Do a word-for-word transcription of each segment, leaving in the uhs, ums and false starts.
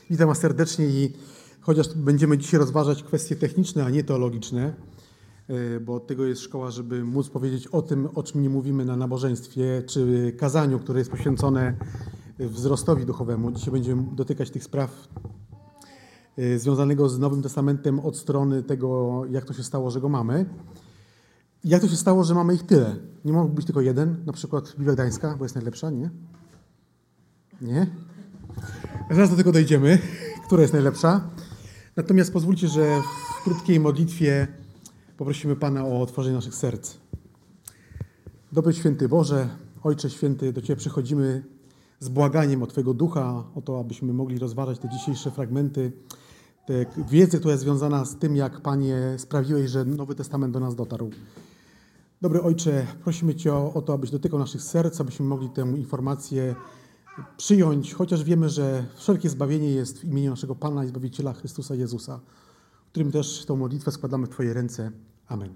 Witam Was serdecznie i chociaż będziemy dzisiaj rozważać kwestie techniczne, a nie teologiczne, bo od tego jest szkoła, żeby móc powiedzieć o tym, o czym nie mówimy na nabożeństwie, czy kazaniu, które jest poświęcone wzrostowi duchowemu. Dzisiaj będziemy dotykać tych spraw związanego z Nowym Testamentem od strony tego, jak to się stało, że go mamy. Jak to się stało, że mamy ich tyle? Nie mógł być tylko jeden, na przykład Biblia Gdańska, bo jest najlepsza, nie? Nie? Zaraz do tego dojdziemy, która jest najlepsza. Natomiast pozwólcie, że w krótkiej modlitwie poprosimy Pana o otworzenie naszych serc. Dobry Święty Boże, Ojcze Święty, do Ciebie przychodzimy z błaganiem o Twojego Ducha, o to, abyśmy mogli rozważać te dzisiejsze fragmenty, tę wiedzę, która jest związana z tym, jak, Panie, sprawiłeś, że Nowy Testament do nas dotarł. Dobry Ojcze, prosimy Cię o, o to, abyś dotykał naszych serc, abyśmy mogli tę informację przyjąć, chociaż wiemy, że wszelkie zbawienie jest w imieniu naszego Pana i Zbawiciela Chrystusa Jezusa, którym też tą modlitwę składamy w Twoje ręce. Amen.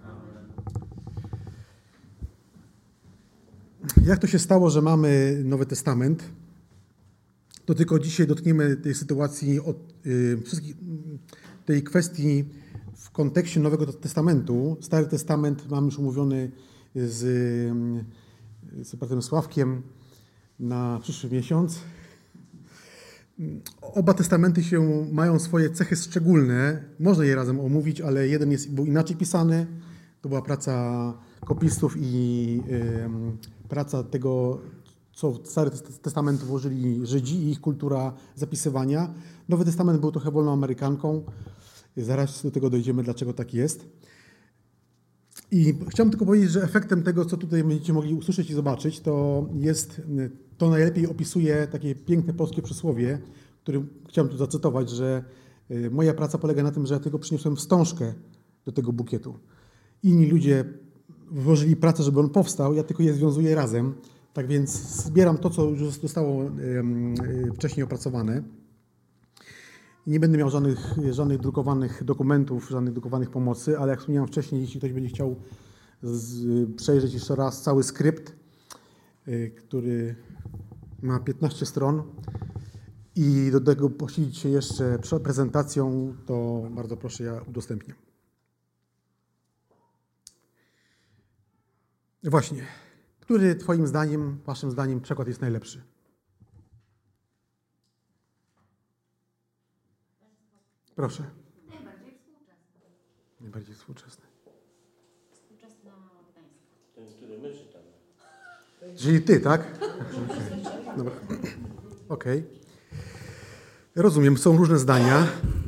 Jak to się stało, że mamy Nowy Testament? To tylko dzisiaj dotkniemy tej sytuacji, od, yy, wszystkich, tej kwestii w kontekście Nowego Testamentu. Stary Testament mamy już umówiony z, z bratem Sławkiem na przyszły miesiąc. Oba testamenty się mają swoje cechy szczególne. Można je razem omówić, ale jeden jest, był inaczej pisany. To była praca kopistów i y, praca tego, co w Stary Testament włożyli Żydzi i ich kultura zapisywania. Nowy Testament był trochę wolną Amerykanką. Zaraz do tego dojdziemy, dlaczego tak jest. I chciałbym tylko powiedzieć, że efektem tego, co tutaj będziecie mogli usłyszeć i zobaczyć, to jest, to najlepiej opisuje takie piękne polskie przysłowie, które chciałem tu zacytować, że moja praca polega na tym, że ja tylko przyniosłem wstążkę do tego bukietu. Inni ludzie włożyli pracę, żeby on powstał, ja tylko je związuję razem. Tak więc zbieram to, co już zostało wcześniej opracowane. I nie będę miał żadnych, żadnych drukowanych dokumentów, żadnych drukowanych pomocy, ale jak wspomniałem wcześniej, jeśli ktoś będzie chciał z, przejrzeć jeszcze raz cały skrypt, y, który ma piętnaście stron i do tego posilić się jeszcze prezentacją, to bardzo proszę, ja udostępnię. Właśnie, który Twoim zdaniem, Waszym zdaniem przekład jest najlepszy? Proszę. Najbardziej współczesny. Najbardziej współczesny. Współczesna Gdańska. Ten, który my czytamy. Czyli Ty, tak? Dobra. Okej. Okay. Rozumiem, są różne zdania.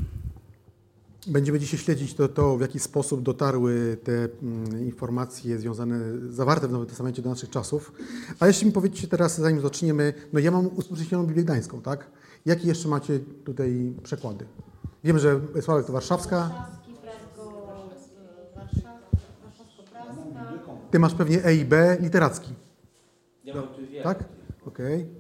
Będziemy dzisiaj śledzić to, to, w jaki sposób dotarły te mm, informacje związane, zawarte w Nowym Testamencie do naszych czasów. A jeszcze mi powiedzcie teraz, zanim zaczniemy, no ja mam usłyszeć Biblię Gdańską, tak? Jakie jeszcze macie tutaj przekłady? Wiem, że Sławek to warszawska. Warszawski, prasko, warszawsko-praska. Ty masz pewnie E i B, literacki. Ja mam tu wiele. Tak? Okej. Okay.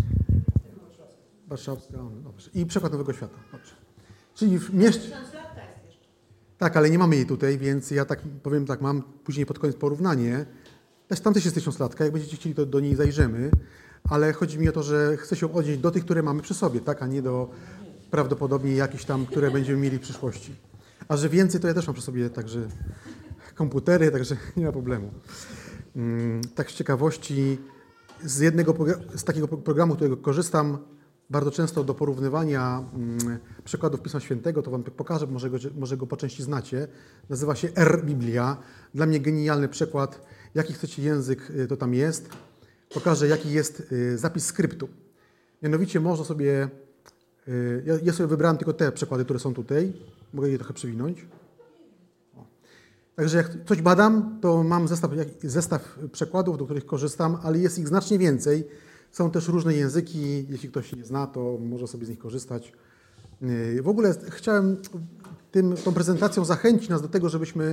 Warszawska, dobrze. I przekład Nowego Świata. Dobrze. Czyli w mieście... Tak, ale nie mamy jej tutaj, więc ja tak powiem, tak mam później pod koniec porównanie. Też tam też jest tysiąclatka, jak będziecie chcieli, to do niej zajrzymy. Ale chodzi mi o to, że chcę się odnieść do tych, które mamy przy sobie, tak, a nie do prawdopodobnie jakichś tam, które będziemy mieli w przyszłości. A że więcej, to ja też mam przy sobie także komputery, także nie ma problemu. Tak z ciekawości, z jednego z takiego programu, którego korzystam bardzo często do porównywania przykładów Pisma Świętego, to wam pokażę, może go, może go po części znacie. Nazywa się R-Biblia. Dla mnie genialny przykład. Jaki chcecie język, to tam jest. Pokażę, jaki jest zapis skryptu. Mianowicie można sobie, ja, ja sobie wybrałem tylko te przykłady, które są tutaj. Mogę je trochę przewinąć. O. Także jak coś badam, to mam zestaw, zestaw przekładów, do których korzystam, ale jest ich znacznie więcej. Są też różne języki, jeśli ktoś nie zna, to może sobie z nich korzystać. W ogóle chciałem tym, tą prezentacją zachęcić nas do tego, żebyśmy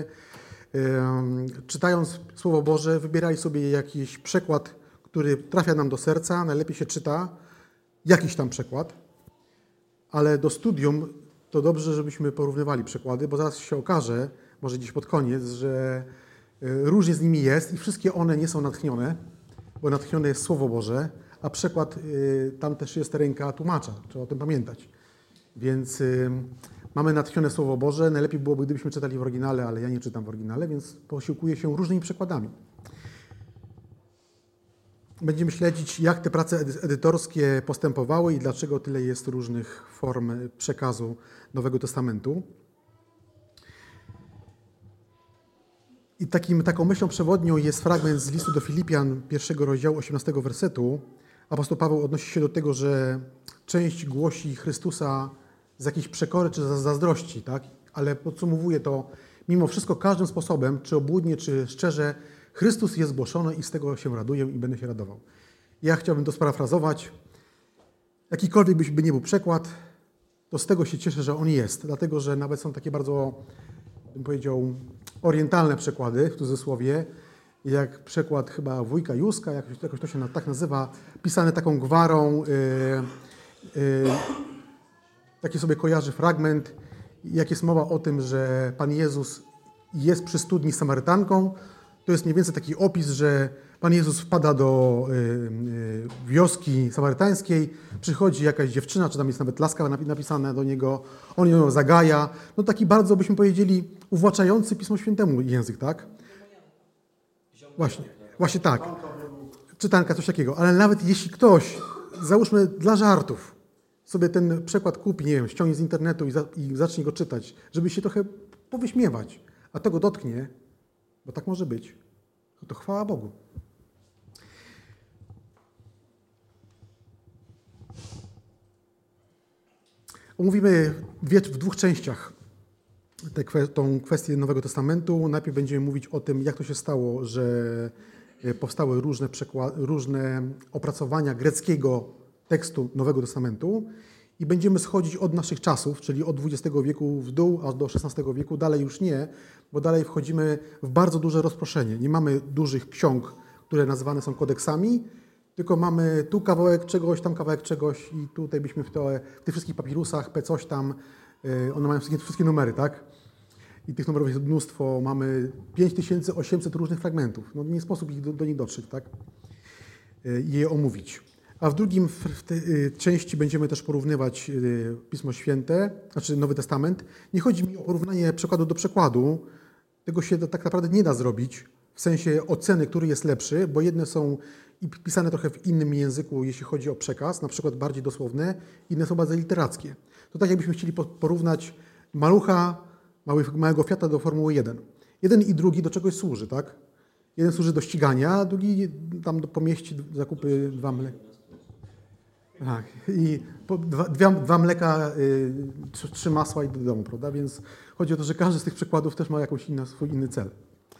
czytając Słowo Boże, wybierali sobie jakiś przekład, który trafia nam do serca, najlepiej się czyta, jakiś tam przekład, ale do studium to dobrze, żebyśmy porównywali przekłady, bo zaraz się okaże, może gdzieś pod koniec, że różnie z nimi jest i wszystkie one nie są natchnione, bo natchnione jest Słowo Boże, a przekład, tam też jest ręka tłumacza, trzeba o tym pamiętać. Więc y, mamy natchnione Słowo Boże. Najlepiej byłoby, gdybyśmy czytali w oryginale, ale ja nie czytam w oryginale, więc posiłkuję się różnymi przekładami. Będziemy śledzić, jak te prace edytorskie postępowały i dlaczego tyle jest różnych form przekazu Nowego Testamentu. I takim, taką myślą przewodnią jest fragment z listu do Filipian, pierwszego rozdziału, osiemnastego wersetu. Apostoł Paweł odnosi się do tego, że część głosi Chrystusa z jakiejś przekory czy z zazdrości, tak? Ale podsumowuje to, mimo wszystko każdym sposobem, czy obłudnie, czy szczerze, Chrystus jest głoszony i z tego się raduję i będę się radował. Ja chciałbym to sparafrazować. Jakikolwiek by nie był przekład, to z tego się cieszę, że on jest. Dlatego, że nawet są takie bardzo, bym powiedział, orientalne przekłady, w cudzysłowie, jak przekład chyba wujka Józka, jakoś, jakoś to się tak nazywa, pisane taką gwarą. Yy, yy, taki sobie kojarzy fragment, jak jest mowa o tym, że Pan Jezus jest przy studni z Samarytanką. To jest mniej więcej taki opis, że Pan Jezus wpada do y, y, wioski samarytańskiej, przychodzi jakaś dziewczyna, czy tam jest nawet laska napisane do niego, on ją zagaja. No taki bardzo, byśmy powiedzieli, uwłaczający Pismo Świętemu język, tak? Właśnie, właśnie tak. Czytanka, coś takiego. Ale nawet jeśli ktoś, załóżmy dla żartów, sobie ten przekład kupi, nie wiem, ściągnie z internetu i, za, i zacznie go czytać, żeby się trochę powyśmiewać, a to go dotknie, bo tak może być, to chwała Bogu. Omówimy w dwóch częściach tę tą kwestię Nowego Testamentu. Najpierw będziemy mówić o tym, jak to się stało, że powstały różne, różne opracowania greckiego tekstu Nowego Testamentu i będziemy schodzić od naszych czasów, czyli od dwudziestego wieku w dół, aż do szesnastego wieku. Dalej już nie, bo dalej wchodzimy w bardzo duże rozproszenie. Nie mamy dużych ksiąg, które nazywane są kodeksami, tylko mamy tu kawałek czegoś, tam kawałek czegoś i tutaj byśmy w, te, w tych wszystkich papirusach, p coś tam, yy, one mają wszystkie, wszystkie numery, tak? I tych numerów jest mnóstwo. Mamy pięć tysięcy osiemset różnych fragmentów. No nie sposób ich do, do nich dotrzeć, tak? Yy, I je omówić. A w drugim w tej części będziemy też porównywać Pismo Święte, znaczy Nowy Testament. Nie chodzi mi o porównanie przekładu do przekładu. Tego się tak naprawdę nie da zrobić w sensie oceny, który jest lepszy, bo jedne są pisane trochę w innym języku, jeśli chodzi o przekaz, na przykład bardziej dosłowne, inne są bardziej literackie. To tak jakbyśmy chcieli porównać malucha, małego Fiata do Formuły jeden. Jeden i drugi do czegoś służy, tak? Jeden służy do ścigania, a drugi tam do pomieści zakupy dwa mleka. Tak, i po, dwa, dwa, dwa mleka, y, trzy, trzy masła i do domu, prawda? Więc chodzi o to, że każdy z tych przykładów też ma jakiś inny, swój inny cel.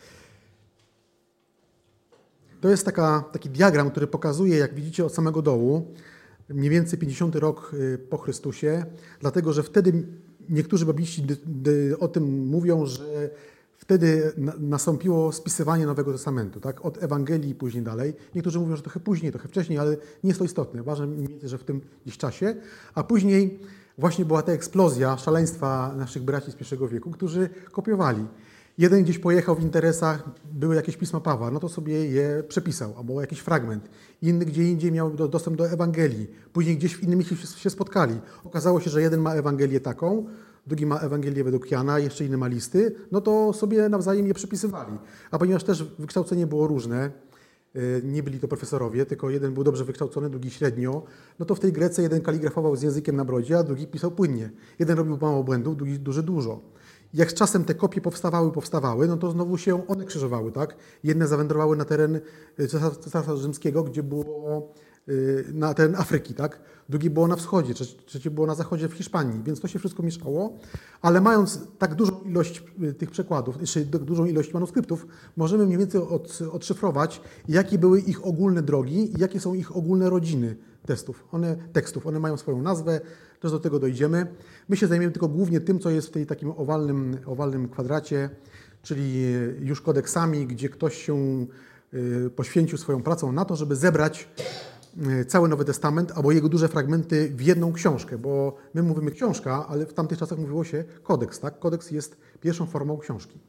To jest taka, taki diagram, który pokazuje, jak widzicie, od samego dołu, mniej więcej pięćdziesiąty rok po Chrystusie, dlatego, że wtedy niektórzy babliści dy, dy, o tym mówią, że wtedy na, nastąpiło spisywanie Nowego Testamentu, tak? Od Ewangelii i później dalej. Niektórzy mówią, że trochę później, trochę wcześniej, ale nie jest to istotne. Ważne mniej więcej, że w tym gdzieś czasie. A później właśnie była ta eksplozja szaleństwa naszych braci z pierwszego wieku, którzy kopiowali. Jeden gdzieś pojechał w interesach, były jakieś pisma Pawła, no to sobie je przepisał, albo jakiś fragment. Inny gdzie indziej miał dostęp do Ewangelii. Później gdzieś w innym miejscu się spotkali. Okazało się, że jeden ma Ewangelię taką, drugi ma Ewangelię według Jana, jeszcze inny ma listy, no to sobie nawzajem je przepisywali. A ponieważ też wykształcenie było różne, nie byli to profesorowie, tylko jeden był dobrze wykształcony, drugi średnio, no to w tej Grece jeden kaligrafował z językiem na brodzie, a drugi pisał płynnie. Jeden robił mało błędów, drugi duży dużo. Jak z czasem te kopie powstawały, powstawały, no to znowu się one krzyżowały, tak? Jedne zawędrowały na teren Cesarstwa Rzymskiego, gdzie było na teren Afryki, tak? Drugie było na wschodzie, trzecie było na zachodzie w Hiszpanii, więc to się wszystko mieszało, ale mając tak dużą ilość tych przekładów, jeszcze dużą ilość manuskryptów, możemy mniej więcej od, odszyfrować, jakie były ich ogólne drogi i jakie są ich ogólne rodziny testów. One, tekstów. One mają swoją nazwę, też do tego dojdziemy. My się zajmiemy tylko głównie tym, co jest w tej takim owalnym, owalnym kwadracie, czyli już kodeksami, gdzie ktoś się poświęcił swoją pracą na to, żeby zebrać cały Nowy Testament, albo jego duże fragmenty w jedną książkę, bo my mówimy książka, ale w tamtych czasach mówiło się kodeks, tak? Kodeks jest pierwszą formą książki.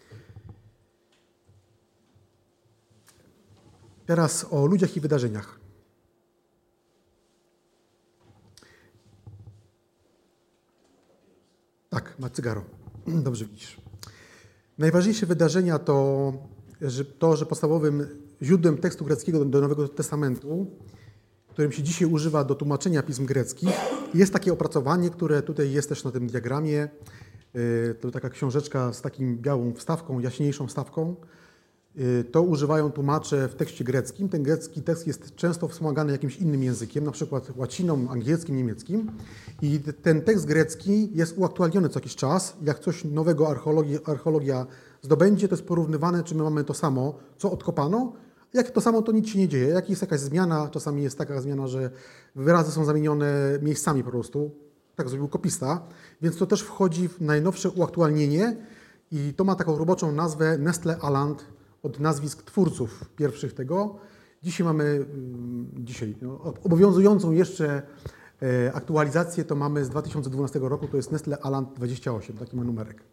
Teraz o ludziach i wydarzeniach. ma cygaro. Dobrze widzisz. Najważniejsze wydarzenia to, że, to, że podstawowym źródłem tekstu greckiego do Nowego Testamentu, którym się dzisiaj używa do tłumaczenia pism greckich, jest takie opracowanie, które tutaj jest też na tym diagramie. To taka książeczka z taką białą wstawką, jaśniejszą wstawką. To używają tłumacze w tekście greckim. Ten grecki tekst jest często wspomagany jakimś innym językiem, na przykład łaciną, angielskim, niemieckim. I ten tekst grecki jest uaktualniony co jakiś czas. Jak coś nowego archeologia, archeologia zdobędzie, to jest porównywane, czy my mamy to samo, co odkopano. Jak to samo, to nic się nie dzieje. Jak jest jakaś zmiana, czasami jest taka zmiana, że wyrazy są zamienione miejscami po prostu. Tak zrobił kopista. Więc to też wchodzi w najnowsze uaktualnienie i to ma taką roboczą nazwę Nestle Aland, od nazwisk twórców pierwszych tego. Dzisiaj mamy, dzisiaj, no, obowiązującą jeszcze e, aktualizację to mamy z dwa tysiące dwunastego roku, to jest Nestle Aland dwadzieścia osiem, taki ma numerek.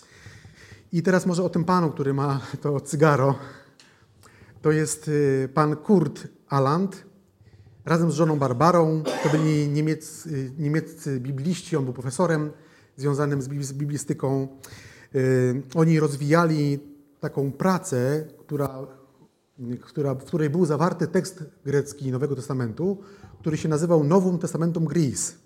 I teraz może o tym panu, który ma to cygaro. To jest e, pan Kurt Aland, razem z żoną Barbarą. To byli niemieccy, niemieccy bibliści, on był profesorem związanym z biblistyką. E, oni rozwijali taką pracę, która, która, w której był zawarty tekst grecki Nowego Testamentu, który się nazywał Novum Testamentum Gris.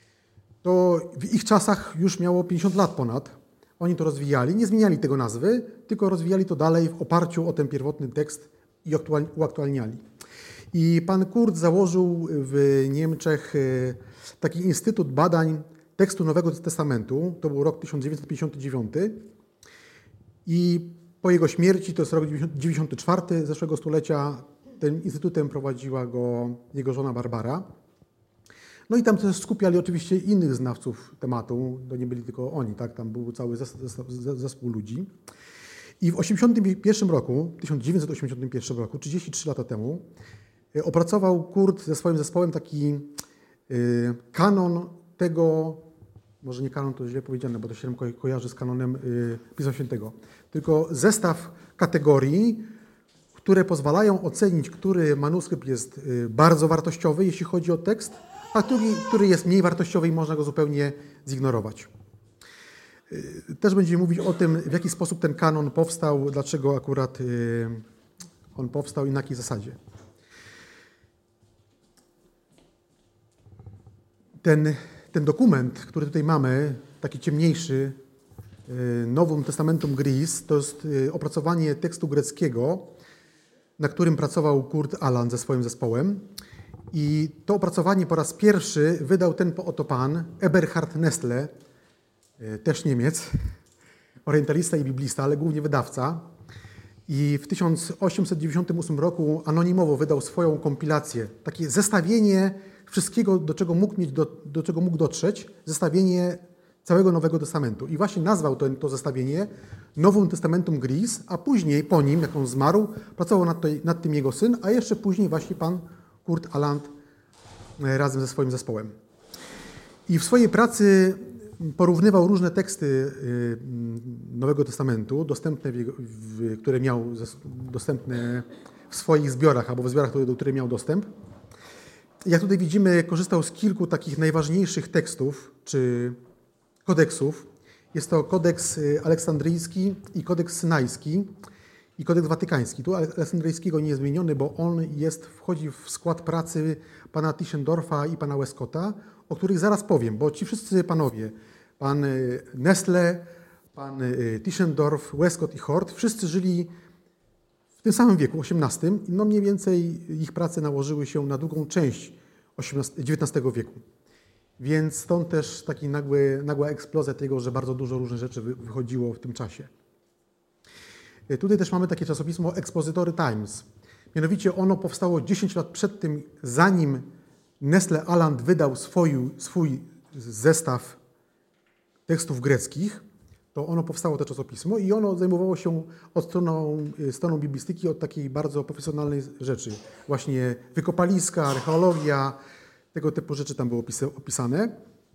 To w ich czasach już miało pięćdziesiąt lat ponad. Oni to rozwijali, nie zmieniali tego nazwy, tylko rozwijali to dalej w oparciu o ten pierwotny tekst i uaktualniali. I pan Kurt założył w Niemczech taki Instytut Badań Tekstu Nowego Testamentu. To był rok tysiąc dziewięćset pięćdziesiąty dziewiąty. I po jego śmierci, to jest rok dziewięćdziesiąty czwarty zeszłego stulecia, tym instytutem prowadziła go jego żona Barbara. No i tam też skupiali oczywiście innych znawców tematu, to nie byli tylko oni, tak? Tam był cały zespół ludzi. I w osiemdziesiątym pierwszym roku, tysiąc dziewięćset osiemdziesiątym pierwszym roku, trzydzieści trzy lata temu, opracował Kurt ze swoim zespołem taki kanon tego, może nie kanon, to źle powiedziane, bo to się ko kojarzy z kanonem y, Pisma Świętego, tylko zestaw kategorii, które pozwalają ocenić, który manuskrypt jest y, bardzo wartościowy, jeśli chodzi o tekst, a drugi, który jest mniej wartościowy i można go zupełnie zignorować. Y, też będziemy mówić o tym, w jaki sposób ten kanon powstał, dlaczego akurat y, on powstał i na jakiej zasadzie. Ten Ten dokument, który tutaj mamy, taki ciemniejszy, Novum Testamentum Gris, to jest opracowanie tekstu greckiego, na którym pracował Kurt Aland ze swoim zespołem. I to opracowanie po raz pierwszy wydał ten oto pan, Eberhard Nestle, też Niemiec, orientalista i biblista, ale głównie wydawca. I w tysiąc osiemset dziewięćdziesiątym ósmym roku anonimowo wydał swoją kompilację, takie zestawienie wszystkiego, do czego mógł mieć, do, do czego mógł dotrzeć, zestawienie całego Nowego Testamentu. I właśnie nazwał to, to zestawienie Novum Testamentum Gris, a później po nim, jak on zmarł, pracował nad, to, nad tym jego syn, a jeszcze później właśnie pan Kurt Aland razem ze swoim zespołem. I w swojej pracy porównywał różne teksty Nowego Testamentu, dostępne w jego, w, które miał dostępne w swoich zbiorach, albo w zbiorach, do których miał dostęp. Jak tutaj widzimy, korzystał z kilku takich najważniejszych tekstów czy kodeksów. Jest to kodeks aleksandryjski i kodeks synajski i kodeks watykański. Tu aleksandryjskiego nie jest zmieniony, bo on jest, wchodzi w skład pracy pana Tischendorfa i pana Westcotta, o których zaraz powiem, bo ci wszyscy panowie, pan Nestle, pan Tischendorf, Westcott i Hort, wszyscy żyli w tym samym wieku, osiemnastym, no mniej więcej ich prace nałożyły się na długą część dziewiętnastego wieku. Więc stąd też taki nagły, nagła eksplozja tego, że bardzo dużo różnych rzeczy wychodziło w tym czasie. Tutaj też mamy takie czasopismo Expository Times. Mianowicie ono powstało dziesięć lat przed tym, zanim Nestle Aland wydał swój, swój zestaw tekstów greckich, to ono powstało, to czasopismo, i ono zajmowało się od stroną, stroną biblistyki, od takiej bardzo profesjonalnej rzeczy. Właśnie wykopaliska, archeologia, tego typu rzeczy tam było opisane.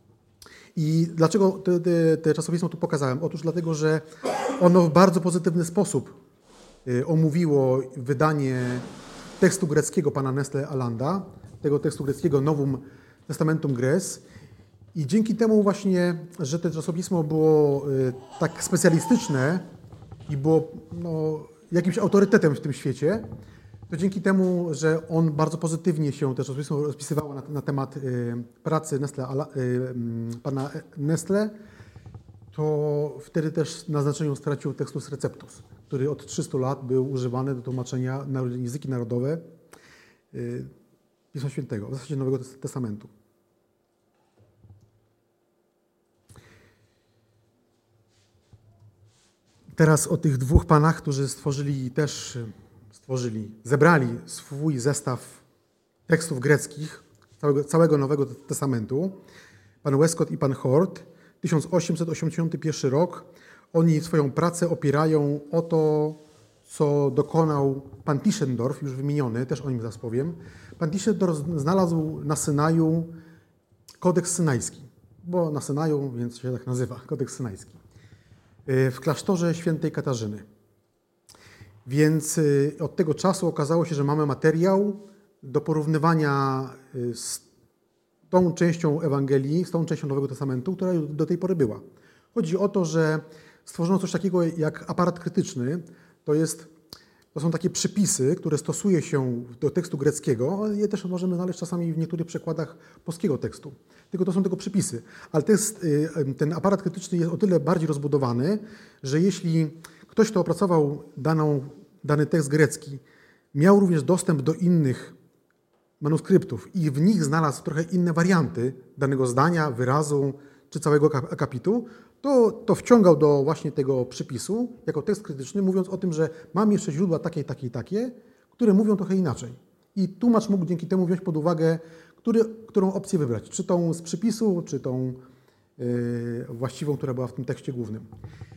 I dlaczego te, te, te czasopismo tu pokazałem? Otóż dlatego, że ono w bardzo pozytywny sposób omówiło wydanie tekstu greckiego pana Nestle Alanda, tego tekstu greckiego Novum Testamentum Gris. I dzięki temu właśnie, że to czasopismo było y, tak specjalistyczne i było no, jakimś autorytetem w tym świecie, to dzięki temu, że on bardzo pozytywnie się też rozpisywało na, na temat y, pracy Nestle, ala, y, y, pana Nestle, to wtedy też na znaczeniu stracił Textus Receptus, który od trzystu lat był używany do tłumaczenia na języki narodowe y, Pisma Świętego, w zasadzie Nowego Testamentu. Teraz o tych dwóch panach, którzy stworzyli też, stworzyli, zebrali swój zestaw tekstów greckich całego, całego Nowego Testamentu, pan Westcott i pan Hort, tysiąc osiemset osiemdziesiąty pierwszy rok. Oni swoją pracę opierają o to, co dokonał pan Tischendorf, już wymieniony, też o nim zaraz powiem. Pan Tischendorf znalazł na Synaju kodeks synajski, bo na Synaju, więc się tak nazywa, kodeks synajski, w klasztorze świętej Katarzyny. Więc od tego czasu okazało się, że mamy materiał do porównywania z tą częścią Ewangelii, z tą częścią Nowego Testamentu, która do tej pory była. Chodzi o to, że stworzono coś takiego jak aparat krytyczny. To, jest, to są takie przypisy, które stosuje się do tekstu greckiego, ale je też możemy znaleźć czasami w niektórych przekładach polskiego tekstu. Tylko to są tylko przypisy. Ale jest, ten aparat krytyczny jest o tyle bardziej rozbudowany, że jeśli ktoś, kto opracował daną, dany tekst grecki, miał również dostęp do innych manuskryptów i w nich znalazł trochę inne warianty danego zdania, wyrazu czy całego akapitu, to, to wciągał do właśnie tego przypisu jako tekst krytyczny, mówiąc o tym, że mam jeszcze źródła takie, takie i takie, które mówią trochę inaczej. I tłumacz mógł dzięki temu wziąć pod uwagę, który, którą opcję wybrać, czy tą z przypisu, czy tą yy, właściwą, która była w tym tekście głównym.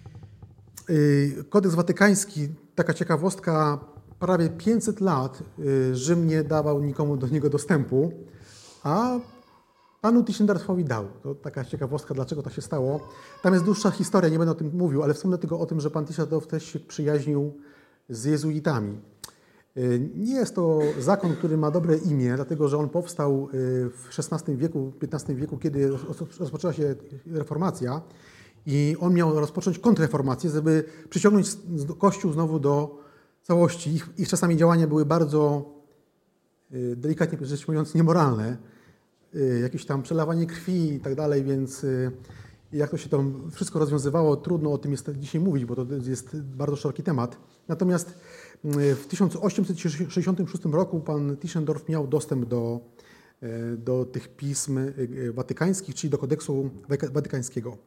Yy, Kodeks Watykański, taka ciekawostka, prawie pięćset lat yy, Rzym nie dawał nikomu do niego dostępu, a panu Tischendorfowi dał. To taka ciekawostka, dlaczego to się stało. Tam jest dłuższa historia, nie będę o tym mówił, ale wspomnę tylko o tym, że pan Tischendorf też się przyjaźnił z jezuitami. Nie jest to zakon, który ma dobre imię, dlatego że on powstał w szesnastym wieku, piętnastym wieku, kiedy rozpoczęła się reformacja i on miał rozpocząć kontrreformację, żeby przyciągnąć Kościół znowu do całości. Ich, ich czasami działania były bardzo, delikatnie rzecz mówiąc, niemoralne. Jakieś tam przelawanie krwi i tak dalej, więc jak to się tam wszystko rozwiązywało, trudno o tym jest dzisiaj mówić, bo to jest bardzo szeroki temat. Natomiast w tysiąc osiemset sześćdziesiątym szóstym roku pan Tischendorf miał dostęp do, do tych pism watykańskich, czyli do kodeksu watykańskiego.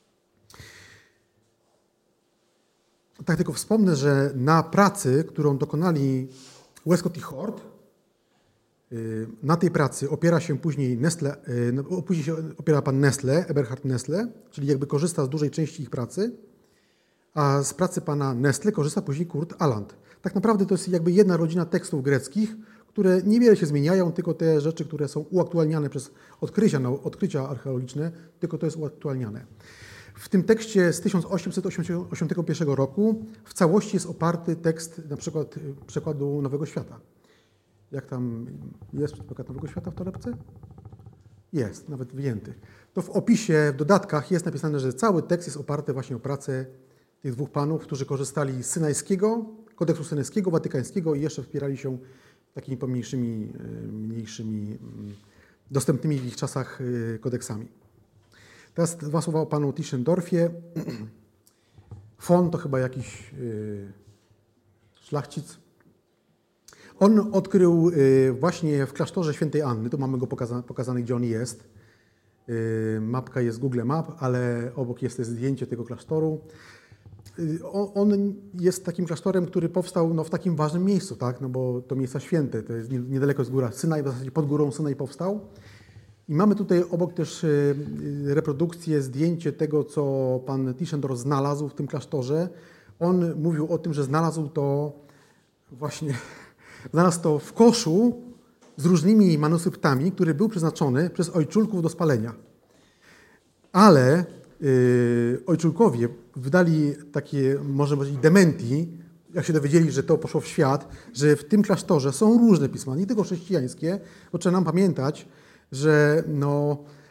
Tak tylko wspomnę, że na pracy, którą dokonali Westcott i Hort, na tej pracy opiera się później Nestle, później się opiera pan Nestle, Eberhard Nestle, czyli jakby korzysta z dużej części ich pracy, a z pracy pana Nestle korzysta później Kurt Aland. Tak naprawdę to jest jakby jedna rodzina tekstów greckich, które niewiele się zmieniają, tylko te rzeczy, które są uaktualniane przez odkrycia, no, odkrycia archeologiczne, tylko to jest uaktualniane. W tym tekście z tysiąc osiemset osiemdziesiątego pierwszego roku w całości jest oparty tekst na przykład przekładu Nowego Świata. Jak tam jest przykład Nowego Świata w torebce? Jest, nawet wyjęty. To w opisie, w dodatkach jest napisane, że cały tekst jest oparty właśnie o pracę tych dwóch panów, którzy korzystali z synajskiego, kodeksu synajskiego, watykańskiego i jeszcze wspierali się takimi pomniejszymi, mniejszymi, dostępnymi w ich czasach kodeksami. Teraz dwa słowa o panu Tischendorfie. Von to chyba jakiś szlachcic. On odkrył właśnie w klasztorze świętej Anny, tu mamy go pokaza pokazany, gdzie on jest. Mapka jest Google Map, ale obok jest zdjęcie tego klasztoru. On jest takim klasztorem, który powstał no, w takim ważnym miejscu, tak? No bo to miejsca święte, to jest niedaleko z góra Synaj, w zasadzie pod górą Synaj powstał. I mamy tutaj obok też reprodukcję, zdjęcie tego, co pan Tischendorf znalazł w tym klasztorze. On mówił o tym, że znalazł to właśnie, znalazł to w koszu z różnymi manuskryptami, który był przeznaczony przez ojczulków do spalenia. Ale yy, ojczulkowie wydali takie, może powiedzieć, dementi, jak się dowiedzieli, że to poszło w świat, że w tym klasztorze są różne pisma, nie tylko chrześcijańskie, bo trzeba nam pamiętać, że no,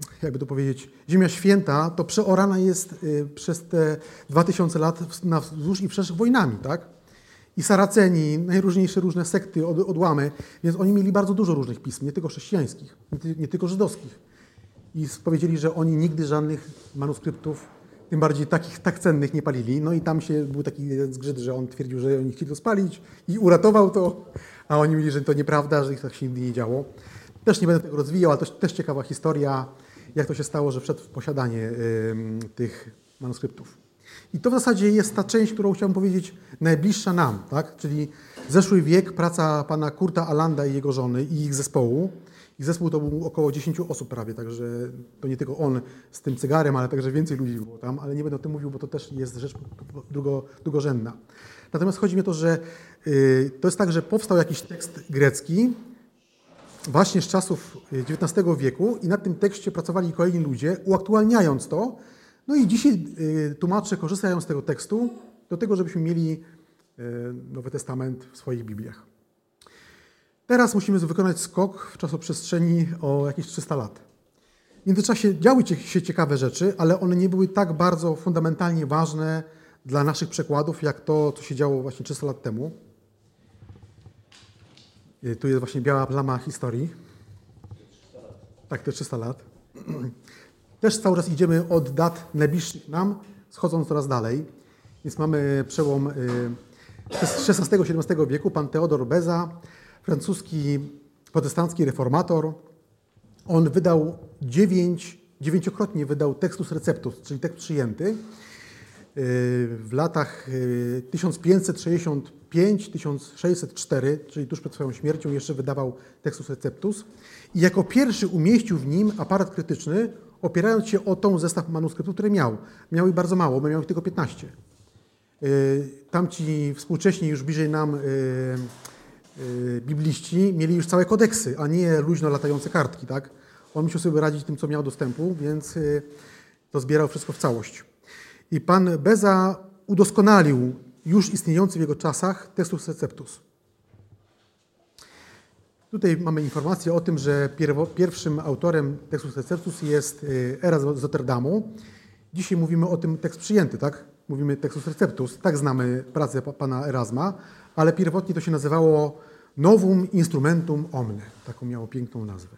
jakby to powiedzieć, Ziemia Święta, to przeorana jest y, przez te dwa tysiące lat w- na wzdłuż i wszerz wojnami, tak? I Saraceni, najróżniejsze różne sekty, od, odłamy, więc oni mieli bardzo dużo różnych pism, nie tylko chrześcijańskich, nie, ty, nie tylko żydowskich. I powiedzieli, że oni nigdy żadnych manuskryptów, tym bardziej takich tak cennych, nie palili. No i tam się był taki zgrzyt, że on twierdził, że oni chcieli to spalić i uratował to, a oni mówili, że to nieprawda, że ich tak się nigdy nie działo. Też nie będę tego rozwijał, ale to też ciekawa historia, jak to się stało, że wszedł w posiadanie y, tych manuskryptów. I to w zasadzie jest ta część, którą chciałbym powiedzieć najbliższa nam, tak? Czyli zeszły wiek, praca pana Kurta Allanda i jego żony i ich zespołu. Ich zespół to był około dziesięciu osób prawie, także to nie tylko on z tym cygarem, ale także więcej ludzi było tam, ale nie będę o tym mówił, bo to też jest rzecz drugo, drugorzędna. Natomiast chodzi mi o to, że y, to jest tak, że powstał jakiś tekst grecki właśnie z czasów dziewiętnastego wieku i nad tym tekście pracowali kolejni ludzie, uaktualniając to. No i dzisiaj y, tłumacze korzystają z tego tekstu do tego, żebyśmy mieli y, Nowy Testament w swoich Bibliach. Teraz musimy wykonać skok w czasoprzestrzeni o jakieś trzysta lat. W międzyczasie działy się ciekawe rzeczy, ale one nie były tak bardzo fundamentalnie ważne dla naszych przekładów, jak to, co się działo właśnie trzysta lat temu. Y, Tu jest właśnie biała plama historii. Tak, te trzysta lat. Też cały czas idziemy od dat najbliższych nam, schodząc coraz dalej. Więc mamy przełom y, szesnastego siedemnastego wieku, pan Theodor Beza, francuski protestancki reformator. On wydał dziewięć, dziewięciokrotnie wydał Textus Receptus, czyli tekst przyjęty. Y, w latach y, tysiąc pięćset sześćdziesiąt pięć do tysiąc sześćset cztery, czyli tuż przed swoją śmiercią, jeszcze wydawał Textus Receptus. I jako pierwszy umieścił w nim aparat krytyczny, opierając się o tą zestaw manuskryptów, które miał. Miał ich bardzo mało, bo miał ich tylko piętnaście. Tamci współcześni, już bliżej nam bibliści, mieli już całe kodeksy, a nie luźno latające kartki, tak? On musiał sobie radzić tym, co miał dostępu, więc to zbierał wszystko w całość. I pan Beza udoskonalił już istniejący w jego czasach Textus Receptus. Tutaj mamy informację o tym, że pierwo, pierwszym autorem Textus Receptus jest Erazm z Rotterdamu. Dzisiaj mówimy o tym tekst przyjęty, tak? Mówimy Textus Receptus, tak znamy pracę pana Erazma, ale pierwotnie to się nazywało Novum Instrumentum Omne. Taką miało piękną nazwę.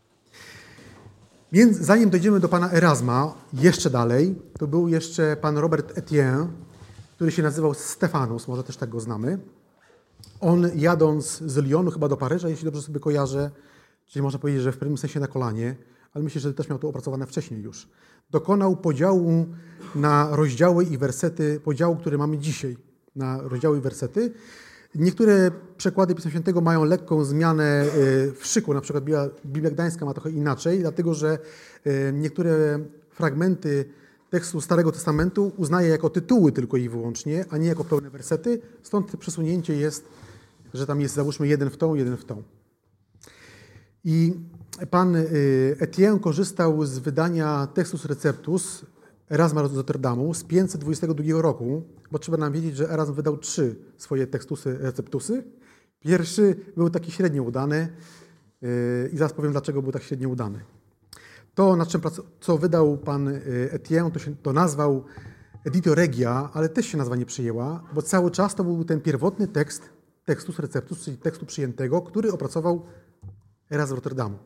Więc zanim dojdziemy do pana Erazma, jeszcze dalej, to był jeszcze pan Robert Etienne, który się nazywał Stefanus, może też tak go znamy. On jadąc z Lyonu chyba do Paryża, jeśli dobrze sobie kojarzę, czyli można powiedzieć, że w pewnym sensie na kolanie, ale myślę, że też miał to opracowane wcześniej już, dokonał podziału na rozdziały i wersety, podziału, który mamy dzisiaj, na rozdziały i wersety. Niektóre przekłady Pisma Świętego mają lekką zmianę w szyku, na przykład Biblia, Biblia Gdańska ma trochę inaczej, dlatego że niektóre fragmenty tekstu Starego Testamentu uznaje jako tytuły tylko i wyłącznie, a nie jako pełne wersety, stąd przesunięcie jest, że tam jest załóżmy jeden w tą, jeden w tą. I pan Etienne korzystał z wydania Textus Receptus Erasma z Rotterdamu z pięćset dwudziestego drugiego roku, bo trzeba nam wiedzieć, że Erasm wydał trzy swoje Textusy Receptusy. Pierwszy był taki średnio udany i zaraz powiem, dlaczego był tak średnio udany. To, nad czym, co wydał pan Etienne, to, się, to nazwał Editio Regia, ale też się nazwa nie przyjęła, bo cały czas to był ten pierwotny tekst Textus Receptus, czyli tekstu przyjętego, który opracował Erazm z Rotterdamu.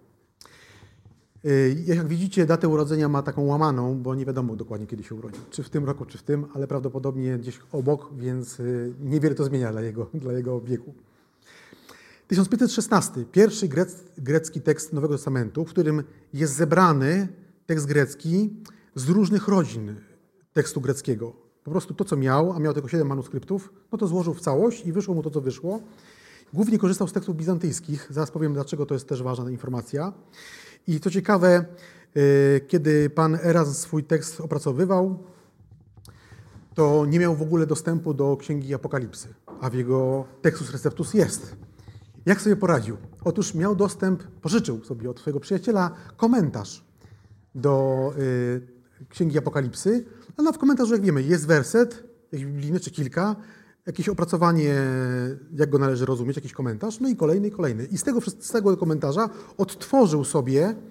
Jak widzicie, datę urodzenia ma taką łamaną, bo nie wiadomo dokładnie, kiedy się urodził. Czy w tym roku, czy w tym, ale prawdopodobnie gdzieś obok, więc niewiele to zmienia dla jego, dla jego wieku. tysiąc pięćset szesnasty. Pierwszy grec, grecki tekst Nowego Testamentu, w którym jest zebrany tekst grecki z różnych rodzin tekstu greckiego. Po prostu to, co miał, a miał tylko siedem manuskryptów, no to złożył w całość i wyszło mu to, co wyszło. Głównie korzystał z tekstów bizantyjskich. Zaraz powiem, dlaczego to jest też ważna informacja. I co ciekawe, kiedy pan Erazm swój tekst opracowywał, to nie miał w ogóle dostępu do Księgi Apokalipsy, a w jego Textus Receptus jest. Jak sobie poradził? Otóż miał dostęp, pożyczył sobie od swojego przyjaciela komentarz do y, Księgi Apokalipsy, a no w komentarzu, jak wiemy, jest werset, jakiś biblijny czy kilka, jakieś opracowanie, jak go należy rozumieć, jakiś komentarz, no i kolejny, i kolejny. I z tego, z tego komentarza odtworzył sobie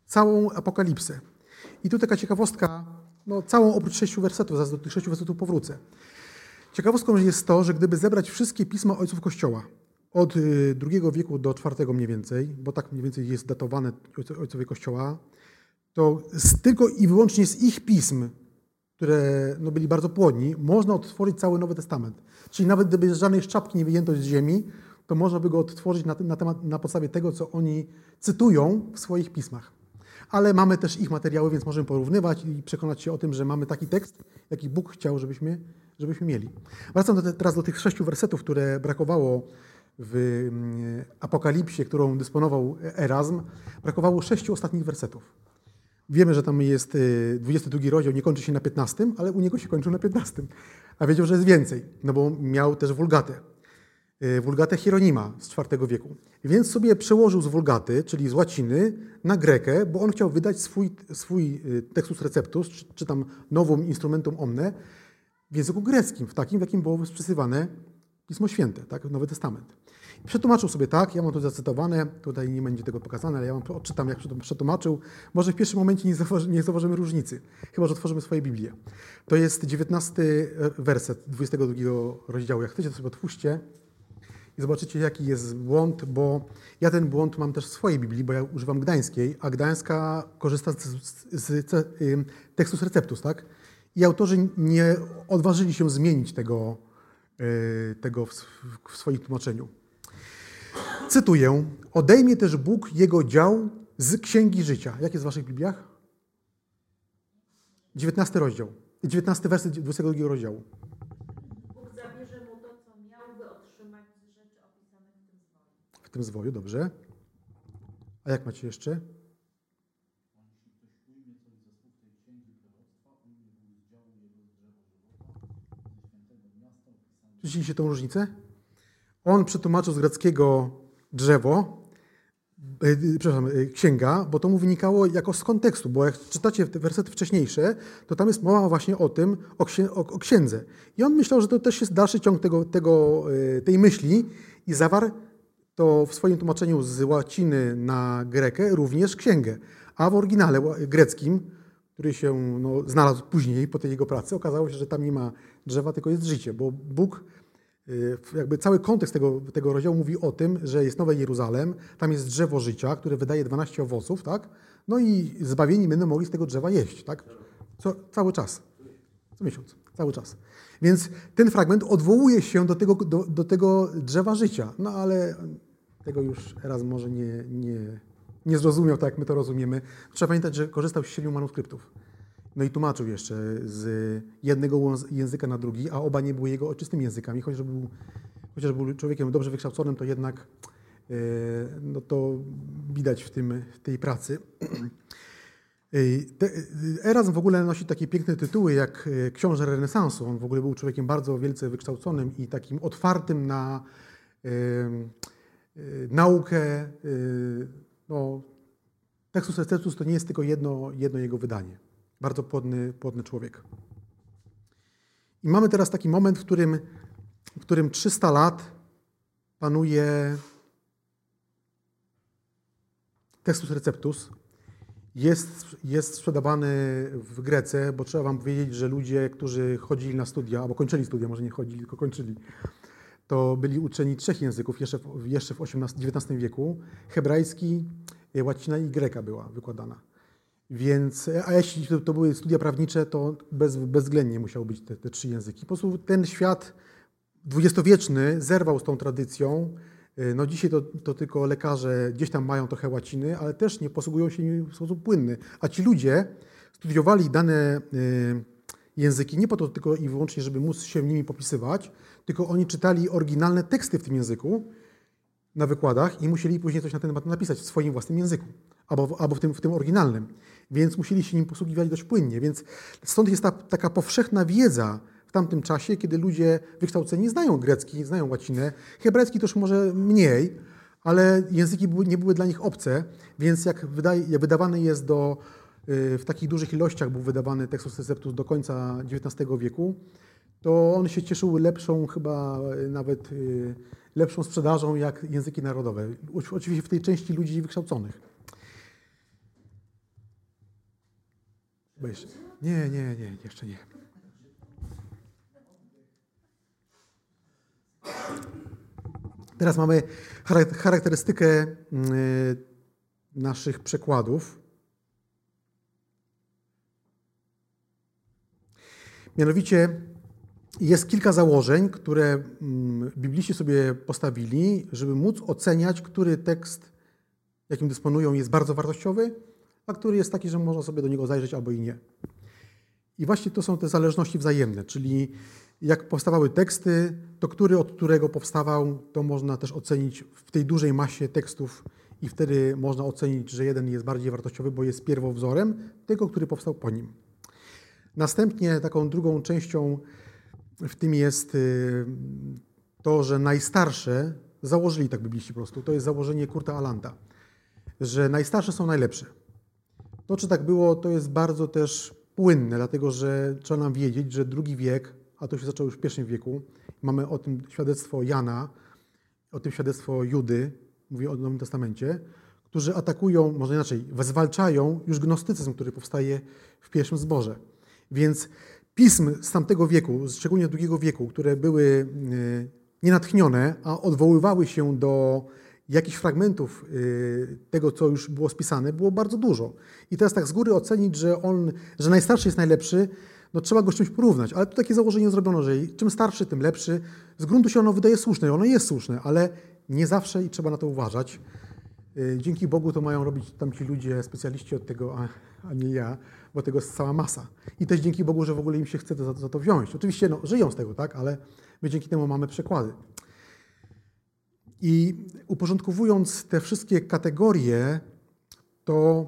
całą Apokalipsę. I tu taka ciekawostka, no całą oprócz sześciu wersetów, zaraz do tych sześciu wersetów powrócę. Ciekawostką jest to, że gdyby zebrać wszystkie pisma ojców Kościoła od drugiego wieku do czwartego mniej więcej, bo tak mniej więcej jest datowane ojcowie Kościoła, to z, tylko i wyłącznie z ich pism, które no, byli bardzo płodni, można odtworzyć cały Nowy Testament. Czyli nawet gdyby żadnej szczapki nie wyjęto z ziemi, to można by go odtworzyć na, na, temat, na podstawie tego, co oni cytują w swoich pismach. Ale mamy też ich materiały, więc możemy porównywać i przekonać się o tym, że mamy taki tekst, jaki Bóg chciał, żebyśmy, żebyśmy mieli. Wracam do te, teraz do tych sześciu wersetów, które brakowało w Apokalipsie, którą dysponował Erazm. Brakowało sześciu ostatnich wersetów. Wiemy, że tam jest dwudziesty drugi rozdział, nie kończy się na piętnastym, ale u niego się kończył na piętnastym. A wiedział, że jest więcej, no bo miał też Wulgatę. Wulgatę Hieronima z czwartego wieku. Więc sobie przełożył z Wulgaty, czyli z łaciny, na grekę, bo on chciał wydać swój, swój Textus Receptus, czy, czy tam Novum Instrumentum Omne, w języku greckim, w takim, w jakim było sprecyzowane Pismo Święte, tak, Nowy Testament. I przetłumaczył sobie tak, ja mam to zacytowane, tutaj nie będzie tego pokazane, ale ja wam odczytam, jak przetłumaczył. Może w pierwszym momencie nie, zauważy, nie zauważymy różnicy, chyba że otworzymy swoje Biblię. To jest dziewiętnasty werset dwudziestego drugiego rozdziału. Jak chcecie, to sobie otwórzcie i zobaczycie, jaki jest błąd, bo ja ten błąd mam też w swojej Biblii, bo ja używam gdańskiej, a gdańska korzysta z, z, z, z Textus Receptus, tak? I autorzy nie odważyli się zmienić tego, tego w, w swoim tłumaczeniu. Cytuję, odejmie też Bóg jego dział z Księgi Życia. Jak jest w waszych Bibliach? dziewiętnasty rozdział, dziewiętnasty werset dwudziestego drugiego rozdziału. Bóg zabierze mu to, co miałby otrzymać z rzeczy opisanych w tym zwoju. W tym zwoju, dobrze. A jak macie jeszcze? Widzieliście tą różnicę? On przetłumaczył z greckiego drzewo, e, przepraszam, e, księga, bo to mu wynikało jako z kontekstu, bo jak czytacie te wersety wcześniejsze, to tam jest mowa właśnie o tym, o, księ, o, o księdze. I on myślał, że to też jest dalszy ciąg tego, tego, e, tej myśli i zawarł to w swoim tłumaczeniu z łaciny na grekę również księgę. A w oryginale greckim, który się no, znalazł później po tej jego pracy, okazało się, że tam nie ma drzewa, tylko jest życie, bo Bóg, jakby cały kontekst tego, tego rozdziału mówi o tym, że jest Nowe Jeruzalem, tam jest drzewo życia, które wydaje dwanaście owoców, tak? No i zbawieni będą mogli z tego drzewa jeść, tak? Co, cały czas, co miesiąc, cały czas. Więc ten fragment odwołuje się do tego, do, do tego drzewa życia, no ale tego już raz może nie, nie, nie zrozumiał tak, jak my to rozumiemy. Trzeba pamiętać, że korzystał z siedmiu manuskryptów. No i tłumaczył jeszcze z jednego języka na drugi, a oba nie były jego ojczystymi językami. Chociaż był, chociaż był człowiekiem dobrze wykształconym, to jednak no to widać w, tym, w tej pracy. Erazm w ogóle nosi takie piękne tytuły jak książę renesansu. On w ogóle był człowiekiem bardzo wielce wykształconym i takim otwartym na e, e, naukę. E, no, Textus Receptus to nie jest tylko jedno, jedno jego wydanie. Bardzo płodny, płodny człowiek. I mamy teraz taki moment, w którym, w którym trzysta lat panuje Textus Receptus. Jest, jest sprzedawany w Grece, bo trzeba wam powiedzieć, że ludzie, którzy chodzili na studia, albo kończyli studia, może nie chodzili, tylko kończyli, to byli uczeni trzech języków jeszcze w, jeszcze w dziewiętnastym wieku. Hebrajski, łacina i greka była wykładana. Więc, a jeśli to, to były studia prawnicze, to bez, bezwzględnie musiały być te, te trzy języki. Po prostu ten świat dwudziestowieczny zerwał z tą tradycją. No dzisiaj to, to tylko lekarze gdzieś tam mają trochę łaciny, ale też nie posługują się nimi w sposób płynny. A ci ludzie studiowali dane języki nie po to tylko i wyłącznie, żeby móc się nimi popisywać, tylko oni czytali oryginalne teksty w tym języku na wykładach i musieli później coś na ten temat napisać w swoim własnym języku, albo, albo w, tym, w tym oryginalnym. Więc musieli się nim posługiwać dość płynnie. Więc stąd jest ta taka powszechna wiedza w tamtym czasie, kiedy ludzie wykształceni znają grecki, znają łacinę. Hebrajski też może mniej, ale języki były, nie były dla nich obce, więc jak, wydaje, jak wydawany jest do, w takich dużych ilościach był wydawany Textus Receptus do końca dziewiętnastego wieku, to one się cieszyły lepszą, chyba nawet lepszą sprzedażą jak języki narodowe. Oczywiście w tej części ludzi wykształconych. Bo jeszcze... Nie, nie, nie, jeszcze nie. Teraz mamy charakterystykę naszych przekładów. Mianowicie jest kilka założeń, które bibliści sobie postawili, żeby móc oceniać, który tekst, jakim dysponują, jest bardzo wartościowy, a który jest taki, że można sobie do niego zajrzeć albo i nie. I właśnie to są te zależności wzajemne, czyli jak powstawały teksty, to który od którego powstawał, to można też ocenić w tej dużej masie tekstów i wtedy można ocenić, że jeden jest bardziej wartościowy, bo jest pierwowzorem tego, który powstał po nim. Następnie taką drugą częścią w tym jest to, że najstarsze założyli tak bibliści po prostu. To jest założenie Kurta Allanda, że najstarsze są najlepsze. To, czy tak było, to jest bardzo też płynne, dlatego że trzeba nam wiedzieć, że drugi wiek, a to się zaczęło już w pierwszym wieku, mamy o tym świadectwo Jana, o tym świadectwo Judy, mówię o Nowym Testamencie, którzy atakują, może inaczej, zwalczają już gnostycyzm, który powstaje w pierwszym zborze. Więc pism z tamtego wieku, szczególnie z drugiego wieku, które były nienatchnione, a odwoływały się do jakichś fragmentów tego, co już było spisane, było bardzo dużo. I teraz tak z góry ocenić, że on, że najstarszy jest najlepszy, no trzeba go z czymś porównać. Ale tu takie założenie zrobiono, że czym starszy, tym lepszy. Z gruntu się ono wydaje słuszne, ono jest słuszne, ale nie zawsze i trzeba na to uważać. Dzięki Bogu to mają robić tamci ludzie, specjaliści od tego, a, a nie ja, bo tego jest cała masa. I też dzięki Bogu, że w ogóle im się chce za, za to wziąć. Oczywiście no, żyją z tego, tak, ale my dzięki temu mamy przekłady. I uporządkowując te wszystkie kategorie, to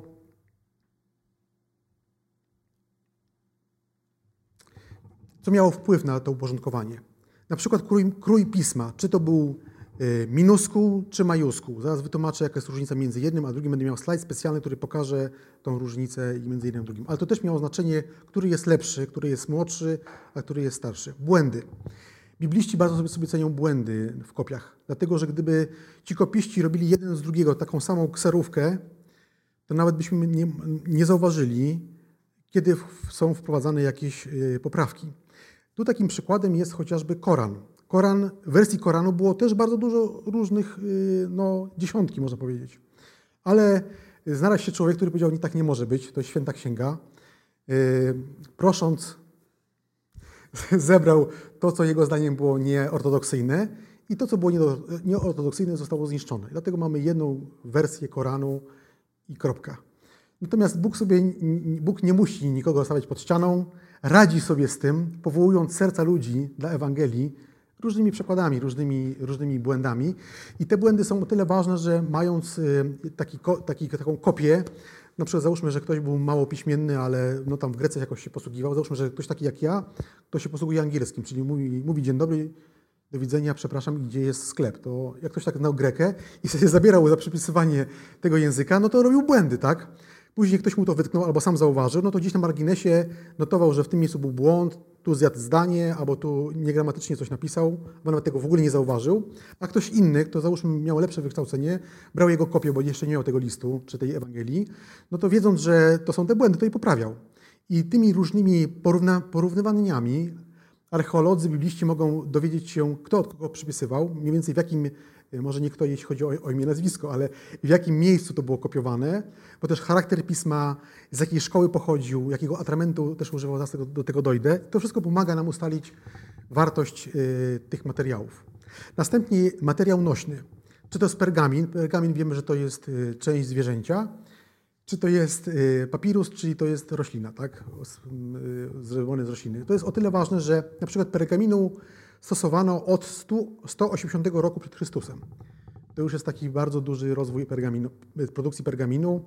co miało wpływ na to uporządkowanie? Na przykład krój, krój pisma, czy to był minuskuł czy majuskuł. Zaraz wytłumaczę, jaka jest różnica między jednym a drugim. Będę miał slajd specjalny, który pokaże tą różnicę między jednym a drugim. Ale to też miało znaczenie, który jest lepszy, który jest młodszy, a który jest starszy. Błędy. Bibliści bardzo sobie, sobie cenią błędy w kopiach, dlatego że gdyby ci kopiści robili jeden z drugiego taką samą kserówkę, to nawet byśmy nie, nie zauważyli, kiedy są wprowadzane jakieś poprawki. Tu takim przykładem jest chociażby Koran. Koran, w wersji Koranu było też bardzo dużo różnych, no dziesiątki można powiedzieć. Ale znalazł się człowiek, który powiedział, nie tak nie może być, to jest święta księga. Prosząc, zebrał to, co jego zdaniem było nieortodoksyjne i to, co było nieortodoksyjne, zostało zniszczone. Dlatego mamy jedną wersję Koranu i kropka. Natomiast Bóg sobie, Bóg nie musi nikogo stawiać pod ścianą, radzi sobie z tym, powołując serca ludzi dla Ewangelii różnymi przekładami, różnymi, różnymi błędami. I te błędy są o tyle ważne, że mając taki, taki, taką kopię, na przykład załóżmy, że ktoś był mało piśmienny, ale no tam w Grece jakoś się posługiwał, załóżmy, że ktoś taki jak ja, to się posługuje angielskim, czyli mówi, mówi dzień dobry, do widzenia, przepraszam, gdzie jest sklep. To jak ktoś tak znał Grekę i sobie zabierał za przepisywanie tego języka, no to robił błędy, tak? Później ktoś mu to wytknął albo sam zauważył, no to gdzieś na marginesie notował, że w tym miejscu był błąd, tu zjadł zdanie, albo tu niegramatycznie coś napisał, bo nawet tego w ogóle nie zauważył. A ktoś inny, kto załóżmy miał lepsze wykształcenie, brał jego kopię, bo jeszcze nie miał tego listu, czy tej Ewangelii, no to wiedząc, że to są te błędy, to je poprawiał. I tymi różnymi porówna, porównywaniami archeolodzy, bibliści mogą dowiedzieć się, kto od kogo przypisywał, mniej więcej w jakim, może nie kto, jeśli chodzi o, o imię, nazwisko, ale w jakim miejscu to było kopiowane, bo też charakter pisma, z jakiej szkoły pochodził, jakiego atramentu też używał, zaraz do, do tego dojdę. To wszystko pomaga nam ustalić wartość y, tych materiałów. Następnie materiał nośny. Czy to jest pergamin? Pergamin wiemy, że to jest y, część zwierzęcia. Czy to jest papirus, czyli to jest roślina, tak? Zrobiony z rośliny. To jest o tyle ważne, że na przykład pergaminu stosowano od sto osiemdziesiątego roku przed Chrystusem. To już jest taki bardzo duży rozwój pergaminu, produkcji pergaminu.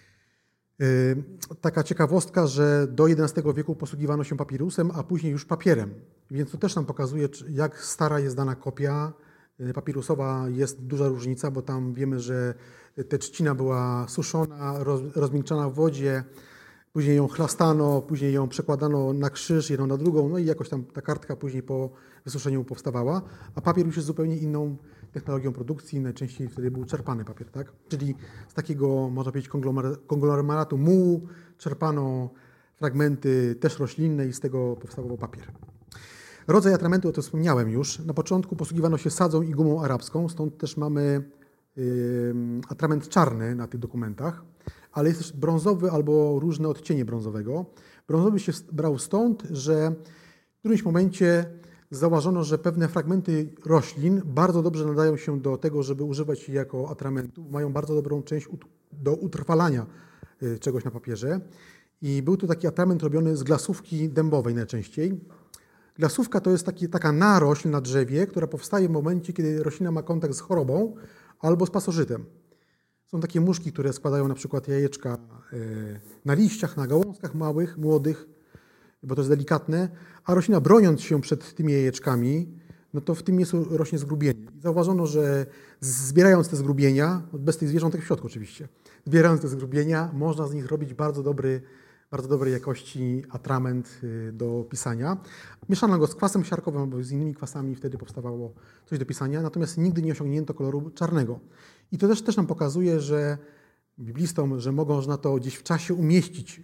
Taka ciekawostka, że do jedenastego wieku posługiwano się papirusem, a później już papierem. Więc to też nam pokazuje, jak stara jest dana kopia. Papirusowa jest duża różnica, bo tam wiemy, że ta trzcina była suszona, roz, rozmiękczana w wodzie, później ją chlastano, później ją przekładano na krzyż, jedną na drugą, no i jakoś tam ta kartka później po wysuszeniu powstawała, a papier już jest zupełnie inną technologią produkcji, najczęściej wtedy był czerpany papier, tak? Czyli z takiego, można powiedzieć, konglomeratu mułu czerpano fragmenty też roślinne i z tego powstawał papier. Rodzaj atramentu, o to wspomniałem już. Na początku posługiwano się sadzą i gumą arabską, stąd też mamy y, atrament czarny na tych dokumentach, ale jest też brązowy albo różne odcienie brązowego. Brązowy się brał stąd, że w którymś momencie zauważono, że pewne fragmenty roślin bardzo dobrze nadają się do tego, żeby używać je jako atramentu. Mają bardzo dobrą część do utrwalania czegoś na papierze. I był to taki atrament robiony z glasówki dębowej najczęściej. Glasówka to jest taki, taka narośl na drzewie, która powstaje w momencie, kiedy roślina ma kontakt z chorobą albo z pasożytem. Są takie muszki, które składają na przykład jajeczka na liściach, na gałązkach małych, młodych, bo to jest delikatne, a roślina, broniąc się przed tymi jajeczkami, no to w tym miejscu rośnie zgrubienie. I zauważono, że zbierając te zgrubienia, bez tych zwierzątek w środku oczywiście, zbierając te zgrubienia, można z nich robić bardzo dobry, bardzo dobrej jakości atrament do pisania. Mieszano go z kwasem siarkowym albo z innymi kwasami, wtedy powstawało coś do pisania, natomiast nigdy nie osiągnięto koloru czarnego. I to też, też nam pokazuje, że biblistom, że mogą na to gdzieś w czasie umieścić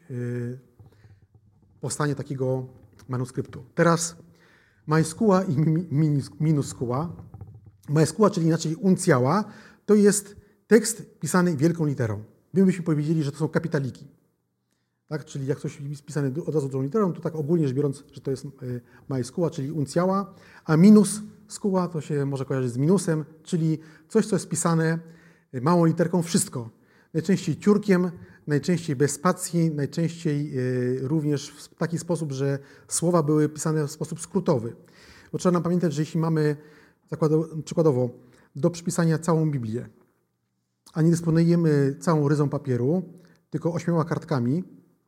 powstanie takiego manuskryptu. Teraz majskua i minuskua. Majskua, czyli inaczej uncjała, to jest tekst pisany wielką literą. My byśmy powiedzieli, że to są kapitaliki. Tak? Czyli jak coś jest pisane od razu dużą literą, to tak ogólnie rzecz biorąc, że to jest majskua, czyli uncjała, a minus skua to się może kojarzyć z minusem, czyli coś, co jest pisane małą literką, wszystko. Najczęściej ciurkiem, najczęściej bez spacji, najczęściej również w taki sposób, że słowa były pisane w sposób skrótowy. Bo trzeba nam pamiętać, że jeśli mamy przykładowo do przypisania całą Biblię, a nie dysponujemy całą ryzą papieru, tylko ośmioma kartkami,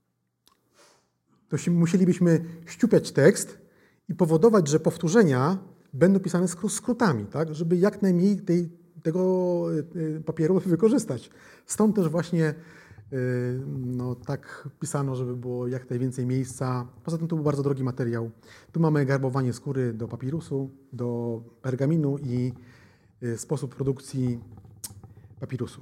to się, musielibyśmy ściupiać tekst i powodować, że powtórzenia będą pisane skrótami, tak? Żeby jak najmniej tej, tego papieru wykorzystać. Stąd też właśnie no, tak pisano, żeby było jak najwięcej miejsca. Poza tym to był bardzo drogi materiał. Tu mamy garbowanie skóry do papirusu, do pergaminu i sposób produkcji papirusu.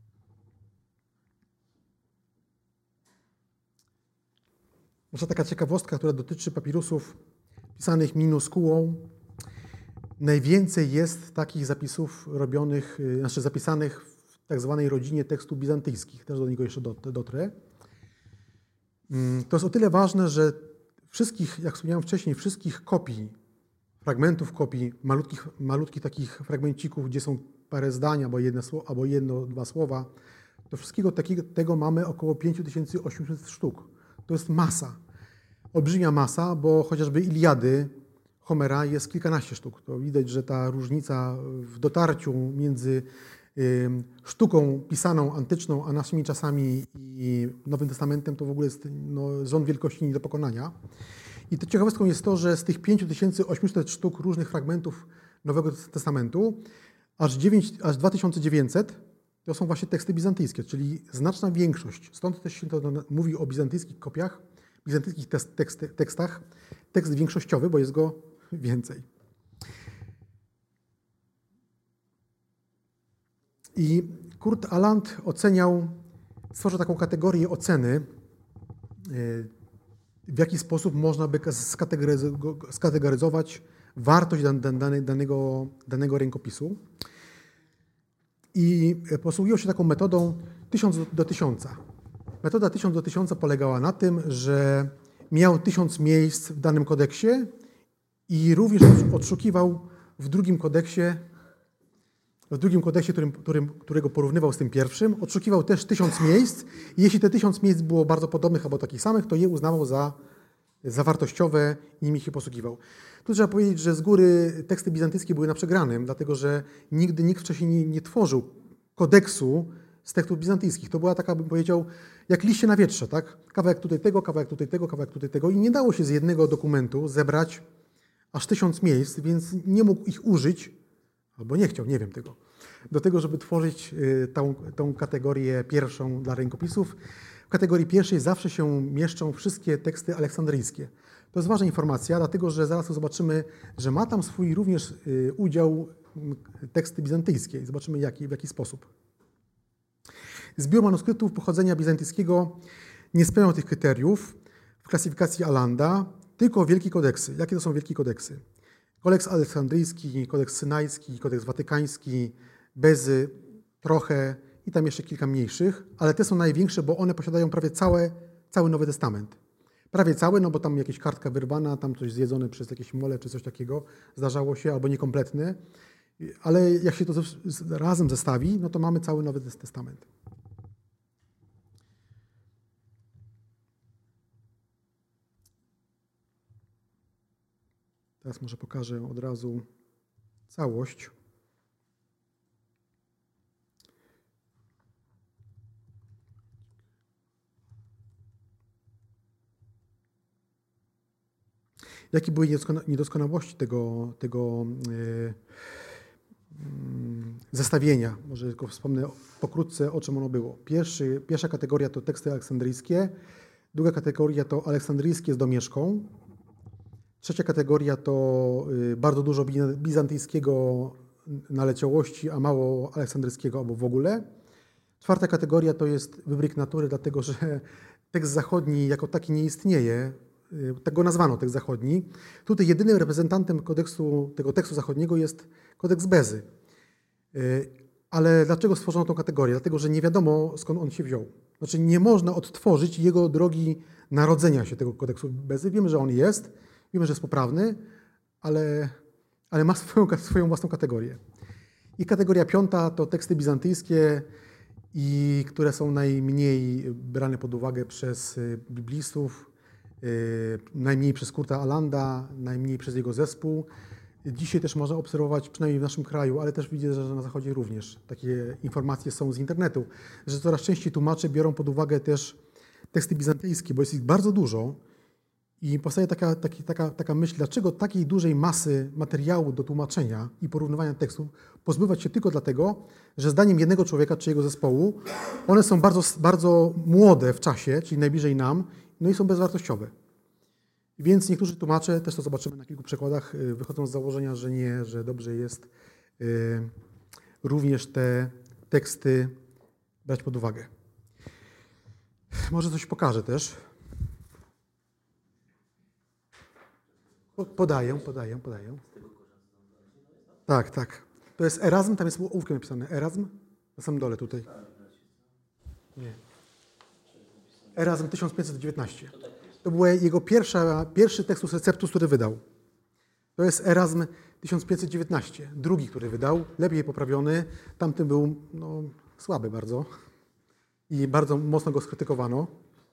Może taka ciekawostka, która dotyczy papirusów pisanych minuskułą. Najwięcej jest takich zapisów robionych, znaczy zapisanych w tak zwanej rodzinie tekstów bizantyjskich. Też do niego jeszcze dotrę. To jest o tyle ważne, że wszystkich, jak wspomniałem wcześniej, wszystkich kopii, fragmentów kopii, malutkich, malutkich takich fragmencików, gdzie są parę zdań albo jedno, albo jedno dwa słowa, to wszystkiego takiego, tego mamy około pięć tysięcy osiemset sztuk. To jest masa, olbrzymia masa, bo chociażby Iliady Homera jest kilkanaście sztuk. To widać, że ta różnica w dotarciu między sztuką pisaną, antyczną, a naszymi czasami i Nowym Testamentem to w ogóle jest no, rząd wielkości nie do pokonania. I to ciekawostką jest to, że z tych pięć tysięcy osiemset sztuk różnych fragmentów Nowego Testamentu, aż, dziewięć, aż dwa tysiące dziewięćset to są właśnie teksty bizantyjskie, czyli znaczna większość. Stąd też się to mówi o bizantyjskich kopiach, bizantyjskich tekst, tekstach. Tekst większościowy, bo jest go więcej. I Kurt Aland oceniał, stworzył taką kategorię oceny, w jaki sposób można by skategoryzować wartość danego, danego rękopisu. I posługiwał się taką metodą tysiąc do tysiąca. Metoda tysiąc do tysiąca polegała na tym, że miał tysiąc miejsc w danym kodeksie i również odszukiwał w drugim kodeksie, w drugim kodeksie, którym, którym, którego porównywał z tym pierwszym, odszukiwał też tysiąc miejsc i jeśli te tysiąc miejsc było bardzo podobnych albo takich samych, to je uznawał za, za wartościowe i nimi się posługiwał. Tu trzeba powiedzieć, że z góry teksty bizantyjskie były na przegranym, dlatego że nigdy nikt wcześniej nie, nie tworzył kodeksu z tekstów bizantyjskich. To była taka, bym powiedział, jak liście na wietrze, tak? Kawałek tutaj tego, kawałek tutaj tego, kawałek tutaj tego i nie dało się z jednego dokumentu zebrać aż tysiąc miejsc, więc nie mógł ich użyć, albo nie chciał, nie wiem tego, do tego, żeby tworzyć tą, tą kategorię pierwszą dla rękopisów. W kategorii pierwszej zawsze się mieszczą wszystkie teksty aleksandryjskie. To jest ważna informacja, dlatego że zaraz zobaczymy, że ma tam swój również udział teksty bizantyjskie i zobaczymy jaki, w jaki sposób. Zbiór manuskryptów pochodzenia bizantyjskiego nie spełniał tych kryteriów. w klasyfikacji Allanda tylko wielkie kodeksy. Jakie to są wielkie kodeksy? Kodeks aleksandryjski, kodeks synajski, kodeks watykański, Bezy trochę i tam jeszcze kilka mniejszych, ale te są największe, bo one posiadają prawie całe, cały Nowy Testament. Prawie cały, no bo tam jakieś kartka wyrwana, tam coś zjedzone przez jakieś mole czy coś takiego zdarzało się, albo niekompletne. Ale jak się to razem zestawi, no to mamy cały Nowy Testament. Teraz może pokażę od razu całość. Jakie były niedoskonałości tego, tego yy, zestawienia? Może tylko wspomnę pokrótce, o czym ono było. Pierwszy, pierwsza kategoria to teksty aleksandryjskie, druga kategoria to aleksandryjskie z domieszką, trzecia kategoria to yy, bardzo dużo bizantyjskiego naleciałości, a mało aleksandryjskiego albo w ogóle. Czwarta kategoria to jest wybryk natury, dlatego że tekst zachodni jako taki nie istnieje. Tak go nazwano, tekst zachodni. Tutaj jedynym reprezentantem kodeksu, tego tekstu zachodniego jest kodeks Bezy. Ale dlaczego stworzono tą kategorię? Dlatego, że nie wiadomo, skąd on się wziął. Znaczy nie można odtworzyć jego drogi narodzenia się tego kodeksu Bezy. Wiemy, że on jest, wiemy, że jest poprawny, ale, ale ma swoją, swoją własną kategorię. I kategoria piąta to teksty bizantyjskie, i które są najmniej brane pod uwagę przez biblistów, najmniej przez Kurta Allanda, najmniej przez jego zespół. Dzisiaj też można obserwować, przynajmniej w naszym kraju, ale też widzę, że na Zachodzie również takie informacje są z internetu, że coraz częściej tłumacze biorą pod uwagę też teksty bizantyjskie, bo jest ich bardzo dużo i powstaje taka, taki, taka, taka myśl, dlaczego takiej dużej masy materiału do tłumaczenia i porównywania tekstów pozbywać się tylko dlatego, że zdaniem jednego człowieka czy jego zespołu one są bardzo, bardzo młode w czasie, czyli najbliżej nam, no i są bezwartościowe. Więc niektórzy tłumacze, też to zobaczymy na kilku przykładach, wychodzą z założenia, że nie, że dobrze jest y, również te teksty brać pod uwagę. Może coś pokażę też. Podaję, podaję, podaję. Tak, tak. To jest Erazm, tam jest ołówkiem napisane. Erazm na samym dole tutaj. Nie. Erazm tysiąc pięćset dziewiętnaście. To był jego pierwsza, pierwszy Textus Receptus, który wydał. To jest Erazm tysiąc pięćset dziewiętnaście. Drugi, który wydał, lepiej poprawiony. Tamten był no, słaby bardzo i bardzo mocno go skrytykowano.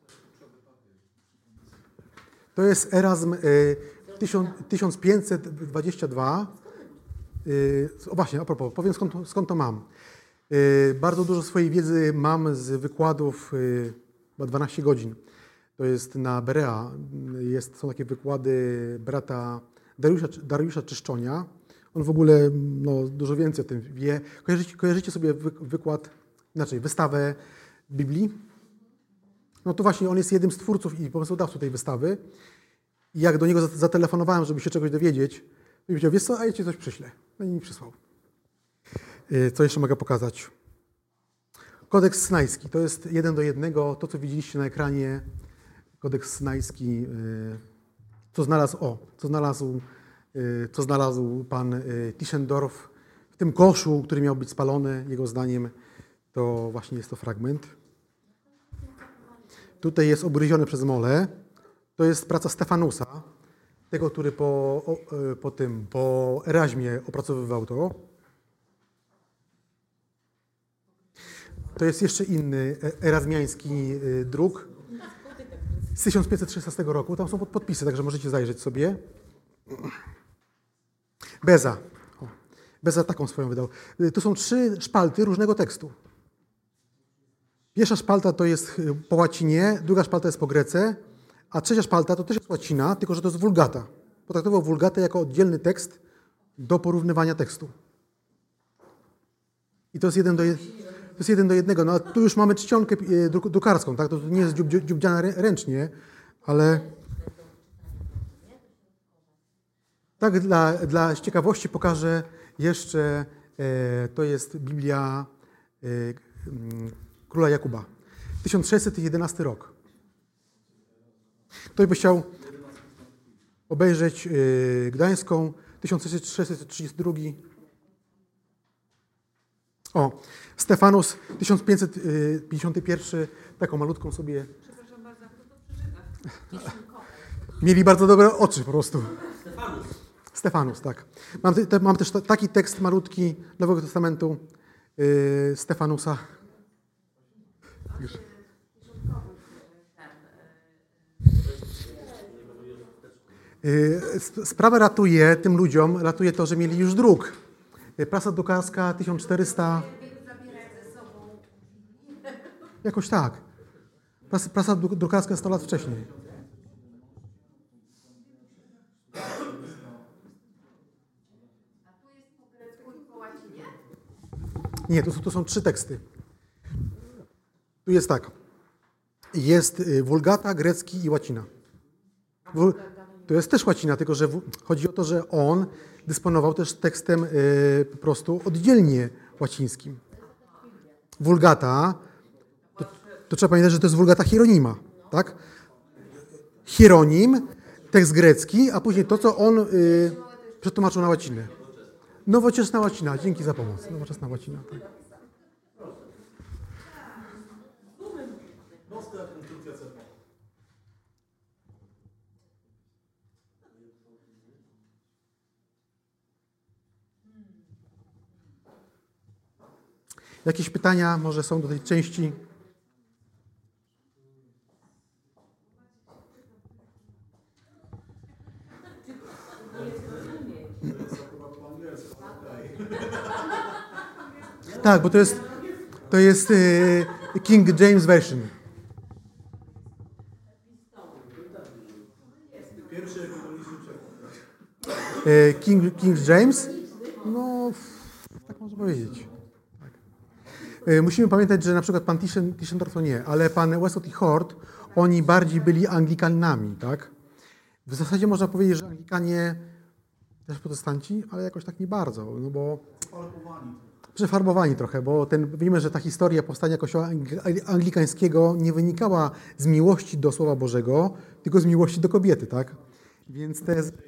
To jest Erazm y, tysiąc pięćset dwadzieścia dwa. Y, o właśnie, a propos, powiem skąd, skąd to mam. Y, bardzo dużo swojej wiedzy mam z wykładów, y, chyba dwanaście godzin. To jest na Berea. Jest, są takie wykłady brata Dariusza, Dariusza Czyszczonia. On w ogóle no, dużo więcej o tym wie. Kojarzycie, kojarzycie sobie wy, wykład, inaczej, wystawę Biblii? No to właśnie on jest jednym z twórców i pomysłodawców tej wystawy. I jak do niego zatelefonowałem, żeby się czegoś dowiedzieć, to powiedział, wiesz co, a ja ci coś przyślę. No i mi przysłał. Co jeszcze mogę pokazać? Kodeks Synajski. To jest jeden do jednego. To, co widzieliście na ekranie. Kodeks Synajski. Co znalazł, o, co znalazł, co znalazł pan Tischendorf w tym koszu, który miał być spalony. Jego zdaniem to właśnie jest to fragment. Tutaj jest obryziony przez mole. To jest praca Stefanusa, tego, który po, o, po tym, po Erazmie opracowywał to. To jest jeszcze inny erazmiański druk z tysiąc pięćset szesnastego roku. Tam są podpisy, także możecie zajrzeć sobie. Beza. O, Beza taką swoją wydał. To są trzy szpalty różnego tekstu. Pierwsza szpalta to jest po łacinie, druga szpalta jest po grece, a trzecia szpalta to też jest łacina, tylko że to jest wulgata. Potraktował wulgatę jako oddzielny tekst do porównywania tekstu. I to jest jeden do, je, to jest jeden do jednego. No, a tu już mamy czcionkę drukarską, tak? To nie jest dziub, dziubdziana ręcznie, ale tak dla, dla ciekawości pokażę jeszcze, e, to jest Biblia e, króla Jakuba. tysiąc sześćset jedenasty rok. Ktoś by chciał obejrzeć yy, Gdańską, tysiąc sześćset trzydziesty drugi. O, Stefanus, tysiąc pięćset pięćdziesiąty pierwszy, taką malutką sobie. Przepraszam bardzo, kto to przeczyta? Mieli bardzo dobre oczy po prostu. Stefanus. Stefanus, tak. Mam, te, mam też ta, taki tekst malutki Nowego Testamentu yy, Stefanusa. Już. Yy, sprawę ratuje tym ludziom, ratuje to, że mieli już druk. Yy, Prasa drukarska tysiąc czterysta. Jakoś tak. Prasa, prasa drukarska sto lat wcześniej. Nie, to, to są trzy teksty. Tu jest tak. Jest Wulgata, grecki i łacina. Wul, to jest też łacina, tylko że w, chodzi o to, że on dysponował też tekstem y, po prostu oddzielnie łacińskim. Wulgata, to, to trzeba pamiętać, że to jest Wulgata Hieronima, tak? Hieronim, tekst grecki, a później to, co on y, przetłumaczył na łacinę. Nowoczesna łacina, dzięki za pomoc. Nowoczesna łacina. Tak. Jakieś pytania może są do tej części? Tak, bo to jest, to jest y, King James Version. Y, King, King James? No, tak można powiedzieć. Tak. Y, musimy pamiętać, że na przykład pan Tischendorf to nie, ale pan Westcott i Hort, oni bardziej byli Anglikanami, tak? W zasadzie można powiedzieć, że Anglikanie też protestanci, ale jakoś tak nie bardzo, no bo... Przefarbowani trochę, bo ten, wiemy, że ta historia powstania Kościoła anglikańskiego nie wynikała z miłości do Słowa Bożego, tylko z miłości do kobiety, tak? Więc to jest...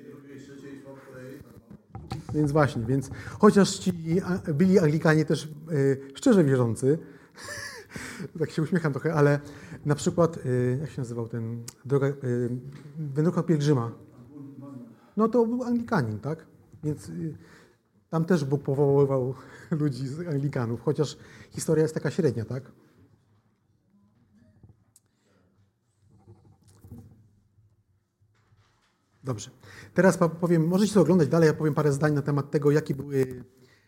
Więc właśnie, więc chociaż ci byli Anglikanie też y, szczerze wierzący, tak się uśmiecham trochę, ale na przykład, y, jak się nazywał ten droga, y, wędrówka pielgrzyma? No to był Anglikanin, tak? Więc y, tam też Bóg powoływał ludzi z Anglikanów, chociaż historia jest taka średnia, tak? Dobrze. Teraz powiem, możecie to oglądać dalej, ja powiem parę zdań na temat tego, jakie były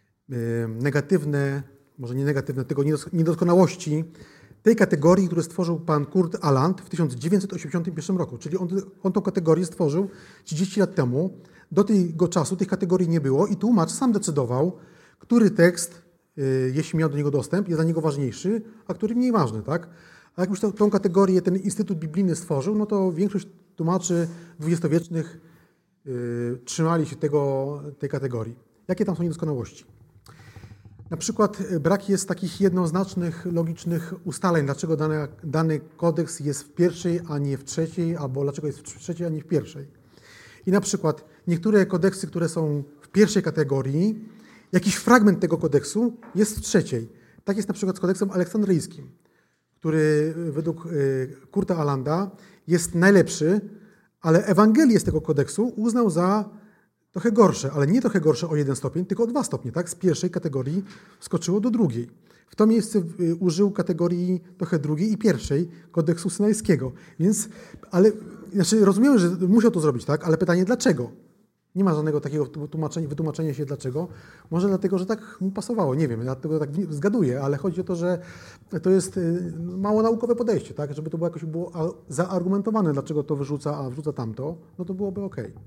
negatywne, może nie negatywne, tego niedoskonałości tej kategorii, którą stworzył pan Kurt Aland w tysiąc dziewięćset osiemdziesiątym pierwszym roku. Czyli on, on tą kategorię stworzył trzydzieści lat temu. Do tego czasu tych kategorii nie było i tłumacz sam decydował, który tekst, jeśli miał do niego dostęp, jest dla niego ważniejszy, a który mniej ważny, tak? A jak już tą, tą kategorię ten Instytut Biblijny stworzył, no to większość tłumaczy dwudziestowiecznych yy, trzymali się tego, tej kategorii. Jakie tam są niedoskonałości? Na przykład brak jest takich jednoznacznych, logicznych ustaleń, dlaczego dany, dany kodeks jest w pierwszej, a nie w trzeciej, albo dlaczego jest w trzeciej, a nie w pierwszej. I na przykład niektóre kodeksy, które są w pierwszej kategorii, jakiś fragment tego kodeksu jest w trzeciej. Tak jest na przykład z kodeksem aleksandryjskim, który według Kurta Alanda jest najlepszy, ale Ewangelię z tego kodeksu uznał za trochę gorsze, ale nie trochę gorsze o jeden stopień, tylko o dwa stopnie. Tak? Z pierwszej kategorii wskoczyło do drugiej. W to miejsce użył kategorii trochę drugiej i pierwszej kodeksu synajskiego. Więc, ale, znaczy rozumiem, że musiał to zrobić, tak? Ale pytanie dlaczego? Nie ma żadnego takiego tłumaczenia, wytłumaczenia się dlaczego. Może dlatego, że tak mu pasowało, nie wiem, ja tego tak zgaduję, ale chodzi o to, że to jest mało naukowe podejście, tak? Żeby to było jakoś było zaargumentowane, dlaczego to wyrzuca, a wrzuca tamto, no to byłoby okej. Okay.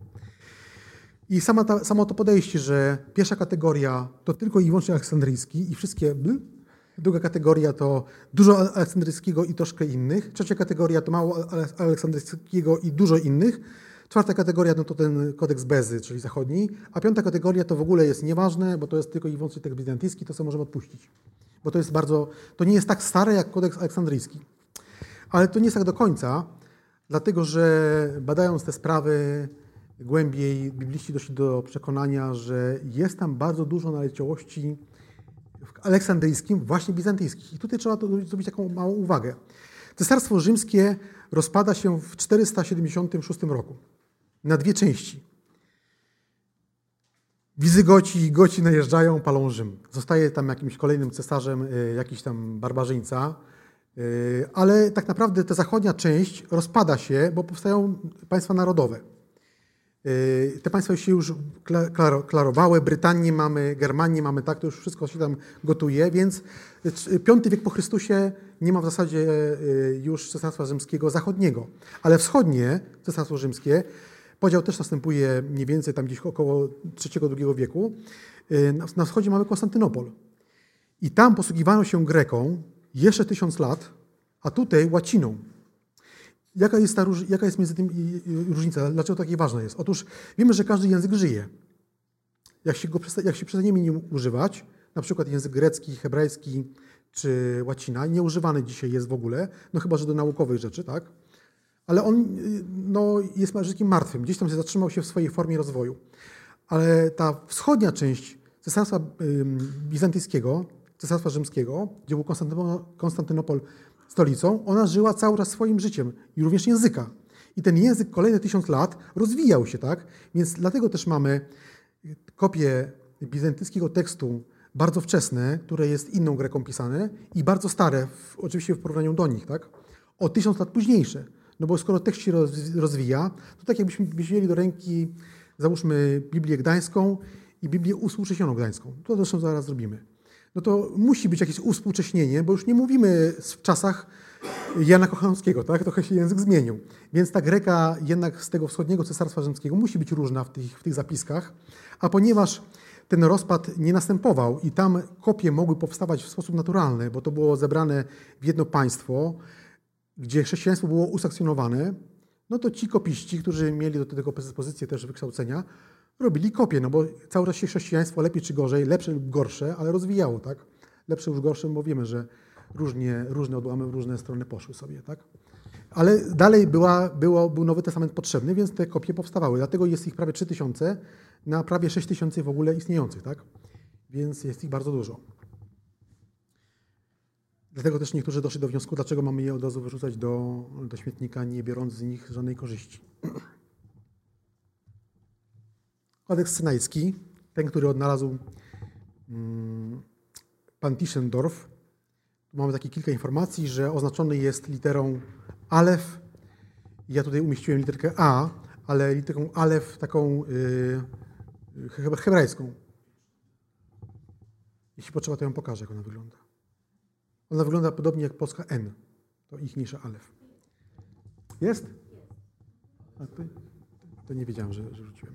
I sama ta, samo to podejście, że pierwsza kategoria to tylko i wyłącznie aleksandryjski i wszystkie bl, druga kategoria to dużo aleksandryjskiego i troszkę innych, trzecia kategoria to mało aleksandryjskiego i dużo innych, czwarta kategoria no to ten kodeks Bezy, czyli zachodni, a piąta kategoria to w ogóle jest nieważne, bo to jest tylko i wyłącznie tekst bizantyjski, to co możemy odpuścić. Bo to jest bardzo, to nie jest tak stare jak kodeks aleksandryjski. Ale to nie jest tak do końca, dlatego że badając te sprawy głębiej, bibliści doszli do przekonania, że jest tam bardzo dużo naleciałości aleksandryjskim, właśnie bizantyjskich. I tutaj trzeba to zrobić taką małą uwagę. Cesarstwo rzymskie rozpada się w czterysta siedemdziesiątym szóstym roku na dwie części. Wizygoci i Goci najeżdżają, palą Rzym. Zostaje tam jakimś kolejnym cesarzem jakiś tam barbarzyńca, ale tak naprawdę ta zachodnia część rozpada się, bo powstają państwa narodowe. Te państwa się już klarowały, Brytanię mamy, Germanię mamy, tak, to już wszystko się tam gotuje, więc piąty wiek po Chrystusie nie ma w zasadzie już Cesarstwa Rzymskiego zachodniego, ale wschodnie Cesarstwo Rzymskie, podział też następuje mniej więcej tam gdzieś około trzeciego drugiego wieku, na wschodzie mamy Konstantynopol i tam posługiwano się Greką jeszcze tysiąc lat, a tutaj łaciną. Jaka jest, ta, jaka jest między tym różnica? Dlaczego takie ważne jest? Otóż wiemy, że każdy język żyje. Jak się, go, jak się przestaniemy nim używać, na przykład język grecki, hebrajski czy łacina, nieużywany dzisiaj jest w ogóle, no chyba, że do naukowych rzeczy, tak? Ale on no, jest językiem martwym, gdzieś tam się zatrzymał się w swojej formie rozwoju. Ale ta wschodnia część Cesarstwa Bizantyjskiego, Cesarstwa Rzymskiego, gdzie był Konstantynopol stolicą, ona żyła cały czas swoim życiem i również języka. I ten język kolejne tysiąc lat rozwijał się, tak? Więc dlatego też mamy kopię bizantyjskiego tekstu bardzo wczesne, które jest inną Greką pisane i bardzo stare, w, oczywiście w porównaniu do nich, tak? O tysiąc lat późniejsze. No bo skoro tekst się rozwija, to tak jakbyśmy wzięli do ręki, załóżmy Biblię Gdańską i Biblię Uwspółcześnioną Gdańską. To zresztą zaraz zrobimy. No to musi być jakieś uwspółcześnienie, bo już nie mówimy w czasach Jana Kochanowskiego, tak? Trochę się język zmienił. Więc ta Greka jednak z tego wschodniego Cesarstwa Rzymskiego musi być różna w tych, w tych zapiskach, a ponieważ ten rozpad nie następował i tam kopie mogły powstawać w sposób naturalny, bo to było zebrane w jedno państwo, gdzie chrześcijaństwo było usakcjonowane, no to ci kopiści, którzy mieli do tego predyspozycję też wykształcenia, robili kopie, no bo cały czas się chrześcijaństwo lepiej czy gorzej, lepsze lub gorsze, ale rozwijało, tak? Lepsze już gorsze, bo wiemy, że różnie, różne odłamy w różne strony poszły sobie, tak? Ale dalej była, było, był Nowy Testament potrzebny, więc te kopie powstawały. Dlatego jest ich prawie trzy tysiące na prawie sześć tysięcy w ogóle istniejących, tak? Więc jest ich bardzo dużo. Dlatego też niektórzy doszli do wniosku, dlaczego mamy je od razu wyrzucać do, do śmietnika, nie biorąc z nich żadnej korzyści. Kodeks Synajski, ten, który odnalazł hmm, pan Tischendorf. Tu mamy takie kilka informacji, że oznaczony jest literą Alef. Ja tutaj umieściłem literkę A, ale literą Alef taką yy, hebrajską. Jeśli potrzeba, to ją pokażę, jak ona wygląda. Ona wygląda podobnie jak polska N. To ich mniejsza Alef. Jest? A, to, to nie wiedziałem, że, że rzuciłem.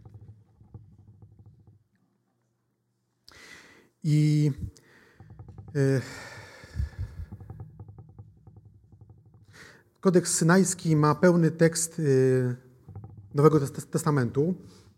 I yy, Kodeks Synajski ma pełny tekst yy, Nowego Testamentu.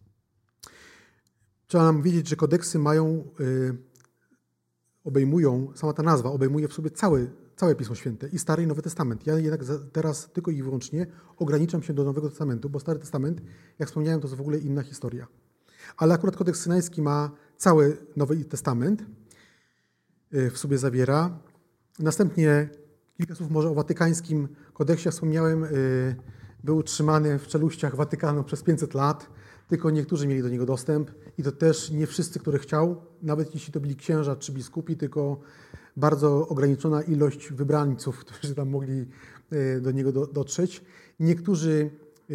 Trzeba nam wiedzieć, że kodeksy mają, yy, obejmują, sama ta nazwa obejmuje w sobie cały, całe Pismo Święte, i Stary i Nowy Testament. Ja jednak teraz tylko i wyłącznie ograniczam się do Nowego Testamentu, bo Stary Testament, jak wspomniałem, to jest w ogóle inna historia. Ale akurat Kodeks Synajski ma cały Nowy Testament, w sobie zawiera. Następnie kilka słów może o watykańskim kodeksie. Jak wspomniałem, był utrzymany w czeluściach Watykanu przez pięćset lat. Tylko niektórzy mieli do niego dostęp i to też nie wszyscy, którzy chciał, nawet jeśli to byli księża czy biskupi, tylko bardzo ograniczona ilość wybrańców, którzy tam mogli do niego dotrzeć. Niektórzy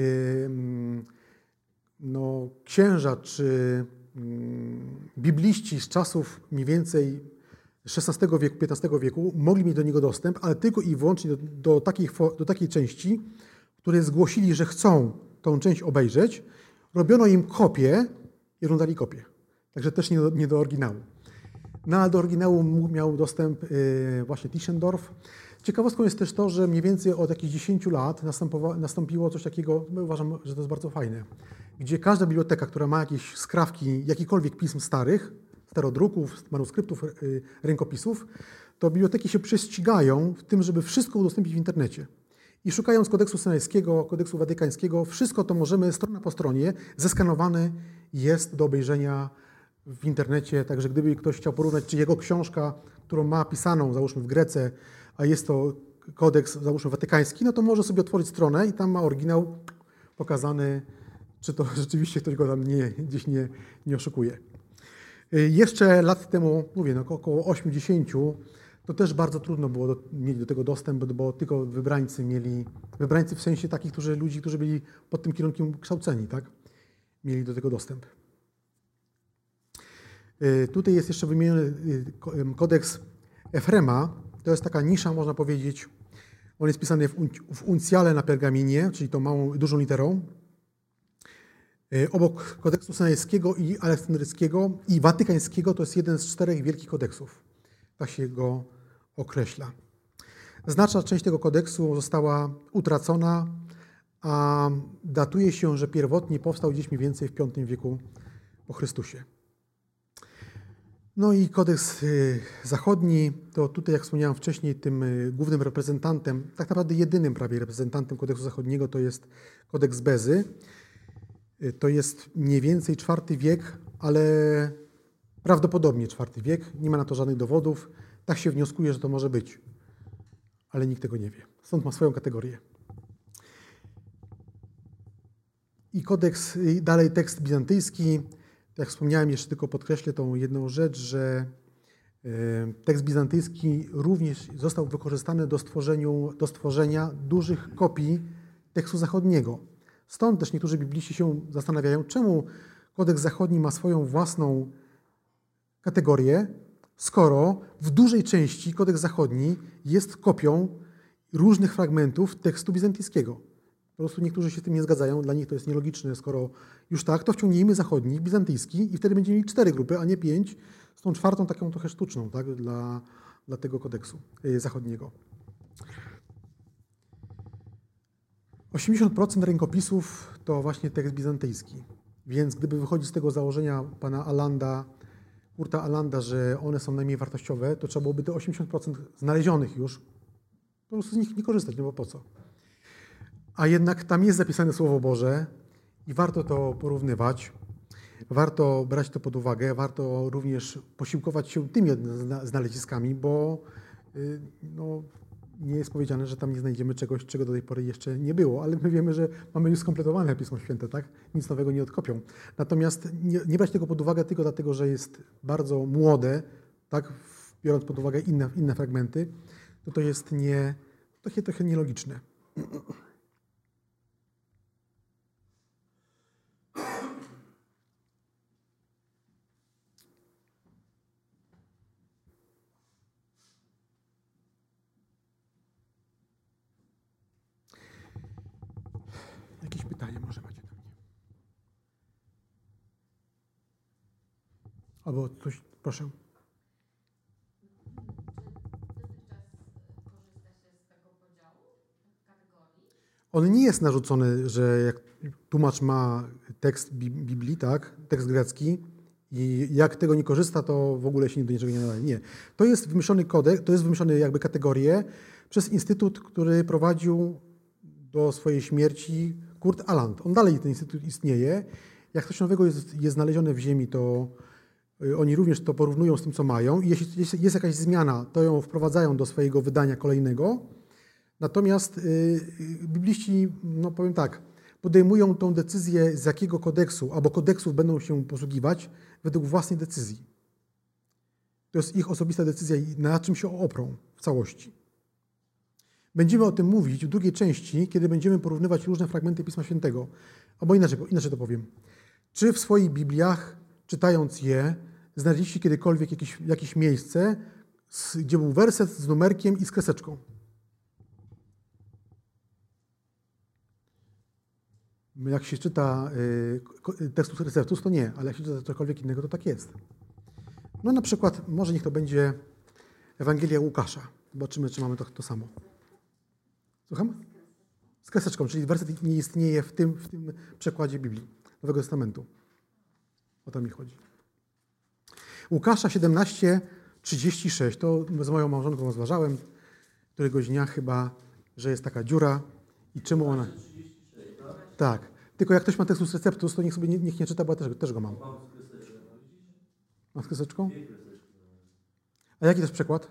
no, księża czy bibliści z czasów mniej więcej szesnastego wieku, piętnastego wieku mogli mieć do niego dostęp, ale tylko i wyłącznie do, do, takiej, do takiej części, które zgłosili, że chcą tą część obejrzeć. Robiono im kopię i oglądali kopię. Także też nie do, nie do oryginału. No, ale do oryginału miał dostęp yy, właśnie Tischendorf. Ciekawostką jest też to, że mniej więcej od jakichś dziesięciu lat nastąpiło coś takiego, no uważam, że to jest bardzo fajne, gdzie każda biblioteka, która ma jakieś skrawki, jakikolwiek pism starych, starodruków, manuskryptów, rękopisów, to biblioteki się prześcigają w tym, żeby wszystko udostępnić w internecie. I szukając kodeksu synajskiego, kodeksu watykańskiego, wszystko to możemy strona po stronie, zeskanowany jest do obejrzenia w internecie. Także gdyby ktoś chciał porównać, czy jego książka, którą ma pisaną, załóżmy w Grece, a jest to kodeks, załóżmy watykański, no to może sobie otworzyć stronę i tam ma oryginał pokazany, czy to rzeczywiście ktoś go tam nie, gdzieś nie, nie oszukuje. Jeszcze lat temu, mówię, no około osiemdziesięciu, to też bardzo trudno było do, mieć do tego dostęp, bo tylko wybrańcy mieli, wybrańcy w sensie takich, którzy, ludzi, którzy byli pod tym kierunkiem kształceni, tak, mieli do tego dostęp. Tutaj jest jeszcze wymieniony kodeks Efrema. To jest taka nisza, można powiedzieć. On jest pisany w, w uncjale na pergaminie, czyli tą małą, dużą literą. Obok kodeksu synajskiego i aleksandryckiego i watykańskiego to jest jeden z czterech wielkich kodeksów. Tak się go określa. Znaczna część tego kodeksu została utracona, a datuje się, że pierwotnie powstał gdzieś mniej więcej w piątym wieku po Chrystusie. No i kodeks zachodni, to tutaj, jak wspomniałem wcześniej, tym głównym reprezentantem, tak naprawdę jedynym prawie reprezentantem kodeksu zachodniego to jest kodeks Bezy. To jest mniej więcej czwarty wiek, ale prawdopodobnie czwarty wiek. Nie ma na to żadnych dowodów. Tak się wnioskuje, że to może być, ale nikt tego nie wie. Stąd ma swoją kategorię. I kodeks, dalej tekst bizantyjski. Jak wspomniałem, jeszcze tylko podkreślę tą jedną rzecz, że tekst bizantyjski również został wykorzystany do, do stworzenia dużych kopii tekstu zachodniego. Stąd też niektórzy bibliści się zastanawiają, czemu kodeks zachodni ma swoją własną kategorię, skoro w dużej części kodeks zachodni jest kopią różnych fragmentów tekstu bizantyjskiego. Po prostu niektórzy się z tym nie zgadzają, dla nich to jest nielogiczne, skoro już tak, to wciągnijmy zachodni, bizantyjski i wtedy będziemy mieli cztery grupy, a nie pięć, z tą czwartą taką trochę sztuczną, tak, dla, dla tego kodeksu zachodniego. osiemdziesiąt procent rękopisów to właśnie tekst bizantyjski, więc gdyby wychodzić z tego założenia pana Allanda, Kurta Allanda, że one są najmniej wartościowe, to trzeba byłoby te osiemdziesiąt procent znalezionych już po prostu z nich nie korzystać, no bo po co? A jednak tam jest zapisane Słowo Boże i warto to porównywać, warto brać to pod uwagę, warto również posiłkować się tymi znaleziskami, bo no, nie jest powiedziane, że tam nie znajdziemy czegoś, czego do tej pory jeszcze nie było, ale my wiemy, że mamy już skompletowane Pismo Święte, tak? Nic nowego nie odkopią. Natomiast nie, nie brać tego pod uwagę tylko dlatego, że jest bardzo młode, tak? Biorąc pod uwagę inne, inne fragmenty, to to jest nie, trochę, trochę nielogiczne. Jakieś pytanie może macie do mnie? Albo coś, proszę. On nie jest narzucony, że jak tłumacz ma tekst Biblii, tak, tekst grecki i jak tego nie korzysta, to w ogóle się do niczego nie nadaje. Nie. To jest wymyślony kodeks, to jest wymyślony jakby kategorię przez instytut, który prowadził do swojej śmierci Kurt Aland. On dalej, ten instytut istnieje. Jak coś nowego jest, jest znalezione w ziemi, to oni również to porównują z tym, co mają. I jeśli jest, jest jakaś zmiana, to ją wprowadzają do swojego wydania kolejnego. Natomiast yy, bibliści, no powiem tak, podejmują tą decyzję, z jakiego kodeksu albo kodeksów będą się posługiwać według własnej decyzji. To jest ich osobista decyzja, na czym się oprą w całości. Będziemy o tym mówić w drugiej części, kiedy będziemy porównywać różne fragmenty Pisma Świętego. Albo inaczej, inaczej to powiem. Czy w swoich Bibliach, czytając je, znaleźliście kiedykolwiek jakieś, jakieś miejsce, gdzie był werset z numerkiem i z kreseczką? Jak się czyta y, Textus Receptus, to nie, ale jak się czyta cokolwiek innego, to tak jest. No na przykład, może niech to będzie Ewangelia Łukasza. Zobaczymy, czy mamy to, to samo. Słucham? Z kreseczką, czyli werset nie istnieje w tym, w tym przekładzie Biblii, Nowego Testamentu. O to mi chodzi. Łukasza siedemnaście trzydzieści sześć, to z moją małżonką rozważałem któregoś dnia chyba, że jest taka dziura I czemu ona... Tak. Tylko jak ktoś ma Textus Receptus, to niech sobie nie, niech nie czyta, bo ja też, też go mam. Mam z kreseczką? A jaki też przekład?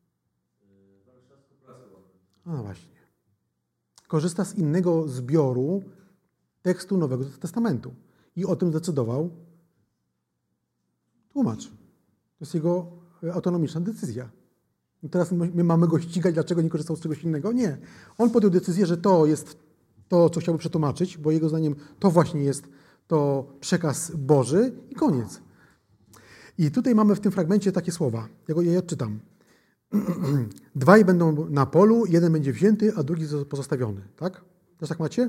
No właśnie. Korzysta z innego zbioru tekstu Nowego Testamentu. I o tym zdecydował tłumacz. To jest jego autonomiczna decyzja. I teraz my mamy go ścigać, dlaczego nie korzystał z czegoś innego? Nie. On podjął decyzję, że to jest to, co chciałby przetłumaczyć, bo jego zdaniem to właśnie jest to przekaz Boży i koniec. I tutaj mamy w tym fragmencie takie słowa. Ja je odczytam. Dwaj będą na polu, jeden będzie wzięty, a drugi pozostawiony. Tak? Też tak macie?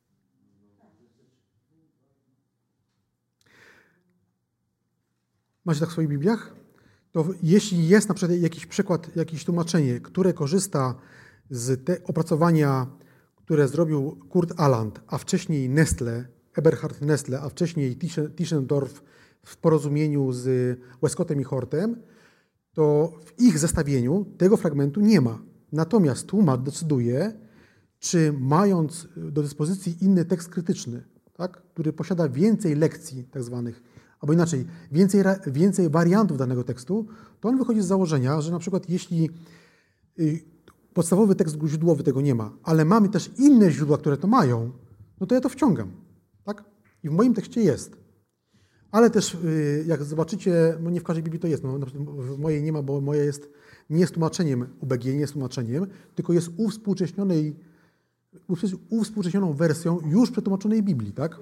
Macie tak w swoich Bibliach? To jeśli jest na przykład jakiś przykład, jakieś tłumaczenie, które korzysta z te opracowania, które zrobił Kurt Aland, a wcześniej Nestle, Eberhard Nestle, a wcześniej Tischendorf w porozumieniu z Westcottem i Hortem, to w ich zestawieniu tego fragmentu nie ma. Natomiast tłumacz decyduje, czy mając do dyspozycji inny tekst krytyczny, tak, który posiada więcej lekcji tak zwanych, albo inaczej, więcej, więcej wariantów danego tekstu, to on wychodzi z założenia, że na przykład jeśli podstawowy tekst źródłowy tego nie ma, ale mamy też inne źródła, które to mają, no to ja to wciągam. Tak? I w moim tekście jest. Ale też jak zobaczycie, no nie w każdej Biblii to jest, no, w mojej nie ma, bo moje jest, nie jest tłumaczeniem U B G, nie jest tłumaczeniem, tylko jest uwspółcześnionej, uwspółcześnioną wersją już przetłumaczonej Biblii. Tak?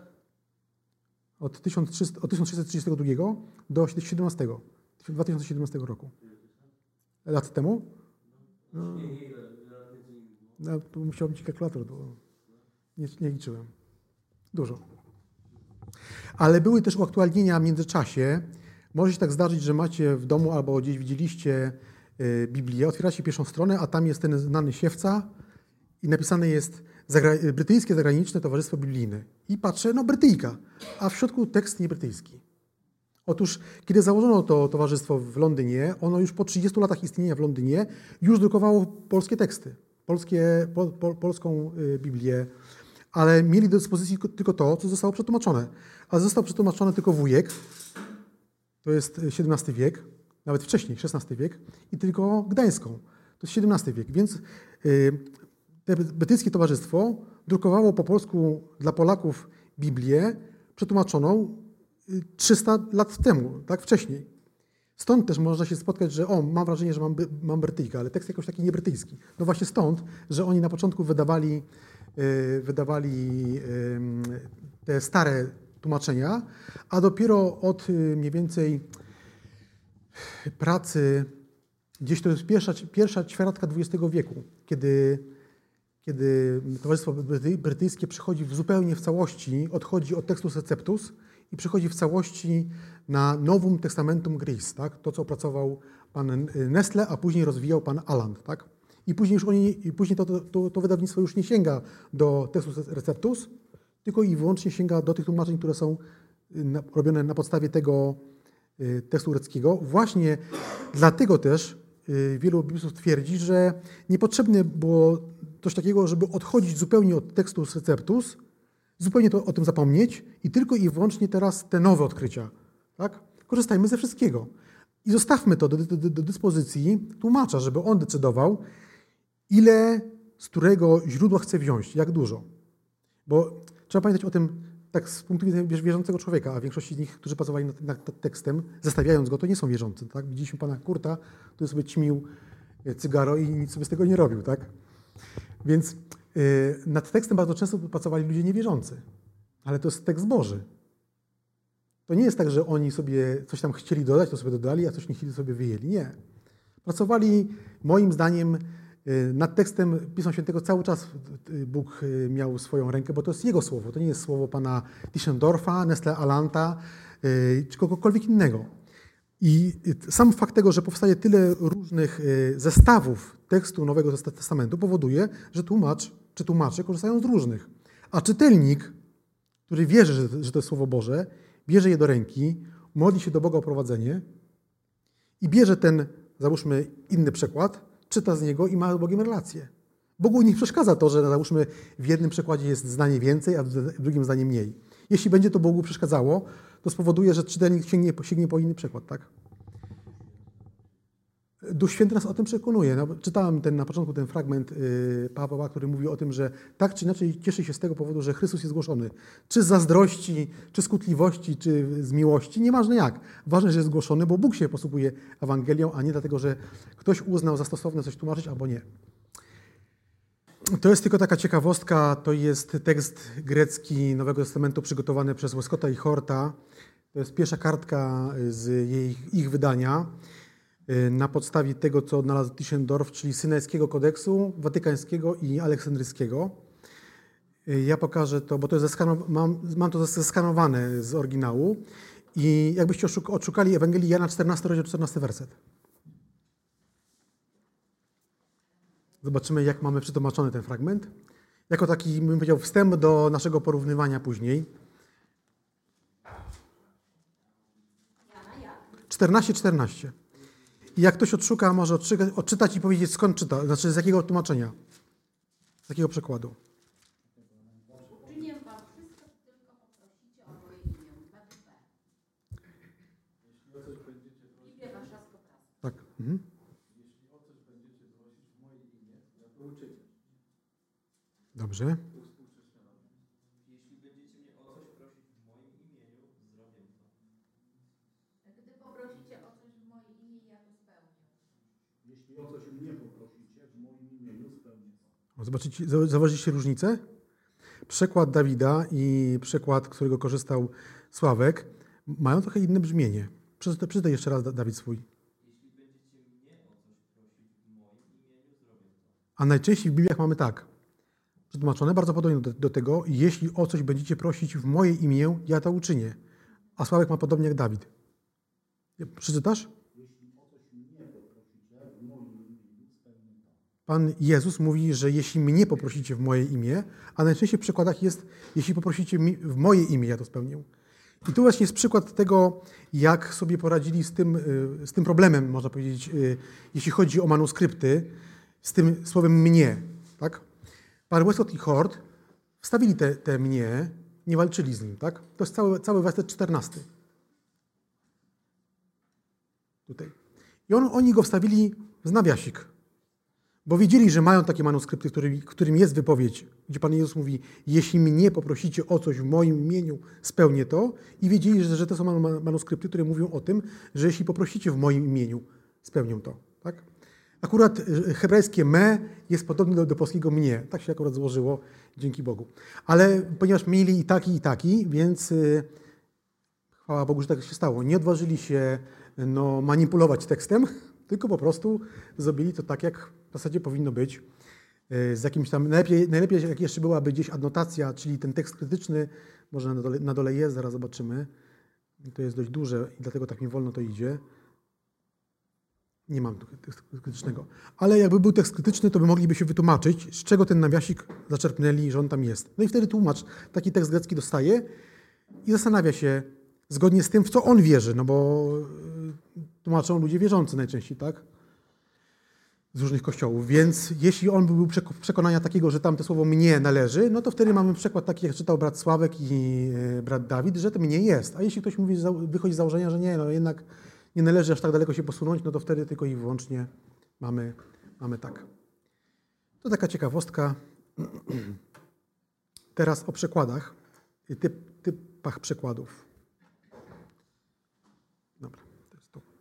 Od tysiąc trzysta trzydziestego drugiego do siedemnastego, dwa tysiące siedemnastego roku. Lat temu? No, no, to musiał być kalkulator, bo nie, nie liczyłem. Dużo. Ale były też uaktualnienia w międzyczasie. Może się tak zdarzyć, że macie w domu albo gdzieś widzieliście Biblię, otwieracie pierwszą stronę, a tam jest ten znany siewca i napisane jest Zagra- Brytyjskie Zagraniczne Towarzystwo Biblijne. I patrzę, no Brytyjka, a w środku tekst nie brytyjski. Otóż, kiedy założono to towarzystwo w Londynie, ono już po trzydziestu latach istnienia w Londynie już drukowało polskie teksty, polskie, po, po, polską Biblię, ale mieli do dyspozycji tylko to, co zostało przetłumaczone. A został przetłumaczony tylko wujek, to jest siedemnasty wiek, nawet wcześniej, szesnasty wiek, i tylko gdańską, to jest siedemnasty wiek. Więc yy, te brytyjskie towarzystwo drukowało po polsku dla Polaków Biblię przetłumaczoną trzysta lat temu, tak wcześniej. Stąd też można się spotkać, że o, mam wrażenie, że mam, mam Brytyjkę, ale tekst jakoś taki niebrytyjski. No właśnie stąd, że oni na początku wydawali, yy, wydawali yy, te stare tłumaczenia, a dopiero od yy, mniej więcej pracy, gdzieś to jest pierwsza, pierwsza ćwiartka dwudziestego wieku, kiedy, kiedy Towarzystwo Brytyjskie przychodzi w zupełnie w całości, odchodzi od Textus Receptus i przychodzi w całości na Novum Testamentum Gris, tak? To, co opracował pan Nestle, a później rozwijał pan Aland. Tak? I później, już oni, i później to, to, to wydawnictwo już nie sięga do Textus Receptus, tylko i wyłącznie sięga do tych tłumaczeń, które są na, robione na podstawie tego y, tekstu greckiego. Właśnie dlatego też y, wielu biblistów twierdzi, że niepotrzebne było coś takiego, żeby odchodzić zupełnie od Textus Receptus, zupełnie to, o tym zapomnieć i tylko i wyłącznie teraz te nowe odkrycia. Tak? Korzystajmy ze wszystkiego. I zostawmy to do, do, do dyspozycji tłumacza, żeby on decydował, ile z którego źródła chce wziąć, jak dużo. Bo trzeba pamiętać o tym tak z punktu widzenia wierzącego człowieka, a większość z nich, którzy pracowali nad, nad tekstem, zestawiając go, to nie są wierzący. Tak? Widzieliśmy pana Kurta, który sobie ćmił cygaro i nic sobie z tego nie robił. Tak? Więc yy, nad tekstem bardzo często pracowali ludzie niewierzący. Ale to jest tekst Boży. To nie jest tak, że oni sobie coś tam chcieli dodać, to sobie dodali, a coś nie chcieli, sobie wyjęli. Nie. Pracowali, moim zdaniem, nad tekstem Pisma Świętego cały czas Bóg miał swoją rękę, bo to jest Jego słowo. To nie jest słowo pana Tischendorfa, Nestle Alanta, czy kogokolwiek innego. I sam fakt tego, że powstaje tyle różnych zestawów tekstu Nowego Testamentu powoduje, że tłumacz czy tłumacze korzystają z różnych. A czytelnik, który wierzy, że, że to jest Słowo Boże, bierze je do ręki, modli się do Boga o prowadzenie i bierze ten, załóżmy, inny przekład, czyta z niego i ma z Bogiem relację. Bogu nie przeszkadza to, że załóżmy w jednym przekładzie jest zdanie więcej, a w drugim zdanie mniej. Jeśli będzie to Bogu przeszkadzało, to spowoduje, że czytelnik sięgnie, sięgnie po inny przekład, tak? Duch Święty nas o tym przekonuje. No, czytałem ten, na początku ten fragment yy, Pawła, który mówi o tym, że tak czy inaczej cieszy się z tego powodu, że Chrystus jest głoszony. Czy z zazdrości, czy z kłótliwości, czy z miłości, nieważne jak. Ważne, że jest głoszony, bo Bóg się posługuje Ewangelią, a nie dlatego, że ktoś uznał za stosowne coś tłumaczyć albo nie. To jest tylko taka ciekawostka, to jest tekst grecki Nowego Testamentu przygotowany przez Westcotta i Horta. To jest pierwsza kartka z jej, ich wydania na podstawie tego, co odnalazł Tischendorf, czyli Synajskiego Kodeksu, Watykańskiego i Aleksandryjskiego. Ja pokażę to, bo to jest zeskanow- mam, mam to zeskanowane z oryginału i jakbyście odszukali Ewangelii Jana czternasty rozdział, czternasty werset. Zobaczymy, jak mamy przetłumaczony ten fragment. Jako taki, bym powiedział, wstęp do naszego porównywania później. czternaście czternaście. I jak ktoś odszuka, może odczytać i powiedzieć, skąd czyta, znaczy z jakiego tłumaczenia, z jakiego przekładu. Uczynię wam wszystko, tylko poprosicie o moje imię. I biegasz raz po raz. Tak. Mhm. Dobrze. Jeśli będziecie mnie o coś prosić w moim imieniu, zrobię to. Gdy poprosicie o coś w moje imię, ja to spełnię. Jeśli o coś mnie poprosicie, w moim imieniu spełnię to. Zobaczycie, zauważyliście różnicę? Przekład Dawida i przekład, którego korzystał Sławek, mają trochę inne brzmienie. Przeczytaj, przeczytaj jeszcze raz, Dawid, swój. Jeśli będziecie mnie o coś prosić w moim imieniu, zrobię to. A najczęściej w Bibliach mamy tak. Przetłumaczone bardzo podobnie do, do tego, jeśli o coś będziecie prosić w moje imię, ja to uczynię. A Sławek ma podobnie jak Dawid. Przeczytasz? Pan Jezus mówi, że jeśli mnie poprosicie w moje imię, a najczęściej w przykładach jest, jeśli poprosicie w moje imię, ja to spełnię. I tu właśnie jest przykład tego, jak sobie poradzili z tym, z tym problemem, można powiedzieć, jeśli chodzi o manuskrypty, z tym słowem mnie, tak? Pan Westcott i Hort wstawili te, te mnie, nie walczyli z nim, tak? To jest cały, cały werset czternasty. Tutaj. I on, oni go wstawili w nawiasik, bo wiedzieli, że mają takie manuskrypty, w którym, w którym jest wypowiedź, gdzie Pan Jezus mówi, jeśli mnie poprosicie o coś w moim imieniu, spełnię to. I wiedzieli, że, że to są manuskrypty, które mówią o tym, że jeśli poprosicie w moim imieniu, spełnię to, tak? Akurat hebrajskie me jest podobne do, do polskiego mnie. Tak się akurat złożyło, dzięki Bogu. Ale ponieważ mieli i taki, i taki, więc yy, chwała Bogu, że tak się stało. Nie odważyli się no, manipulować tekstem, tylko po prostu zrobili to tak, jak w zasadzie powinno być. Yy, z jakimś tam, najlepiej, najlepiej jak jeszcze byłaby gdzieś adnotacja, czyli ten tekst krytyczny, może na dole, na dole jest, zaraz zobaczymy. To jest dość duże i dlatego tak mi wolno to idzie. Nie mam tekstu krytycznego. Ale jakby był tekst krytyczny, to by mogliby się wytłumaczyć, z czego ten nawiasik zaczerpnęli, że on tam jest. No i wtedy tłumacz taki tekst grecki dostaje i zastanawia się zgodnie z tym, w co on wierzy, no bo tłumaczą ludzie wierzący najczęściej, tak? Z różnych kościołów. Więc jeśli on był przekonania takiego, że tam to słowo mnie należy, no to wtedy mamy przykład taki, jak czytał brat Sławek i brat Dawid, że to mnie jest. A jeśli ktoś mówi, wychodzi z założenia, że nie, no jednak nie należy aż tak daleko się posunąć, no to wtedy tylko i wyłącznie mamy, mamy tak. To taka ciekawostka. Teraz o przekładach, typ, typach przekładów. Dobra, to jest to.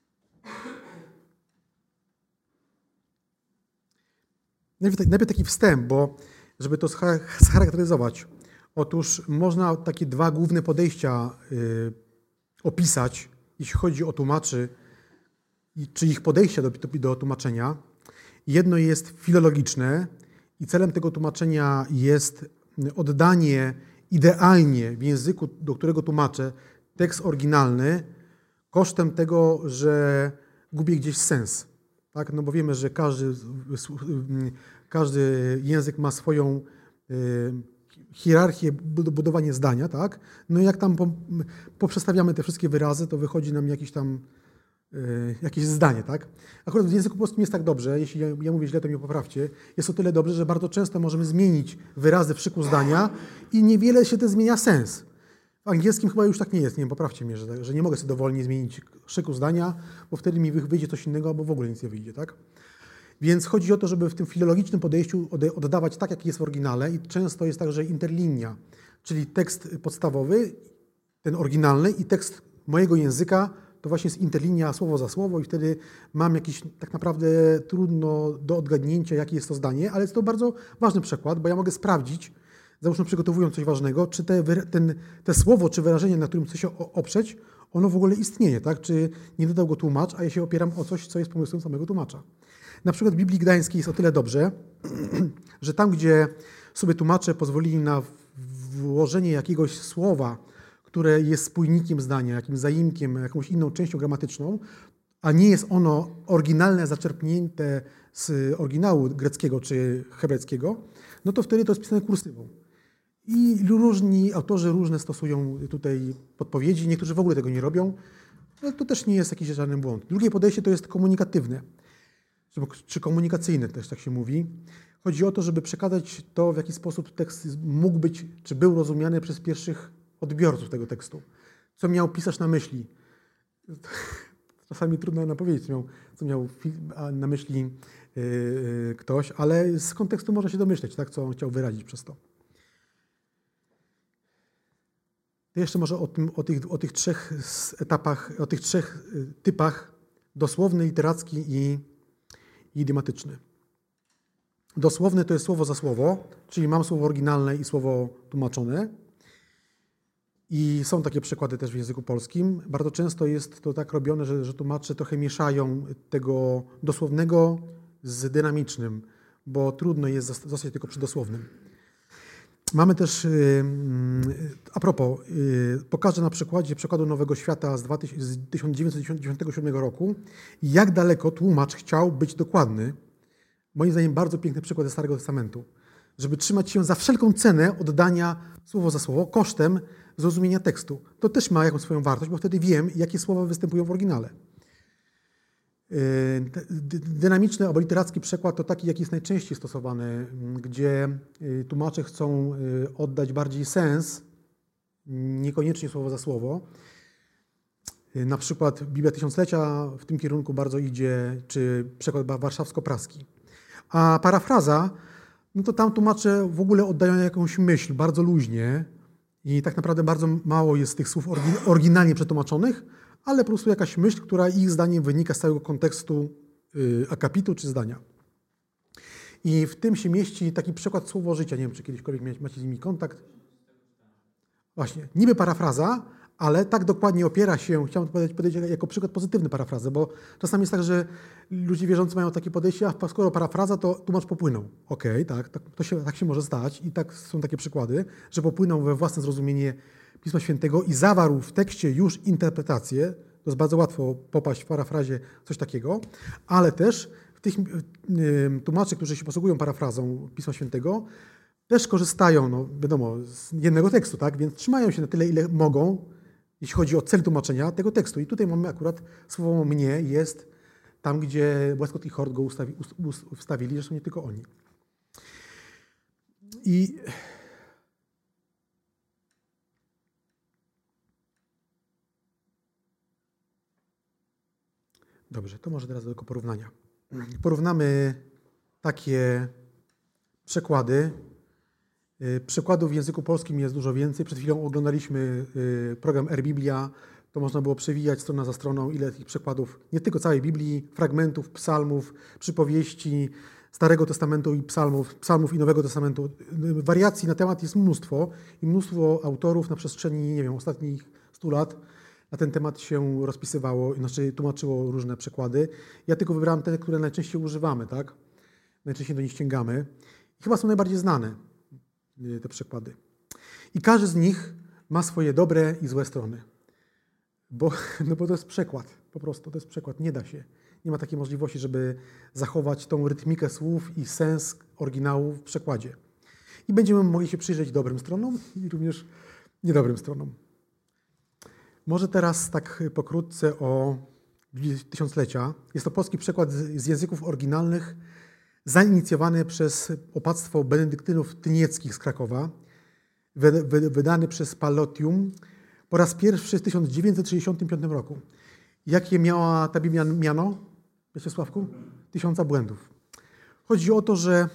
Najpierw, najpierw taki wstęp, bo żeby to scharakteryzować. Otóż można takie dwa główne podejścia y, opisać, jeśli chodzi o tłumaczy, czy ich podejście do, do tłumaczenia. Jedno jest filologiczne i celem tego tłumaczenia jest oddanie idealnie w języku, do którego tłumaczę, tekst oryginalny, kosztem tego, że gubię gdzieś sens. Tak? No bo wiemy, że każdy, każdy język ma swoją hierarchię, budowanie zdania, tak? No i jak tam poprzestawiamy te wszystkie wyrazy, to wychodzi nam jakiś tam y, jakieś zdanie, tak? Akurat w języku polskim jest tak dobrze, jeśli ja, ja mówię źle, to mnie poprawcie, jest o tyle dobrze, że bardzo często możemy zmienić wyrazy w szyku zdania i niewiele się to zmienia sens. W angielskim chyba już tak nie jest, nie wiem, poprawcie mnie, że, że nie mogę sobie dowolnie zmienić szyku zdania, bo wtedy mi wyjdzie coś innego, albo w ogóle nic nie wyjdzie, tak? Więc chodzi o to, żeby w tym filologicznym podejściu oddawać tak, jak jest w oryginale i często jest tak, że interlinia, czyli tekst podstawowy, ten oryginalny i tekst mojego języka, to właśnie jest interlinia słowo za słowo i wtedy mam jakiś tak naprawdę trudno do odgadnięcia, jakie jest to zdanie, ale jest to bardzo ważny przykład, bo ja mogę sprawdzić, załóżmy przygotowując coś ważnego, czy te, ten, te słowo, czy wyrażenie, na którym chcę się oprzeć, ono w ogóle istnieje, tak? Czy nie dodał go tłumacz, a ja się opieram o coś, co jest pomysłem samego tłumacza. Na przykład w Biblii Gdańskiej jest o tyle dobrze, że tam, gdzie sobie tłumacze pozwolili na włożenie jakiegoś słowa, które jest spójnikiem zdania, jakimś zaimkiem, jakąś inną częścią gramatyczną, a nie jest ono oryginalne, zaczerpnięte z oryginału greckiego czy hebrajskiego, no to wtedy to jest pisane kursywą. I różni autorzy różne stosują tutaj podpowiedzi, niektórzy w ogóle tego nie robią, ale to też nie jest jakiś żaden błąd. Drugie podejście to jest komunikatywne, czy komunikacyjne też tak się mówi. Chodzi o to, żeby przekazać to, w jaki sposób tekst mógł być, czy był rozumiany przez pierwszych odbiorców tego tekstu. Co miał pisarz na myśli. Czasami trudno napowiedzieć, co miał, co miał na myśli yy, ktoś, ale z kontekstu można się domyśleć, tak, co on chciał wyrazić przez to. To jeszcze może o, tym, o, tych, o tych trzech etapach, o tych trzech typach: dosłowny, literacki i, i idiomatyczny. Dosłowny to jest słowo za słowo, czyli mam słowo oryginalne i słowo tłumaczone. I są takie przykłady też w języku polskim. Bardzo często jest to tak robione, że, że tłumacze trochę mieszają tego dosłownego z dynamicznym, bo trudno jest zostać tylko przy dosłownym. Mamy też, a propos, pokażę na przykładzie przykładu Nowego Świata z tysiąc dziewięćset dziewięćdziesiątego siódmego roku, jak daleko tłumacz chciał być dokładny. Moim zdaniem bardzo piękny przykład ze Starego Testamentu, żeby trzymać się za wszelką cenę oddania słowo za słowo kosztem zrozumienia tekstu. To też ma jakąś swoją wartość, bo wtedy wiem, jakie słowa występują w oryginale. Dynamiczny albo literacki przekład to taki, jaki jest najczęściej stosowany, gdzie tłumacze chcą oddać bardziej sens, niekoniecznie słowo za słowo. Na przykład Biblia Tysiąclecia w tym kierunku bardzo idzie, czy przekład warszawsko-praski. A parafraza, no to tam tłumacze w ogóle oddają jakąś myśl bardzo luźnie i tak naprawdę bardzo mało jest tych słów oryginalnie przetłumaczonych, ale po prostu jakaś myśl, która ich zdaniem wynika z całego kontekstu akapitu czy zdania. I w tym się mieści taki przykład słowo życia. Nie wiem, czy kiedyśkolwiek macie z nimi kontakt. Właśnie, niby parafraza, ale tak dokładnie opiera się, chciałem powiedzieć, powiedzieć jako przykład pozytywny parafrazę, bo czasami jest tak, że ludzie wierzący mają takie podejście, a skoro parafraza, to tłumacz popłynął. Okej, okay, tak, tak, to się, tak się może stać i tak są takie przykłady, że popłynął we własne zrozumienie Pisma Świętego i zawarł w tekście już interpretację. To jest bardzo łatwo popaść w parafrazie coś takiego, ale też w tych tłumaczy, którzy się posługują parafrazą Pisma Świętego, też korzystają, no wiadomo, z jednego tekstu, tak, więc trzymają się na tyle, ile mogą, jeśli chodzi o cel tłumaczenia tego tekstu. I tutaj mamy akurat słowo mnie jest tam, gdzie Westcott i Hort go ustawi, wstawili, zresztą nie tylko oni. I dobrze, to może teraz do porównania. Porównamy takie przekłady. Przykładów w języku polskim jest dużo więcej. Przed chwilą oglądaliśmy program R-Biblia. To można było przewijać strona za stroną, ile tych przykładów, nie tylko całej Biblii, fragmentów, psalmów, przypowieści Starego Testamentu i psalmów, psalmów i Nowego Testamentu. Wariacji na temat jest mnóstwo i mnóstwo autorów na przestrzeni, nie wiem, ostatnich stu lat na ten temat się rozpisywało, znaczy tłumaczyło różne przykłady. Ja tylko wybrałem te, które najczęściej używamy, tak? Najczęściej do nich sięgamy. I chyba są najbardziej znane te przykłady. I każdy z nich ma swoje dobre i złe strony. Bo, no bo to jest przekład, po prostu to jest przekład, nie da się. Nie ma takiej możliwości, żeby zachować tą rytmikę słów i sens oryginału w przekładzie. I będziemy mogli się przyjrzeć dobrym stronom i również niedobrym stronom. Może teraz tak pokrótce o Biblii Tysiąclecia. Jest to polski przekład z, z języków oryginalnych, zainicjowany przez opactwo benedyktynów tynieckich z Krakowa, wy, wy, wydany przez Pallotium po raz pierwszy w tysiąc dziewięćset sześćdziesiątym piątym roku. Jakie miała ta Biblia miano, wiecie, Sławku? Tysiąca błędów. Chodzi o to, że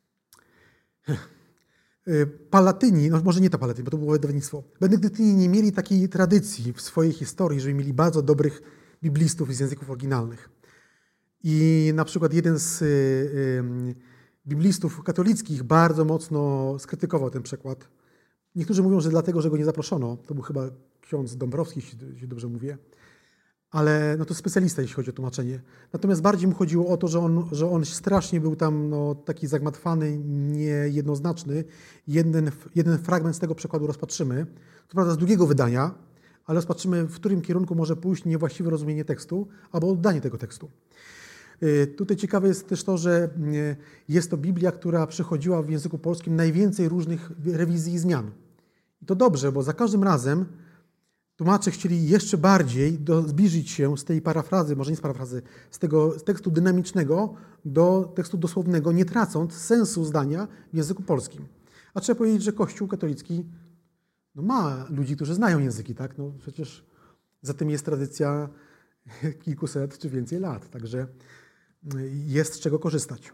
Palatyni, no może nie ta Palatyni, bo to było wydawnictwo, Benedyktyni nie mieli takiej tradycji w swojej historii, żeby mieli bardzo dobrych biblistów z języków oryginalnych. I na przykład jeden z y, y, biblistów katolickich bardzo mocno skrytykował ten przekład. Niektórzy mówią, że dlatego, że go nie zaproszono. To był chyba ksiądz Dąbrowski, jeśli dobrze mówię. Ale no to specjalista, jeśli chodzi o tłumaczenie. Natomiast bardziej mu chodziło o to, że on, że on strasznie był tam no, taki zagmatwany, niejednoznaczny. Jeden, jeden fragment z tego przekładu rozpatrzymy. To prawda z drugiego wydania, ale rozpatrzymy, w którym kierunku może pójść niewłaściwe rozumienie tekstu albo oddanie tego tekstu. Tutaj ciekawe jest też to, że jest to Biblia, która przechodziła w języku polskim najwięcej różnych rewizji i zmian. I to dobrze, bo za każdym razem tłumacze chcieli jeszcze bardziej do, zbliżyć się z tej parafrazy, może nie z parafrazy, z tego z tekstu dynamicznego do tekstu dosłownego, nie tracąc sensu zdania w języku polskim. A trzeba powiedzieć, że Kościół katolicki no, ma ludzi, którzy znają języki, tak? No, przecież za tym jest tradycja kilkuset czy więcej lat, także jest z czego korzystać.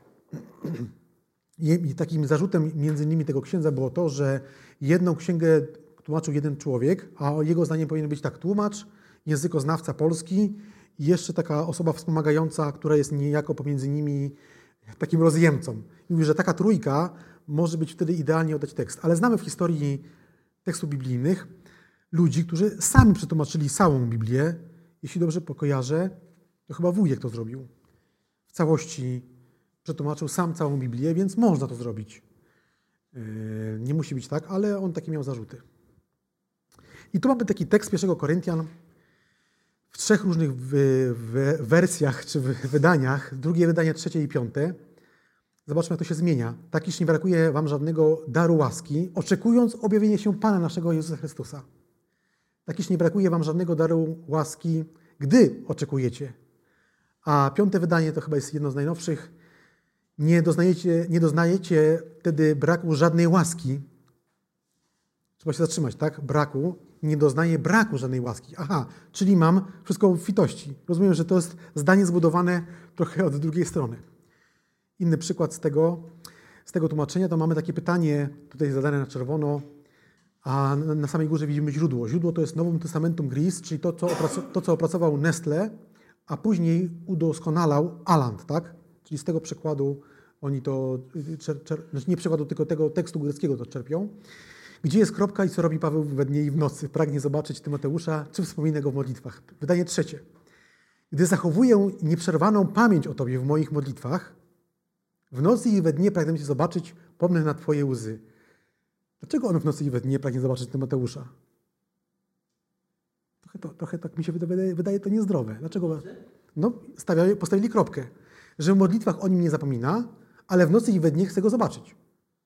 I takim zarzutem między innymi tego księdza było to, że jedną księgę tłumaczył jeden człowiek, a jego zdaniem powinien być tak tłumacz, językoznawca polski i jeszcze taka osoba wspomagająca, która jest niejako pomiędzy nimi takim rozjemcą. I mówi, że taka trójka może być wtedy idealnie oddać tekst. Ale znamy w historii tekstów biblijnych ludzi, którzy sami przetłumaczyli całą Biblię. Jeśli dobrze pokojarzę, to chyba wujek to zrobił. W całości przetłumaczył sam całą Biblię, więc można to zrobić. Nie musi być tak, ale on takie miał zarzuty. I tu mamy taki tekst pierwszego Koryntian w trzech różnych w, w wersjach czy w wydaniach. Drugie wydanie, trzecie i piąte. Zobaczmy, jak to się zmienia. Tak, iż nie brakuje wam żadnego daru łaski, oczekując objawienia się Pana naszego Jezusa Chrystusa. Tak, iż nie brakuje wam żadnego daru łaski, gdy oczekujecie. A piąte wydanie to chyba jest jedno z najnowszych. Nie doznajecie, nie doznajecie wtedy braku żadnej łaski. Trzeba się zatrzymać, tak? Braku. Nie doznaję braku żadnej łaski. Aha, czyli mam wszystko w fitości. Rozumiem, że to jest zdanie zbudowane trochę od drugiej strony. Inny przykład z tego, z tego tłumaczenia, to mamy takie pytanie, tutaj zadane na czerwono, a na samej górze widzimy źródło. Źródło to jest Novum Testamentum Gris, czyli to, co, opracow- to, co opracował Nestle, a później udoskonalał Aland, tak? Czyli z tego przekładu oni to, czer, czer, znaczy nie przekładu, tylko tego tekstu greckiego to czerpią. Gdzie jest kropka i co robi Paweł we dnie i w nocy? Pragnie zobaczyć Tymoteusza, czy wspomina go w modlitwach. Wydanie trzecie. Gdy zachowuję nieprzerwaną pamięć o Tobie w moich modlitwach, w nocy i we dnie pragnę Cię zobaczyć, pomnę na Twoje łzy. Dlaczego on w nocy i we dnie pragnie zobaczyć Tymoteusza? Trochę, to, trochę tak mi się wydaje, wydaje to niezdrowe. Dlaczego? No, stawiali, postawili kropkę, że w modlitwach o nim nie zapomina, ale w nocy i we dnie chce go zobaczyć.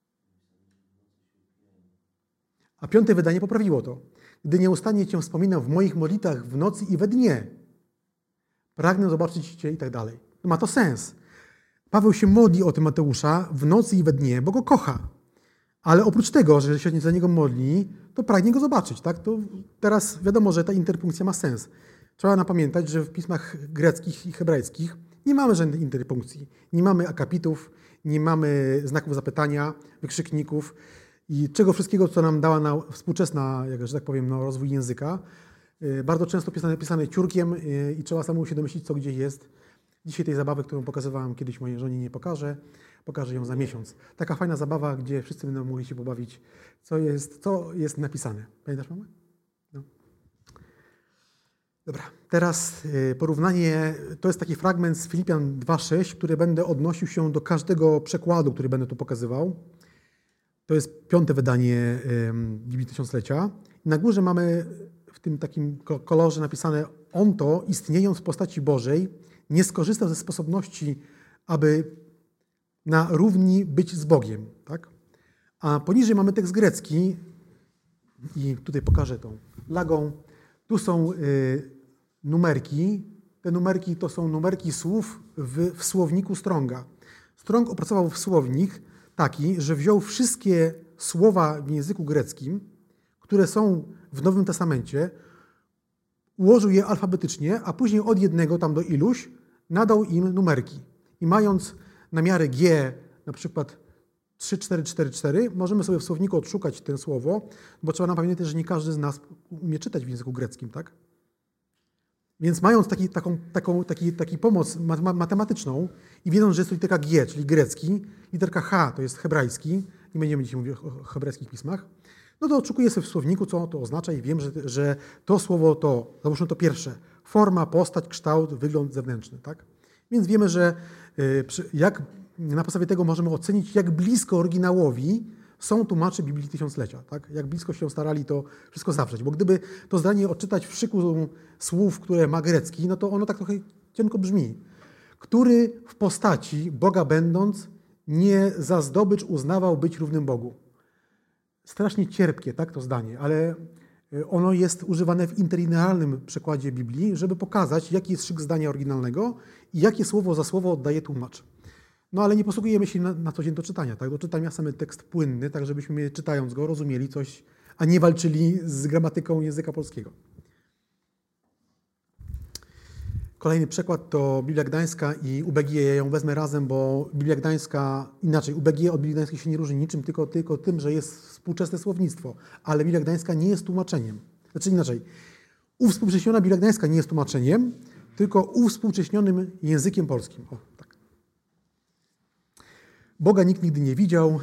A piąte wydanie poprawiło to. Gdy nieustannie Cię wspominam w moich modlitwach w nocy i we dnie, pragnę zobaczyć Cię i tak dalej. No ma to sens. Paweł się modli o Tymoteusza w nocy i we dnie, bo go kocha. Ale oprócz tego, że się za niego modli, to pragnie go zobaczyć. Tak? To teraz wiadomo, że ta interpunkcja ma sens. Trzeba napamiętać, że w pismach greckich i hebrajskich nie mamy żadnej interpunkcji. Nie mamy akapitów, nie mamy znaków zapytania, wykrzykników i czego wszystkiego, co nam dała na współczesna, jak, że tak powiem, no, rozwój języka. Bardzo często pisane, pisane ciurkiem i trzeba samemu się domyślić, co gdzie jest. Dzisiaj tej zabawy, którą pokazywałem kiedyś mojej żonie, nie pokażę. Pokażę ją za miesiąc. Taka fajna zabawa, gdzie wszyscy będą mogli się pobawić, co jest, co jest napisane. Pamiętasz, mama? No. Dobra, teraz porównanie, to jest taki fragment z Filipian dwa sześć, który będę odnosił się do każdego przekładu, który będę tu pokazywał. To jest piąte wydanie Biblii Tysiąclecia. I na górze mamy w tym takim kolorze napisane: on to, istniejąc w postaci Bożej, nie skorzystał ze sposobności, aby na równi być z Bogiem. Tak? A poniżej mamy tekst grecki i tutaj pokażę tą lagą. Tu są y, numerki. te numerki to są numerki słów w, w słowniku Stronga. Strong opracował słownik taki, że wziął wszystkie słowa w języku greckim, które są w Nowym Testamencie, ułożył je alfabetycznie, a później od jednego tam do iluś nadał im numerki. I mając na miarę G na przykład trzy cztery cztery cztery, możemy sobie w słowniku odszukać to słowo, bo trzeba nam pamiętać, że nie każdy z nas umie czytać w języku greckim, tak? Więc mając taki, taką, taką, taki, taki pomoc matematyczną i wiedząc, że jest to literka G, czyli grecki, literka H to jest hebrajski, nie będziemy dzisiaj mówić o hebrajskich pismach, no to odszukuję sobie w słowniku, co to oznacza i wiem, że, że to słowo to, załóżmy to pierwsze, forma, postać, kształt, wygląd zewnętrzny, tak? Więc wiemy, że jak na podstawie tego możemy ocenić, jak blisko oryginałowi są tłumacze Biblii Tysiąclecia, tak? Jak blisko się starali to wszystko zawrzeć. Bo gdyby to zdanie odczytać w szyku słów, które ma grecki, no to ono tak trochę cienko brzmi. Który w postaci Boga będąc nie za zdobycz uznawał być równym Bogu. Strasznie cierpkie, tak, to zdanie, ale ono jest używane w interlinearnym przekładzie Biblii, żeby pokazać, jaki jest szyk zdania oryginalnego i jakie słowo za słowo oddaje tłumacz. No ale nie posługujemy się na, na co dzień do czytania, tak? Do czytania samy tekst płynny, tak żebyśmy czytając go rozumieli coś, a nie walczyli z gramatyką języka polskiego. Kolejny przykład to Biblia Gdańska i U B G. Ja ją wezmę razem, bo Biblia Gdańska, inaczej, U B G od Biblii Gdańskiej się nie różni niczym, tylko, tylko tym, że jest współczesne słownictwo, ale Biblia Gdańska nie jest tłumaczeniem. Znaczy inaczej, uwspółcześniona Biblia Gdańska nie jest tłumaczeniem, tylko uwspółcześnionym językiem polskim. O, tak. Boga nikt nigdy nie widział,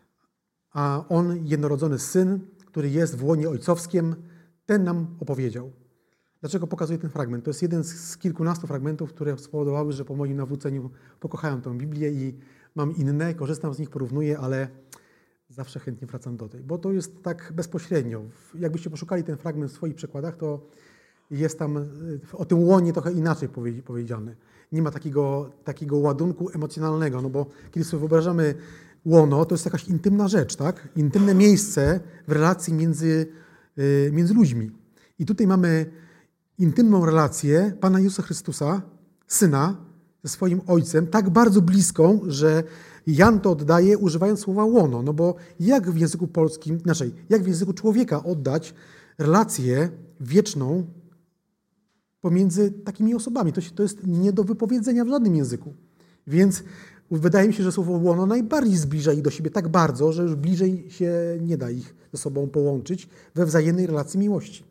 a On, jednorodzony Syn, który jest w łonie ojcowskim, ten nam opowiedział. Dlaczego pokazuję ten fragment? To jest jeden z kilkunastu fragmentów, które spowodowały, że po moim nawróceniu pokochałem tę Biblię i mam inne, korzystam z nich, porównuję, ale zawsze chętnie wracam do tej, bo to jest tak bezpośrednio. Jakbyście poszukali ten fragment w swoich przekładach, to jest tam o tym łonie trochę inaczej powiedziane. Nie ma takiego, takiego ładunku emocjonalnego, no bo kiedy sobie wyobrażamy łono, to jest jakaś intymna rzecz, tak? Intymne miejsce w relacji między, między ludźmi. I tutaj mamy intymną relację Pana Jezusa Chrystusa, Syna, ze swoim Ojcem, tak bardzo bliską, że Jan to oddaje używając słowa łono, no bo jak w języku polskim, inaczej, jak w języku człowieka oddać relację wieczną pomiędzy takimi osobami? To, się, to jest nie do wypowiedzenia w żadnym języku. Więc wydaje mi się, że słowo łono najbardziej zbliża ich do siebie tak bardzo, że już bliżej się nie da ich ze sobą połączyć we wzajemnej relacji miłości.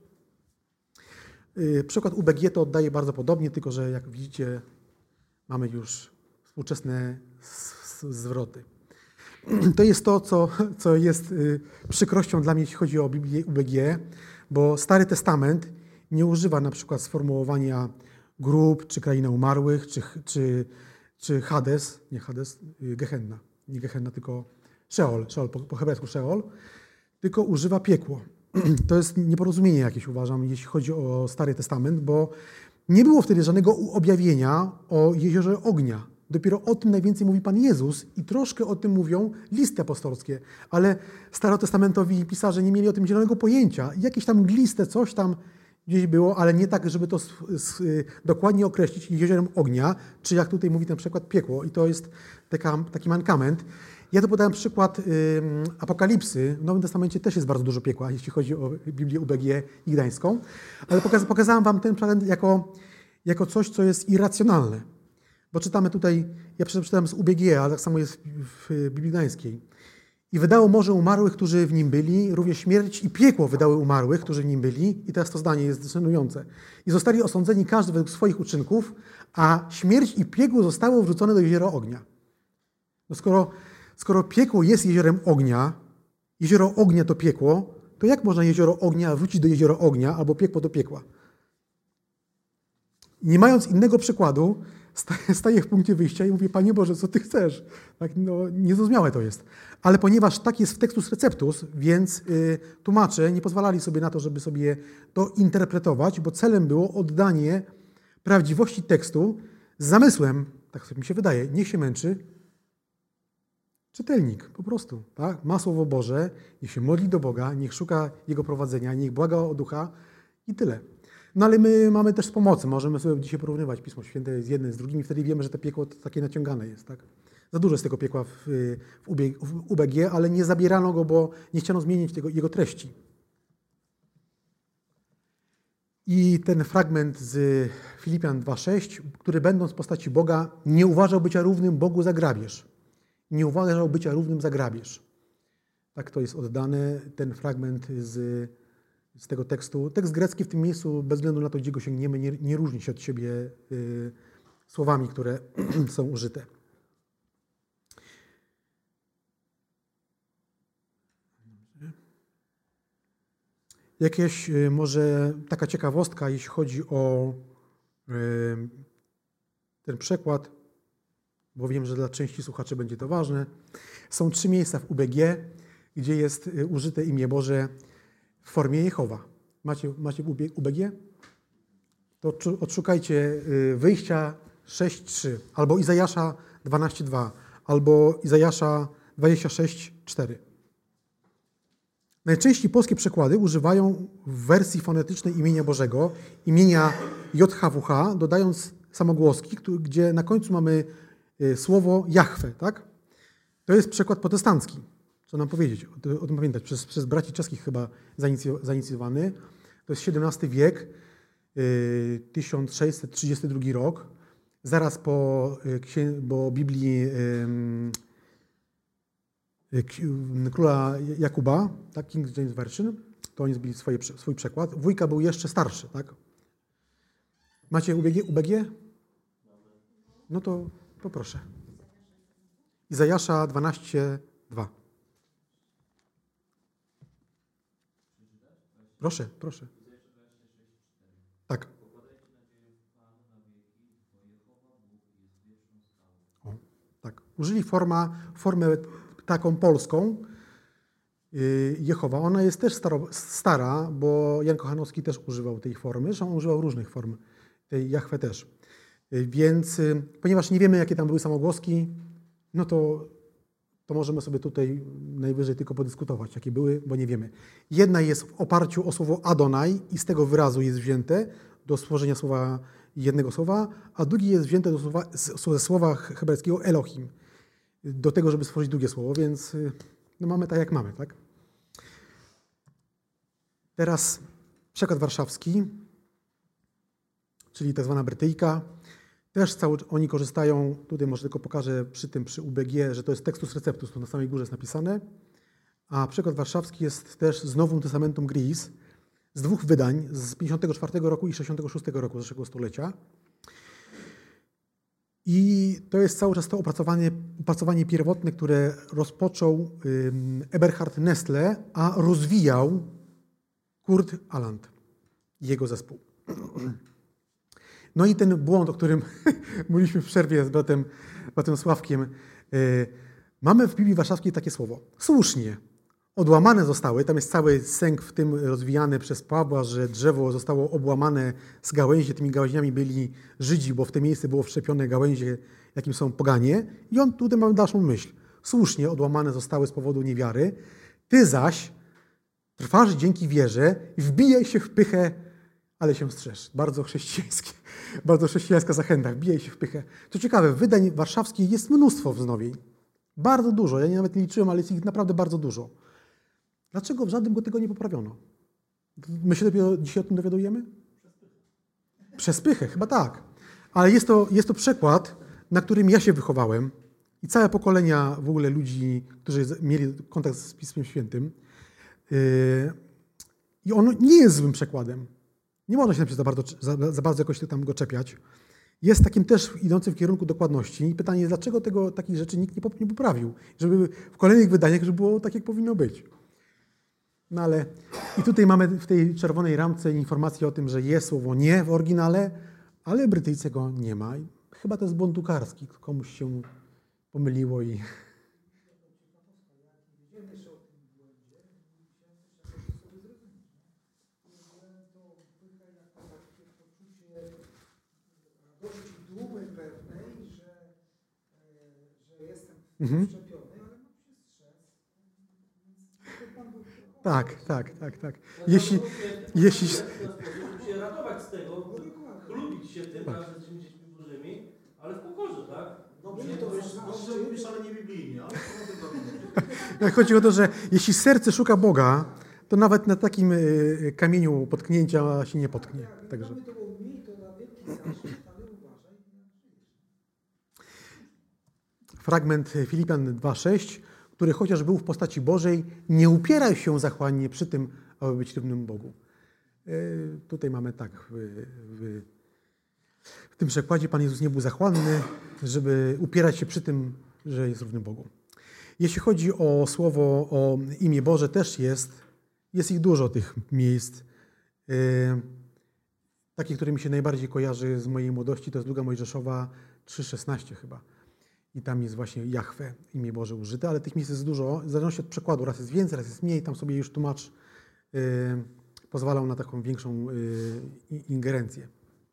Przykład U B G to oddaje bardzo podobnie, tylko że jak widzicie, mamy już współczesne zwroty. To jest to, co, co jest przykrością dla mnie, jeśli chodzi o Biblię U B G, bo Stary Testament nie używa na przykład sformułowania grób, czy kraina umarłych, czy, czy, czy Hades, nie Hades, Gehenna, nie Gehenna, tylko Szeol, Szeol po, po hebrajsku Szeol, tylko używa piekło. To jest nieporozumienie jakieś, uważam, jeśli chodzi o Stary Testament, bo nie było wtedy żadnego objawienia o jeziorze ognia. Dopiero o tym najwięcej mówi Pan Jezus i troszkę o tym mówią listy apostolskie, ale starotestamentowi pisarze nie mieli o tym zielonego pojęcia. Jakieś tam mgliste coś tam gdzieś było, ale nie tak, żeby to s- s- dokładnie określić jeziorem ognia, czy jak tutaj mówi ten przykład piekło. I to jest taka, taki mankament. Ja tu podałem przykład y, Apokalipsy. W Nowym Testamencie też jest bardzo dużo piekła, jeśli chodzi o Biblię U B G i Gdańską, ale pokaz, pokazałem wam ten przykład jako, jako coś, co jest irracjonalne. Bo czytamy tutaj, ja przeczytałem z U B G, ale tak samo jest w Biblii Gdańskiej. I wydało morze umarłych, którzy w nim byli, również śmierć i piekło wydały umarłych, którzy w nim byli. I teraz to zdanie jest zdecydujące. I zostali osądzeni każdy według swoich uczynków, a śmierć i piekło zostało wrzucone do jeziora ognia. No skoro, skoro piekło jest jeziorem ognia, jezioro ognia to piekło, to jak można jezioro ognia wrzucić do jeziora ognia albo piekło do piekła? Nie mając innego przykładu, staję w punkcie wyjścia i mówię, Panie Boże, co Ty chcesz? Tak, no, niezrozumiałe to jest. Ale ponieważ tak jest w Textus Receptus, więc y, tłumacze nie pozwalali sobie na to, żeby sobie to interpretować, bo celem było oddanie prawdziwości tekstu z zamysłem, tak sobie mi się wydaje, niech się męczy czytelnik, po prostu. Tak? Ma Słowo Boże, niech się modli do Boga, niech szuka Jego prowadzenia, niech błaga o Ducha i tyle. No ale my mamy też z pomocy, możemy sobie dzisiaj porównywać Pismo Święte z jednym z drugim i wtedy wiemy, że to piekło to takie naciągane jest, tak? Za dużo jest tego piekła w, w U B G, ale nie zabierano go, bo nie chciano zmienić tego, jego treści. I ten fragment z Filipian dwa sześć, który będąc w postaci Boga, nie uważał bycia równym Bogu za grabież. Nie uważał bycia równym za grabież. Tak to jest oddane, ten fragment z, z tego tekstu. Tekst grecki w tym miejscu, bez względu na to, gdzie go sięgniemy, nie, nie różni się od siebie y, słowami, które są użyte. Jakieś może taka ciekawostka, jeśli chodzi o ten przekład, bo wiem, że dla części słuchaczy będzie to ważne. Są trzy miejsca w U B G, gdzie jest użyte imię Boże w formie Jehowa. Macie, macie w U B G? To odszukajcie Wyjścia sześć trzy, albo Izajasza dwanaście dwa, albo Izajasza dwadzieścia sześć cztery. Najczęściej polskie przekłady używają w wersji fonetycznej imienia Bożego, imienia J H W H, dodając samogłoski, gdzie na końcu mamy słowo Jahwe, tak? To jest przekład protestancki, co nam powiedzieć, o tym pamiętać, przez, przez braci czeskich chyba zainicjowany. To jest siedemnasty wiek, tysiąc sześćset trzydziesty drugi rok, zaraz po, po Biblii króla Jakuba, tak, King James Version, to oni zbili swoje, swój przekład. Wójka był jeszcze starszy, tak? Macie U B G? U B G? No to poproszę. Izajasza dwanaście dwa. Proszę, proszę. Tak. O, tak. Użyli forma, formę taką polską, Jehowa. Ona jest też staro, stara, bo Jan Kochanowski też używał tej formy, że on używał różnych form, tej Jahwe też. Więc, ponieważ nie wiemy, jakie tam były samogłoski, no to, to możemy sobie tutaj najwyżej tylko podyskutować, jakie były, bo nie wiemy. Jedna jest w oparciu o słowo Adonai i z tego wyrazu jest wzięte do stworzenia słowa, jednego słowa, a drugi jest wzięte do słowa, ze słowa hebrajskiego Elohim, do tego, żeby stworzyć drugie słowo, więc no mamy tak, jak mamy, tak? Teraz przekład warszawski, czyli tak zwana Brytyjka. Też cały, oni korzystają, tutaj może tylko pokażę przy tym, przy U B G, że to jest Textus Receptus, to na samej górze jest napisane, a przekład warszawski jest też z Novum Testamentum Gris, z dwóch wydań, z pięćdziesiątego czwartego roku i sześćdziesiątego szóstego roku zeszłego stulecia. I to jest cały czas to opracowanie, opracowanie pierwotne, które rozpoczął Eberhard Nestle, a rozwijał Kurt Aland i jego zespół. No i ten błąd, o którym mówiliśmy w przerwie z bratem, bratem Sławkiem. Mamy w Biblii Warszawskiej takie słowo. Słusznie. Odłamane zostały, tam jest cały sęk w tym rozwijany przez Pawła, że drzewo zostało obłamane z gałęzi, tymi gałęziami byli Żydzi, bo w tym miejscu było wszczepione gałęzie, jakim są poganie. I on tutaj ma dalszą myśl. Słusznie odłamane zostały z powodu niewiary. Ty zaś trwasz dzięki wierze, wbijaj się w pychę, ale się strzeż. Bardzo chrześcijańskie, bardzo chrześcijańska zachęta. Wbijaj się w pychę. Co ciekawe, wydań warszawskich jest mnóstwo wznowień. Bardzo dużo. Ja nawet nie liczyłem, ale jest ich naprawdę bardzo dużo. Dlaczego w żadnym go tego nie poprawiono? My się dopiero dzisiaj o tym dowiadujemy? Przez pychę, chyba tak. Ale jest to, jest to przekład, na którym ja się wychowałem i całe pokolenia w ogóle ludzi, którzy mieli kontakt z Pismem Świętym. I on nie jest złym przekładem. Nie można się za bardzo, za, za bardzo jakoś tam go czepiać. Jest takim też idącym w kierunku dokładności. I pytanie jest, dlaczego tego, takich rzeczy nikt nie, nie poprawił? Żeby w kolejnych wydaniach żeby było tak, jak powinno być. No ale i tutaj mamy w tej czerwonej ramce informację o tym, że jest słowo nie w oryginale, ale Brytyjce go nie ma. I chyba to jest błąd drukarski. Komuś się pomyliło i... Mhm. Tak, tak, tak, tak. Jeśli, jeśli, ratować z tego, chlubić się tym, Tak. tak, że tymi dziećmi bożymi, ale w pokorze, tak? Dobrze, Nie, to to jest dobrze mówisz, ale nie biblijnie, ale to o tym Chodzi o to, że jeśli serce szuka Boga, to nawet na takim y, kamieniu potknięcia się nie potknie. Także. Fragment Filipian dwa sześć, który chociaż był w postaci Bożej, nie upierał się zachłannie przy tym, aby być równym Bogu. Y, tutaj mamy tak, w, w, w tym przekładzie Pan Jezus nie był zachłanny, żeby upierać się przy tym, że jest równy Bogu. Jeśli chodzi o słowo, o imię Boże, też jest, jest ich dużo tych miejsc. Yy, takie, które mi się najbardziej kojarzy z mojej młodości, to jest druga Mojżeszowa trzy szesnaście chyba. I tam jest właśnie Jahwe, imię Boże użyte, ale tych miejsc jest dużo, w zależności od przekładu. Raz jest więcej, raz jest mniej, tam sobie już tłumacz yy, pozwalał na taką większą yy, ingerencję.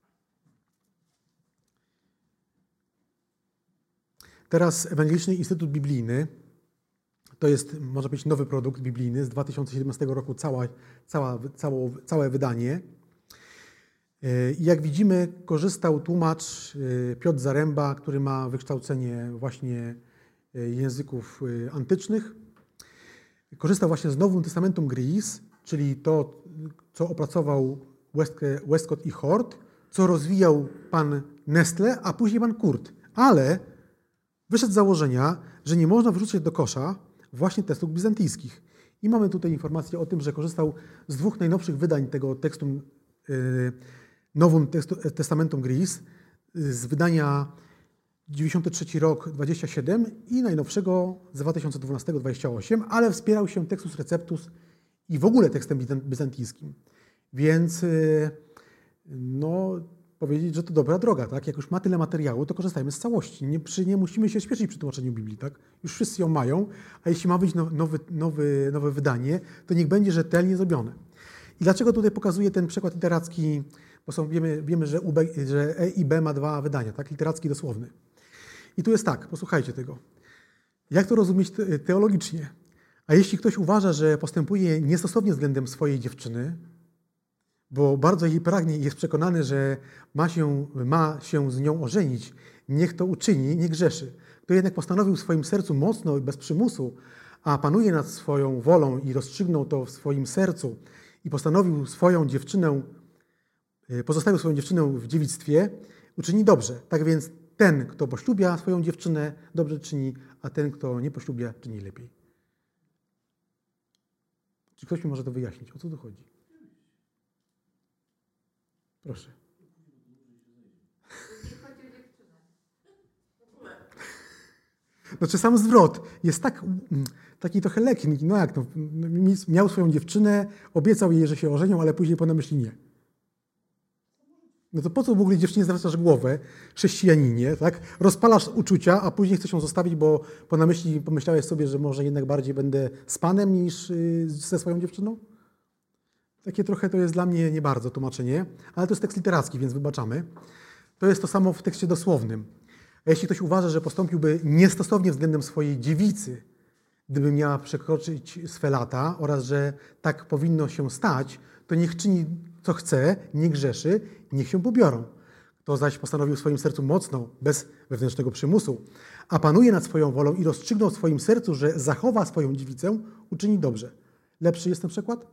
Teraz Ewangeliczny Instytut Biblijny. To jest, można powiedzieć, nowy produkt biblijny z dwa tysiące siedemnastego roku, cała, cała, cało, całe wydanie. I jak widzimy, korzystał tłumacz Piotr Zaręba, który ma wykształcenie właśnie języków antycznych. Korzystał właśnie z Novum Testamentum Gris, czyli to, co opracował Westcott i Hort, co rozwijał pan Nestle, a później pan Kurt. Ale wyszedł z założenia, że nie można wrzucić do kosza właśnie tekstów bizantyjskich. I mamy tutaj informację o tym, że korzystał z dwóch najnowszych wydań tego tekstu yy, Novum Testamentum Gris, z wydania dziewięćdziesiąty trzeci rok dwadzieścia siedem i najnowszego z dwa tysiące dwunastego dwadzieścia osiem, ale wspierał się Textus Receptus i w ogóle tekstem bizantyjskim. Więc yy, no, powiedzieć, że to dobra droga, tak? Jak już ma tyle materiału, to korzystajmy z całości. Nie, przy, nie musimy się śpieszyć przy tłumaczeniu Biblii, tak? Już wszyscy ją mają, a jeśli ma być nowy, nowy, nowe wydanie, to niech będzie rzetelnie zrobione. I dlaczego tutaj pokazuję ten przekład literacki? Bo są, wiemy, wiemy że, U B, że E i B ma dwa wydania, tak? Literacki i dosłowny. I tu jest tak, posłuchajcie tego. Jak to rozumieć teologicznie? A jeśli ktoś uważa, że postępuje niestosownie względem swojej dziewczyny, bo bardzo jej pragnie i jest przekonany, że ma się, ma się z nią ożenić, niech to uczyni, nie grzeszy. Kto jednak postanowił w swoim sercu mocno i bez przymusu, a panuje nad swoją wolą i rozstrzygnął to w swoim sercu i postanowił swoją dziewczynę, pozostawił swoją dziewczynę w dziewictwie, uczyni dobrze. Tak więc ten, kto poślubia swoją dziewczynę, dobrze czyni, a ten, kto nie poślubia, czyni lepiej. Czy ktoś mi może to wyjaśnić? O co tu chodzi? Proszę. Znaczy sam zwrot jest tak, taki trochę lekki. No jak to? Miał swoją dziewczynę, obiecał jej, że się ożenią, ale później po namyśli nie. No to po co w ogóle dziewczynie zwracasz głowę, chrześcijaninie, tak? Rozpalasz uczucia, a później chcesz ją zostawić, bo po namyśli pomyślałeś sobie, że może jednak bardziej będę z Panem niż ze swoją dziewczyną? Takie trochę to jest dla mnie nie bardzo tłumaczenie, ale to jest tekst literacki, więc wybaczamy. To jest to samo w tekście dosłownym. A jeśli ktoś uważa, że postąpiłby niestosownie względem swojej dziewicy, gdyby miała przekroczyć swe lata oraz że tak powinno się stać, to niech czyni co chce, nie grzeszy, niech się pobiorą. Kto zaś postanowił w swoim sercu mocno, bez wewnętrznego przymusu, a panuje nad swoją wolą i rozstrzygnął w swoim sercu, że zachowa swoją dziewicę, uczyni dobrze. Lepszy jest ten przykład?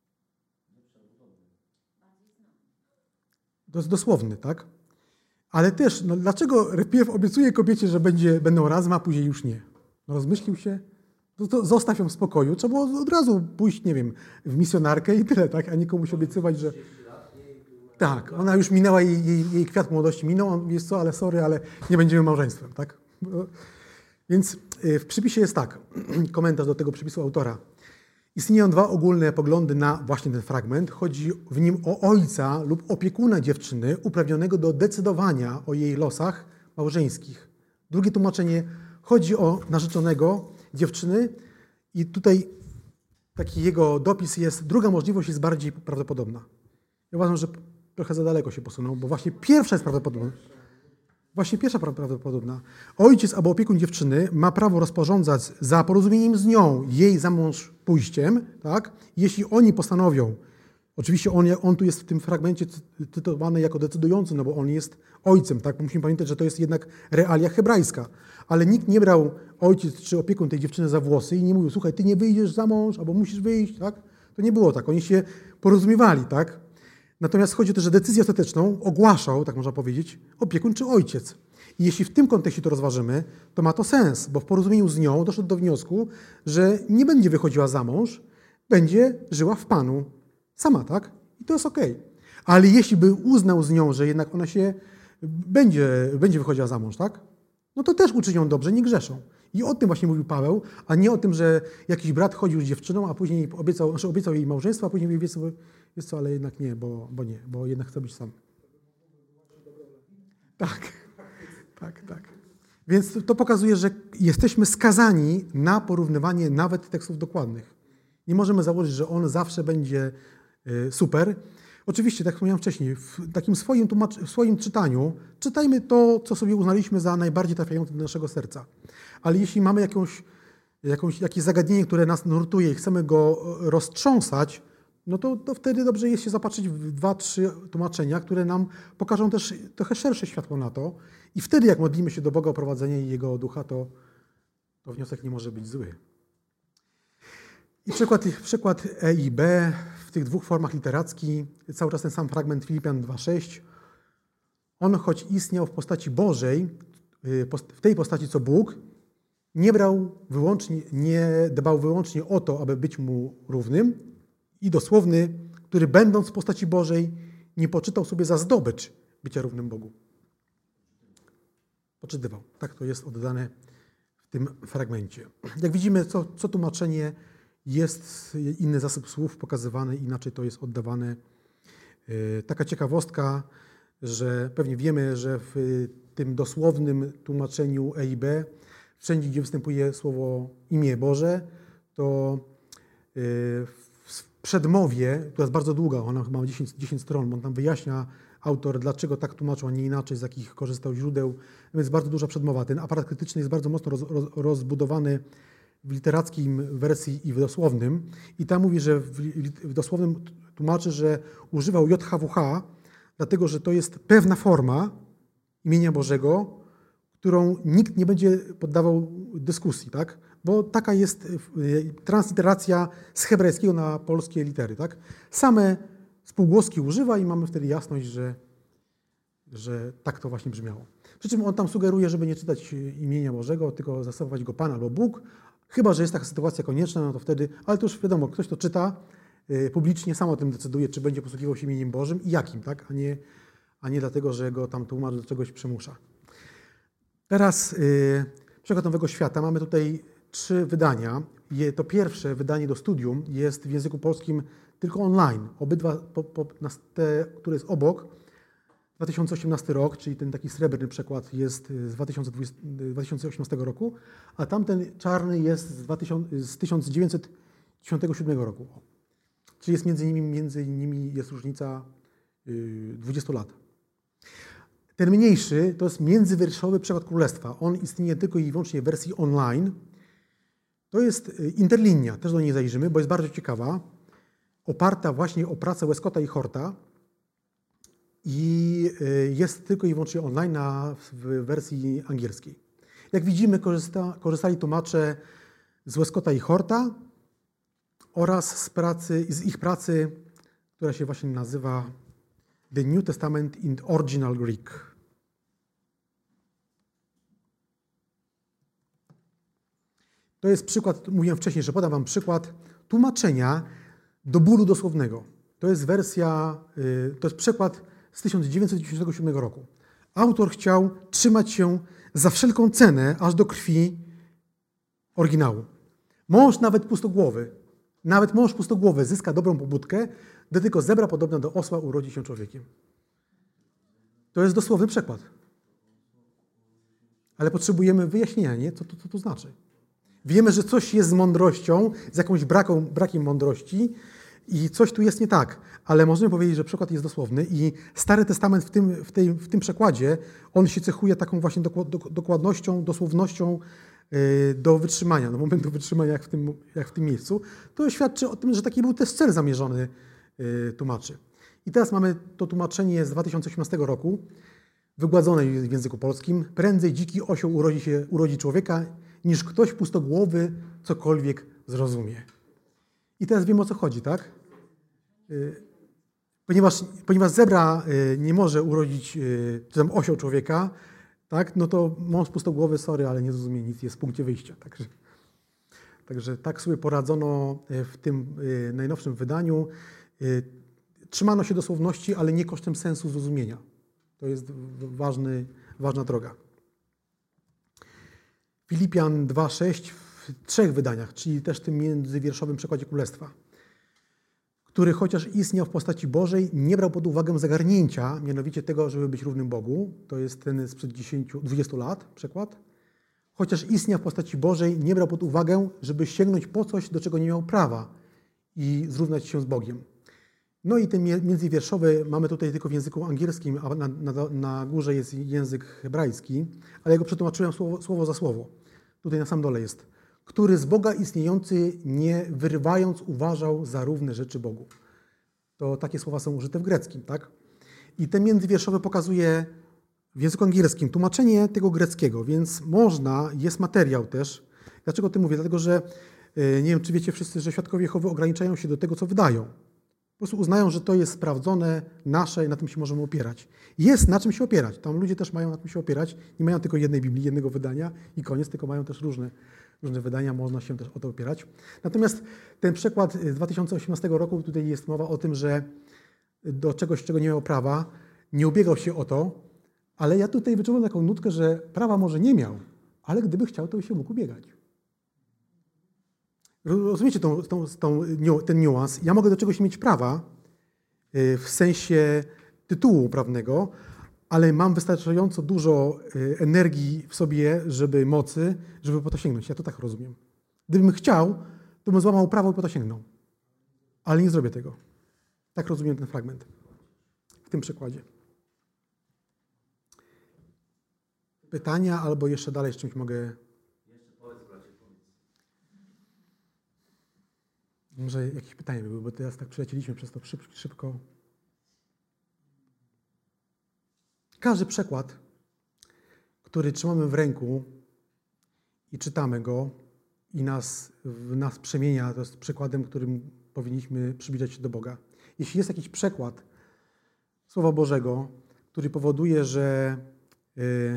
To jest dosłowny, tak? Ale też, no dlaczego pierw obiecuje kobiecie, że będzie, będą razem, a później już nie? No rozmyślił się? No to zostaw ją w spokoju. Trzeba było od razu pójść, nie wiem, w misjonarkę i tyle, tak? A nie komuś obiecywać, że... Tak, ona już minęła, jej, jej, jej kwiat młodości minął, on jest co, ale sorry, ale nie będziemy małżeństwem, tak? Więc w przypisie jest tak, komentarz do tego przypisu autora. Istnieją dwa ogólne poglądy na właśnie ten fragment. Chodzi w nim o ojca lub opiekuna dziewczyny uprawnionego do decydowania o jej losach małżeńskich. Drugie tłumaczenie, chodzi o narzeczonego dziewczyny i tutaj taki jego dopis jest, druga możliwość jest bardziej prawdopodobna. Ja uważam, że trochę za daleko się posunął, bo właśnie pierwsza jest prawdopodobna. Właśnie pierwsza prawdopodobna. Ojciec albo opiekun dziewczyny ma prawo rozporządzać za porozumieniem z nią jej za mąż pójściem, tak? Jeśli oni postanowią Oczywiście on, on tu jest w tym fragmencie tytułowany jako decydujący, no bo on jest ojcem, tak? Musimy pamiętać, że to jest jednak realia hebrajska. Ale nikt nie brał ojciec czy opiekun tej dziewczyny za włosy i nie mówił, słuchaj, ty nie wyjdziesz za mąż, albo musisz wyjść, tak? To nie było tak. Oni się porozumiewali, tak? Natomiast chodzi o to, że decyzję ostateczną ogłaszał, tak można powiedzieć, opiekun czy ojciec. I jeśli w tym kontekście to rozważymy, to ma to sens, bo w porozumieniu z nią doszedł do wniosku, że nie będzie wychodziła za mąż, będzie żyła w Panu. Sama, tak? I to jest okej. Ale jeśli by uznał z nią, że jednak ona się będzie, będzie wychodziła za mąż, tak? No to też uczynią dobrze, nie grzeszą. I o tym właśnie mówił Paweł, a nie o tym, że jakiś brat chodził z dziewczyną, a później obiecał, znaczy obiecał jej małżeństwo, a później mówi, wiesz co, wiesz co, ale jednak nie, bo, bo nie, bo jednak chce być sam. Tak, tak, tak. Więc to pokazuje, że jesteśmy skazani na porównywanie nawet tekstów dokładnych. Nie możemy założyć, że on zawsze będzie super. Oczywiście, tak jak wspomniałem wcześniej, w takim swoim, tłumacz, w swoim czytaniu czytajmy to, co sobie uznaliśmy za najbardziej trafiające do naszego serca. Ale jeśli mamy jakąś, jakąś, jakieś zagadnienie, które nas nurtuje i chcemy go roztrząsać, no to, to wtedy dobrze jest się zapatrzyć w dwa, trzy tłumaczenia, które nam pokażą też trochę szersze światło na to. I wtedy, jak modlimy się do Boga o prowadzenie i Jego ducha, to, to wniosek nie może być zły. I przykład, przykład E i B w tych dwóch formach literackich, cały czas ten sam fragment Filipian dwa sześć. On, choć istniał w postaci Bożej, w tej postaci co Bóg, nie brał wyłącznie, nie dbał wyłącznie o to, aby być mu równym i dosłowny, który będąc w postaci Bożej nie poczytał sobie za zdobycz bycia równym Bogu. Poczytywał. Tak to jest oddane w tym fragmencie. Jak widzimy, co, co tłumaczenie jest inny zasób słów pokazywany, inaczej to jest oddawane. Taka ciekawostka, że pewnie wiemy, że w tym dosłownym tłumaczeniu E i B, wszędzie, gdzie występuje słowo imię Boże, to w przedmowie, która jest bardzo długa, ona chyba ma dziesięć, dziesięć stron, on tam wyjaśnia autor, dlaczego tak tłumaczył, a nie inaczej, z jakich korzystał źródeł, więc bardzo duża przedmowa. Ten aparat krytyczny jest bardzo mocno roz, roz, rozbudowany w literackim wersji i w dosłownym. I tam mówi, że w, w dosłownym tłumaczy, że używał J H W H, dlatego że to jest pewna forma imienia Bożego, którą nikt nie będzie poddawał dyskusji, tak? Bo taka jest transliteracja z hebrajskiego na polskie litery, tak? Same spółgłoski używa i mamy wtedy jasność, że, że tak to właśnie brzmiało. Przy czym on tam sugeruje, żeby nie czytać imienia Bożego, tylko zastosować go Pan albo Bóg. Chyba że jest taka sytuacja konieczna, no to wtedy, ale to już wiadomo, ktoś to czyta y, publicznie, sam o tym decyduje, czy będzie posługiwał się imieniem Bożym i jakim, tak? A nie, a nie dlatego, że go tam tłumacz do czegoś przymusza. Teraz y, Przykład Nowego Świata. Mamy tutaj trzy wydania. Je, to pierwsze wydanie do studium jest w języku polskim tylko online. Obydwa, po, po, te, które jest obok, dwa tysiące osiemnasty rok, czyli ten taki srebrny przekład jest z dwa tysiące osiemnastego roku, a tamten czarny jest z, dwutysięcznego, z tysiąc dziewięćset dziewięćdziesiątego siódmego roku. Czyli jest między nimi, między nimi jest różnica dwudziestu lat. Ten mniejszy to jest międzywierszowy przekład Królestwa. On istnieje tylko i wyłącznie w wersji online. To jest interlinia, też do niej zajrzymy, bo jest bardzo ciekawa. Oparta właśnie o pracę Westcotta i Horta. I jest tylko i wyłącznie online na, w wersji angielskiej. Jak widzimy, korzysta, korzystali tłumacze z Westcotta i Horta oraz z, pracy, z ich pracy, która się właśnie nazywa The New Testament in Original Greek. To jest przykład, mówiłem wcześniej, że podam wam przykład tłumaczenia do bólu dosłownego. To jest wersja, to jest przykład z tysiąc dziewięćset dziewięćdziesiątego siódmego roku. Autor chciał trzymać się za wszelką cenę, aż do krwi oryginału. Mąż nawet pustogłowy, nawet mąż pustogłowy zyska dobrą pobudkę, gdy tylko zebra podobna do osła urodzi się człowiekiem. To jest dosłowny przekład. Ale potrzebujemy wyjaśnienia, nie? Co to, co to znaczy. Wiemy, że coś jest z mądrością, z jakąś braką, brakiem mądrości i coś tu jest nie tak. Ale możemy powiedzieć, że przekład jest dosłowny i Stary Testament w tym, w tej, w tym przekładzie, on się cechuje taką właśnie dokładnością, dosłownością do wytrzymania, do momentu wytrzymania jak w tym, jak w tym miejscu. To świadczy o tym, że taki był też cel zamierzony y, tłumaczy. I teraz mamy to tłumaczenie z dwa tysiące osiemnastego roku, wygładzone w języku polskim. Prędzej dziki osioł urodzi się, urodzi człowieka, niż ktoś pustogłowy cokolwiek zrozumie. I teraz wiemy, o co chodzi, tak? Y, ponieważ, ponieważ zebra y, nie może urodzić, y, czy tam osioł człowieka, tak? No to mąż pustogłowy, sorry, ale nie zrozumie nic, jest w punkcie wyjścia. Także, także tak sobie poradzono w tym y, najnowszym wydaniu. Y, trzymano się dosłowności, ale nie kosztem sensu zrozumienia. To jest ważny, ważna droga. Filipian dwa sześć w trzech wydaniach, czyli też tym międzywierszowym przekładzie Królestwa, który chociaż istniał w postaci Bożej, nie brał pod uwagę zagarnięcia, mianowicie tego, żeby być równym Bogu. To jest ten sprzed dziesięciu, dwudziestu lat przekład. Chociaż istniał w postaci Bożej, nie brał pod uwagę, żeby sięgnąć po coś, do czego nie miał prawa i zrównać się z Bogiem. No i ten międzywierszowy mamy tutaj tylko w języku angielskim, a na, na, na górze jest język hebrajski, ale ja go przetłumaczyłem słowo, słowo za słowo. Tutaj na sam dole jest. Który z Boga istniejący, nie wyrywając, uważał za równe rzeczy Bogu. To takie słowa są użyte w greckim, tak? I ten międzywierszowy pokazuje w języku angielskim tłumaczenie tego greckiego, więc można, jest materiał też. Dlaczego o tym mówię? Dlatego, że nie wiem, czy wiecie wszyscy, że świadkowie Jehowy ograniczają się do tego, co wydają. Po prostu uznają, że to jest sprawdzone, nasze i na tym się możemy opierać. Jest na czym się opierać. Tam ludzie też mają na czym się opierać. Nie mają tylko jednej Biblii, jednego wydania i koniec, tylko mają też różne, różne wydania. Można się też o to opierać. Natomiast ten przekład z dwa tysiące osiemnastego roku, tutaj jest mowa o tym, że do czegoś, czego nie miał prawa, nie ubiegał się o to, ale ja tutaj wyczuwam taką nutkę, że prawa może nie miał, ale gdyby chciał, to by się mógł ubiegać. Rozumiecie tą, tą, tą, ten niuans? Ja mogę do czegoś mieć prawa w sensie tytułu prawnego, ale mam wystarczająco dużo energii w sobie, żeby mocy, żeby po to sięgnąć. Ja to tak rozumiem. Gdybym chciał, to bym złamał prawo i po to sięgnął. Ale nie zrobię tego. Tak rozumiem ten fragment w tym przykładzie. Pytania albo jeszcze dalej z czymś mogę... Może jakieś pytania były, bo teraz tak przelecieliśmy przez to szybko. Każdy przekład, który trzymamy w ręku i czytamy go i nas, w nas przemienia, to jest przykładem, którym powinniśmy przybliżać się do Boga. Jeśli jest jakiś przekład Słowa Bożego, który powoduje, że yy,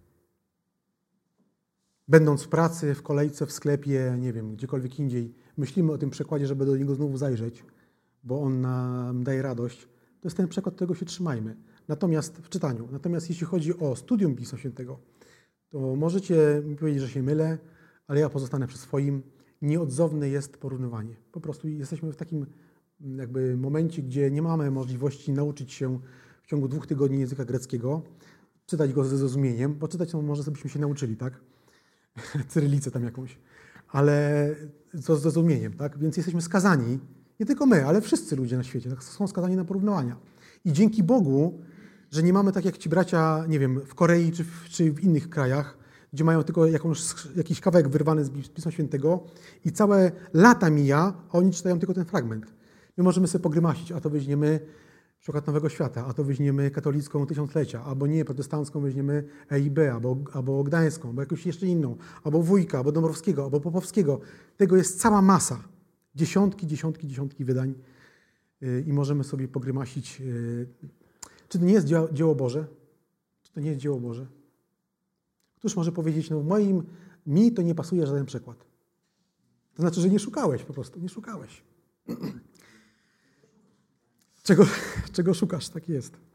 będąc w pracy, w kolejce, w sklepie, nie wiem, gdziekolwiek indziej, myślimy o tym przekładzie, żeby do niego znowu zajrzeć, bo on nam daje radość, to jest ten przekład, którego się trzymajmy. Natomiast w czytaniu. Natomiast jeśli chodzi o studium Pisma Świętego, to możecie mi powiedzieć, że się mylę, ale ja pozostanę przy swoim. Nieodzowne jest porównywanie. Po prostu jesteśmy w takim jakby momencie, gdzie nie mamy możliwości nauczyć się w ciągu dwóch tygodni języka greckiego, czytać go ze zrozumieniem, bo czytać to może byśmy się nauczyli, tak? Cyrylicę tam jakąś. Ale co z zrozumieniem, tak? Więc jesteśmy skazani, nie tylko my, ale wszyscy ludzie na świecie tak, są skazani na porównywania. I dzięki Bogu, że nie mamy tak jak ci bracia, nie wiem, w Korei czy w, czy w innych krajach, gdzie mają tylko jakąś, jakiś kawałek wyrwany z Pisma Świętego i całe lata mija, a oni czytają tylko ten fragment. My możemy sobie pogrymasić, a to weźmiemy przykład Nowego Świata, a to weźmiemy katolicką tysiąclecia, albo nie, protestancką weźmiemy E I B, albo, albo gdańską, albo jakąś jeszcze inną, albo Wójka, albo Dąbrowskiego, albo Popowskiego. Tego jest cała masa. Dziesiątki, dziesiątki, dziesiątki wydań i możemy sobie pogrymasić. Czy to nie jest dzieło Boże? Czy to nie jest dzieło Boże? Któż może powiedzieć, no moim, mi to nie pasuje żaden przekład. To znaczy, że nie szukałeś po prostu, nie szukałeś. Czego, czego szukasz, tak jest.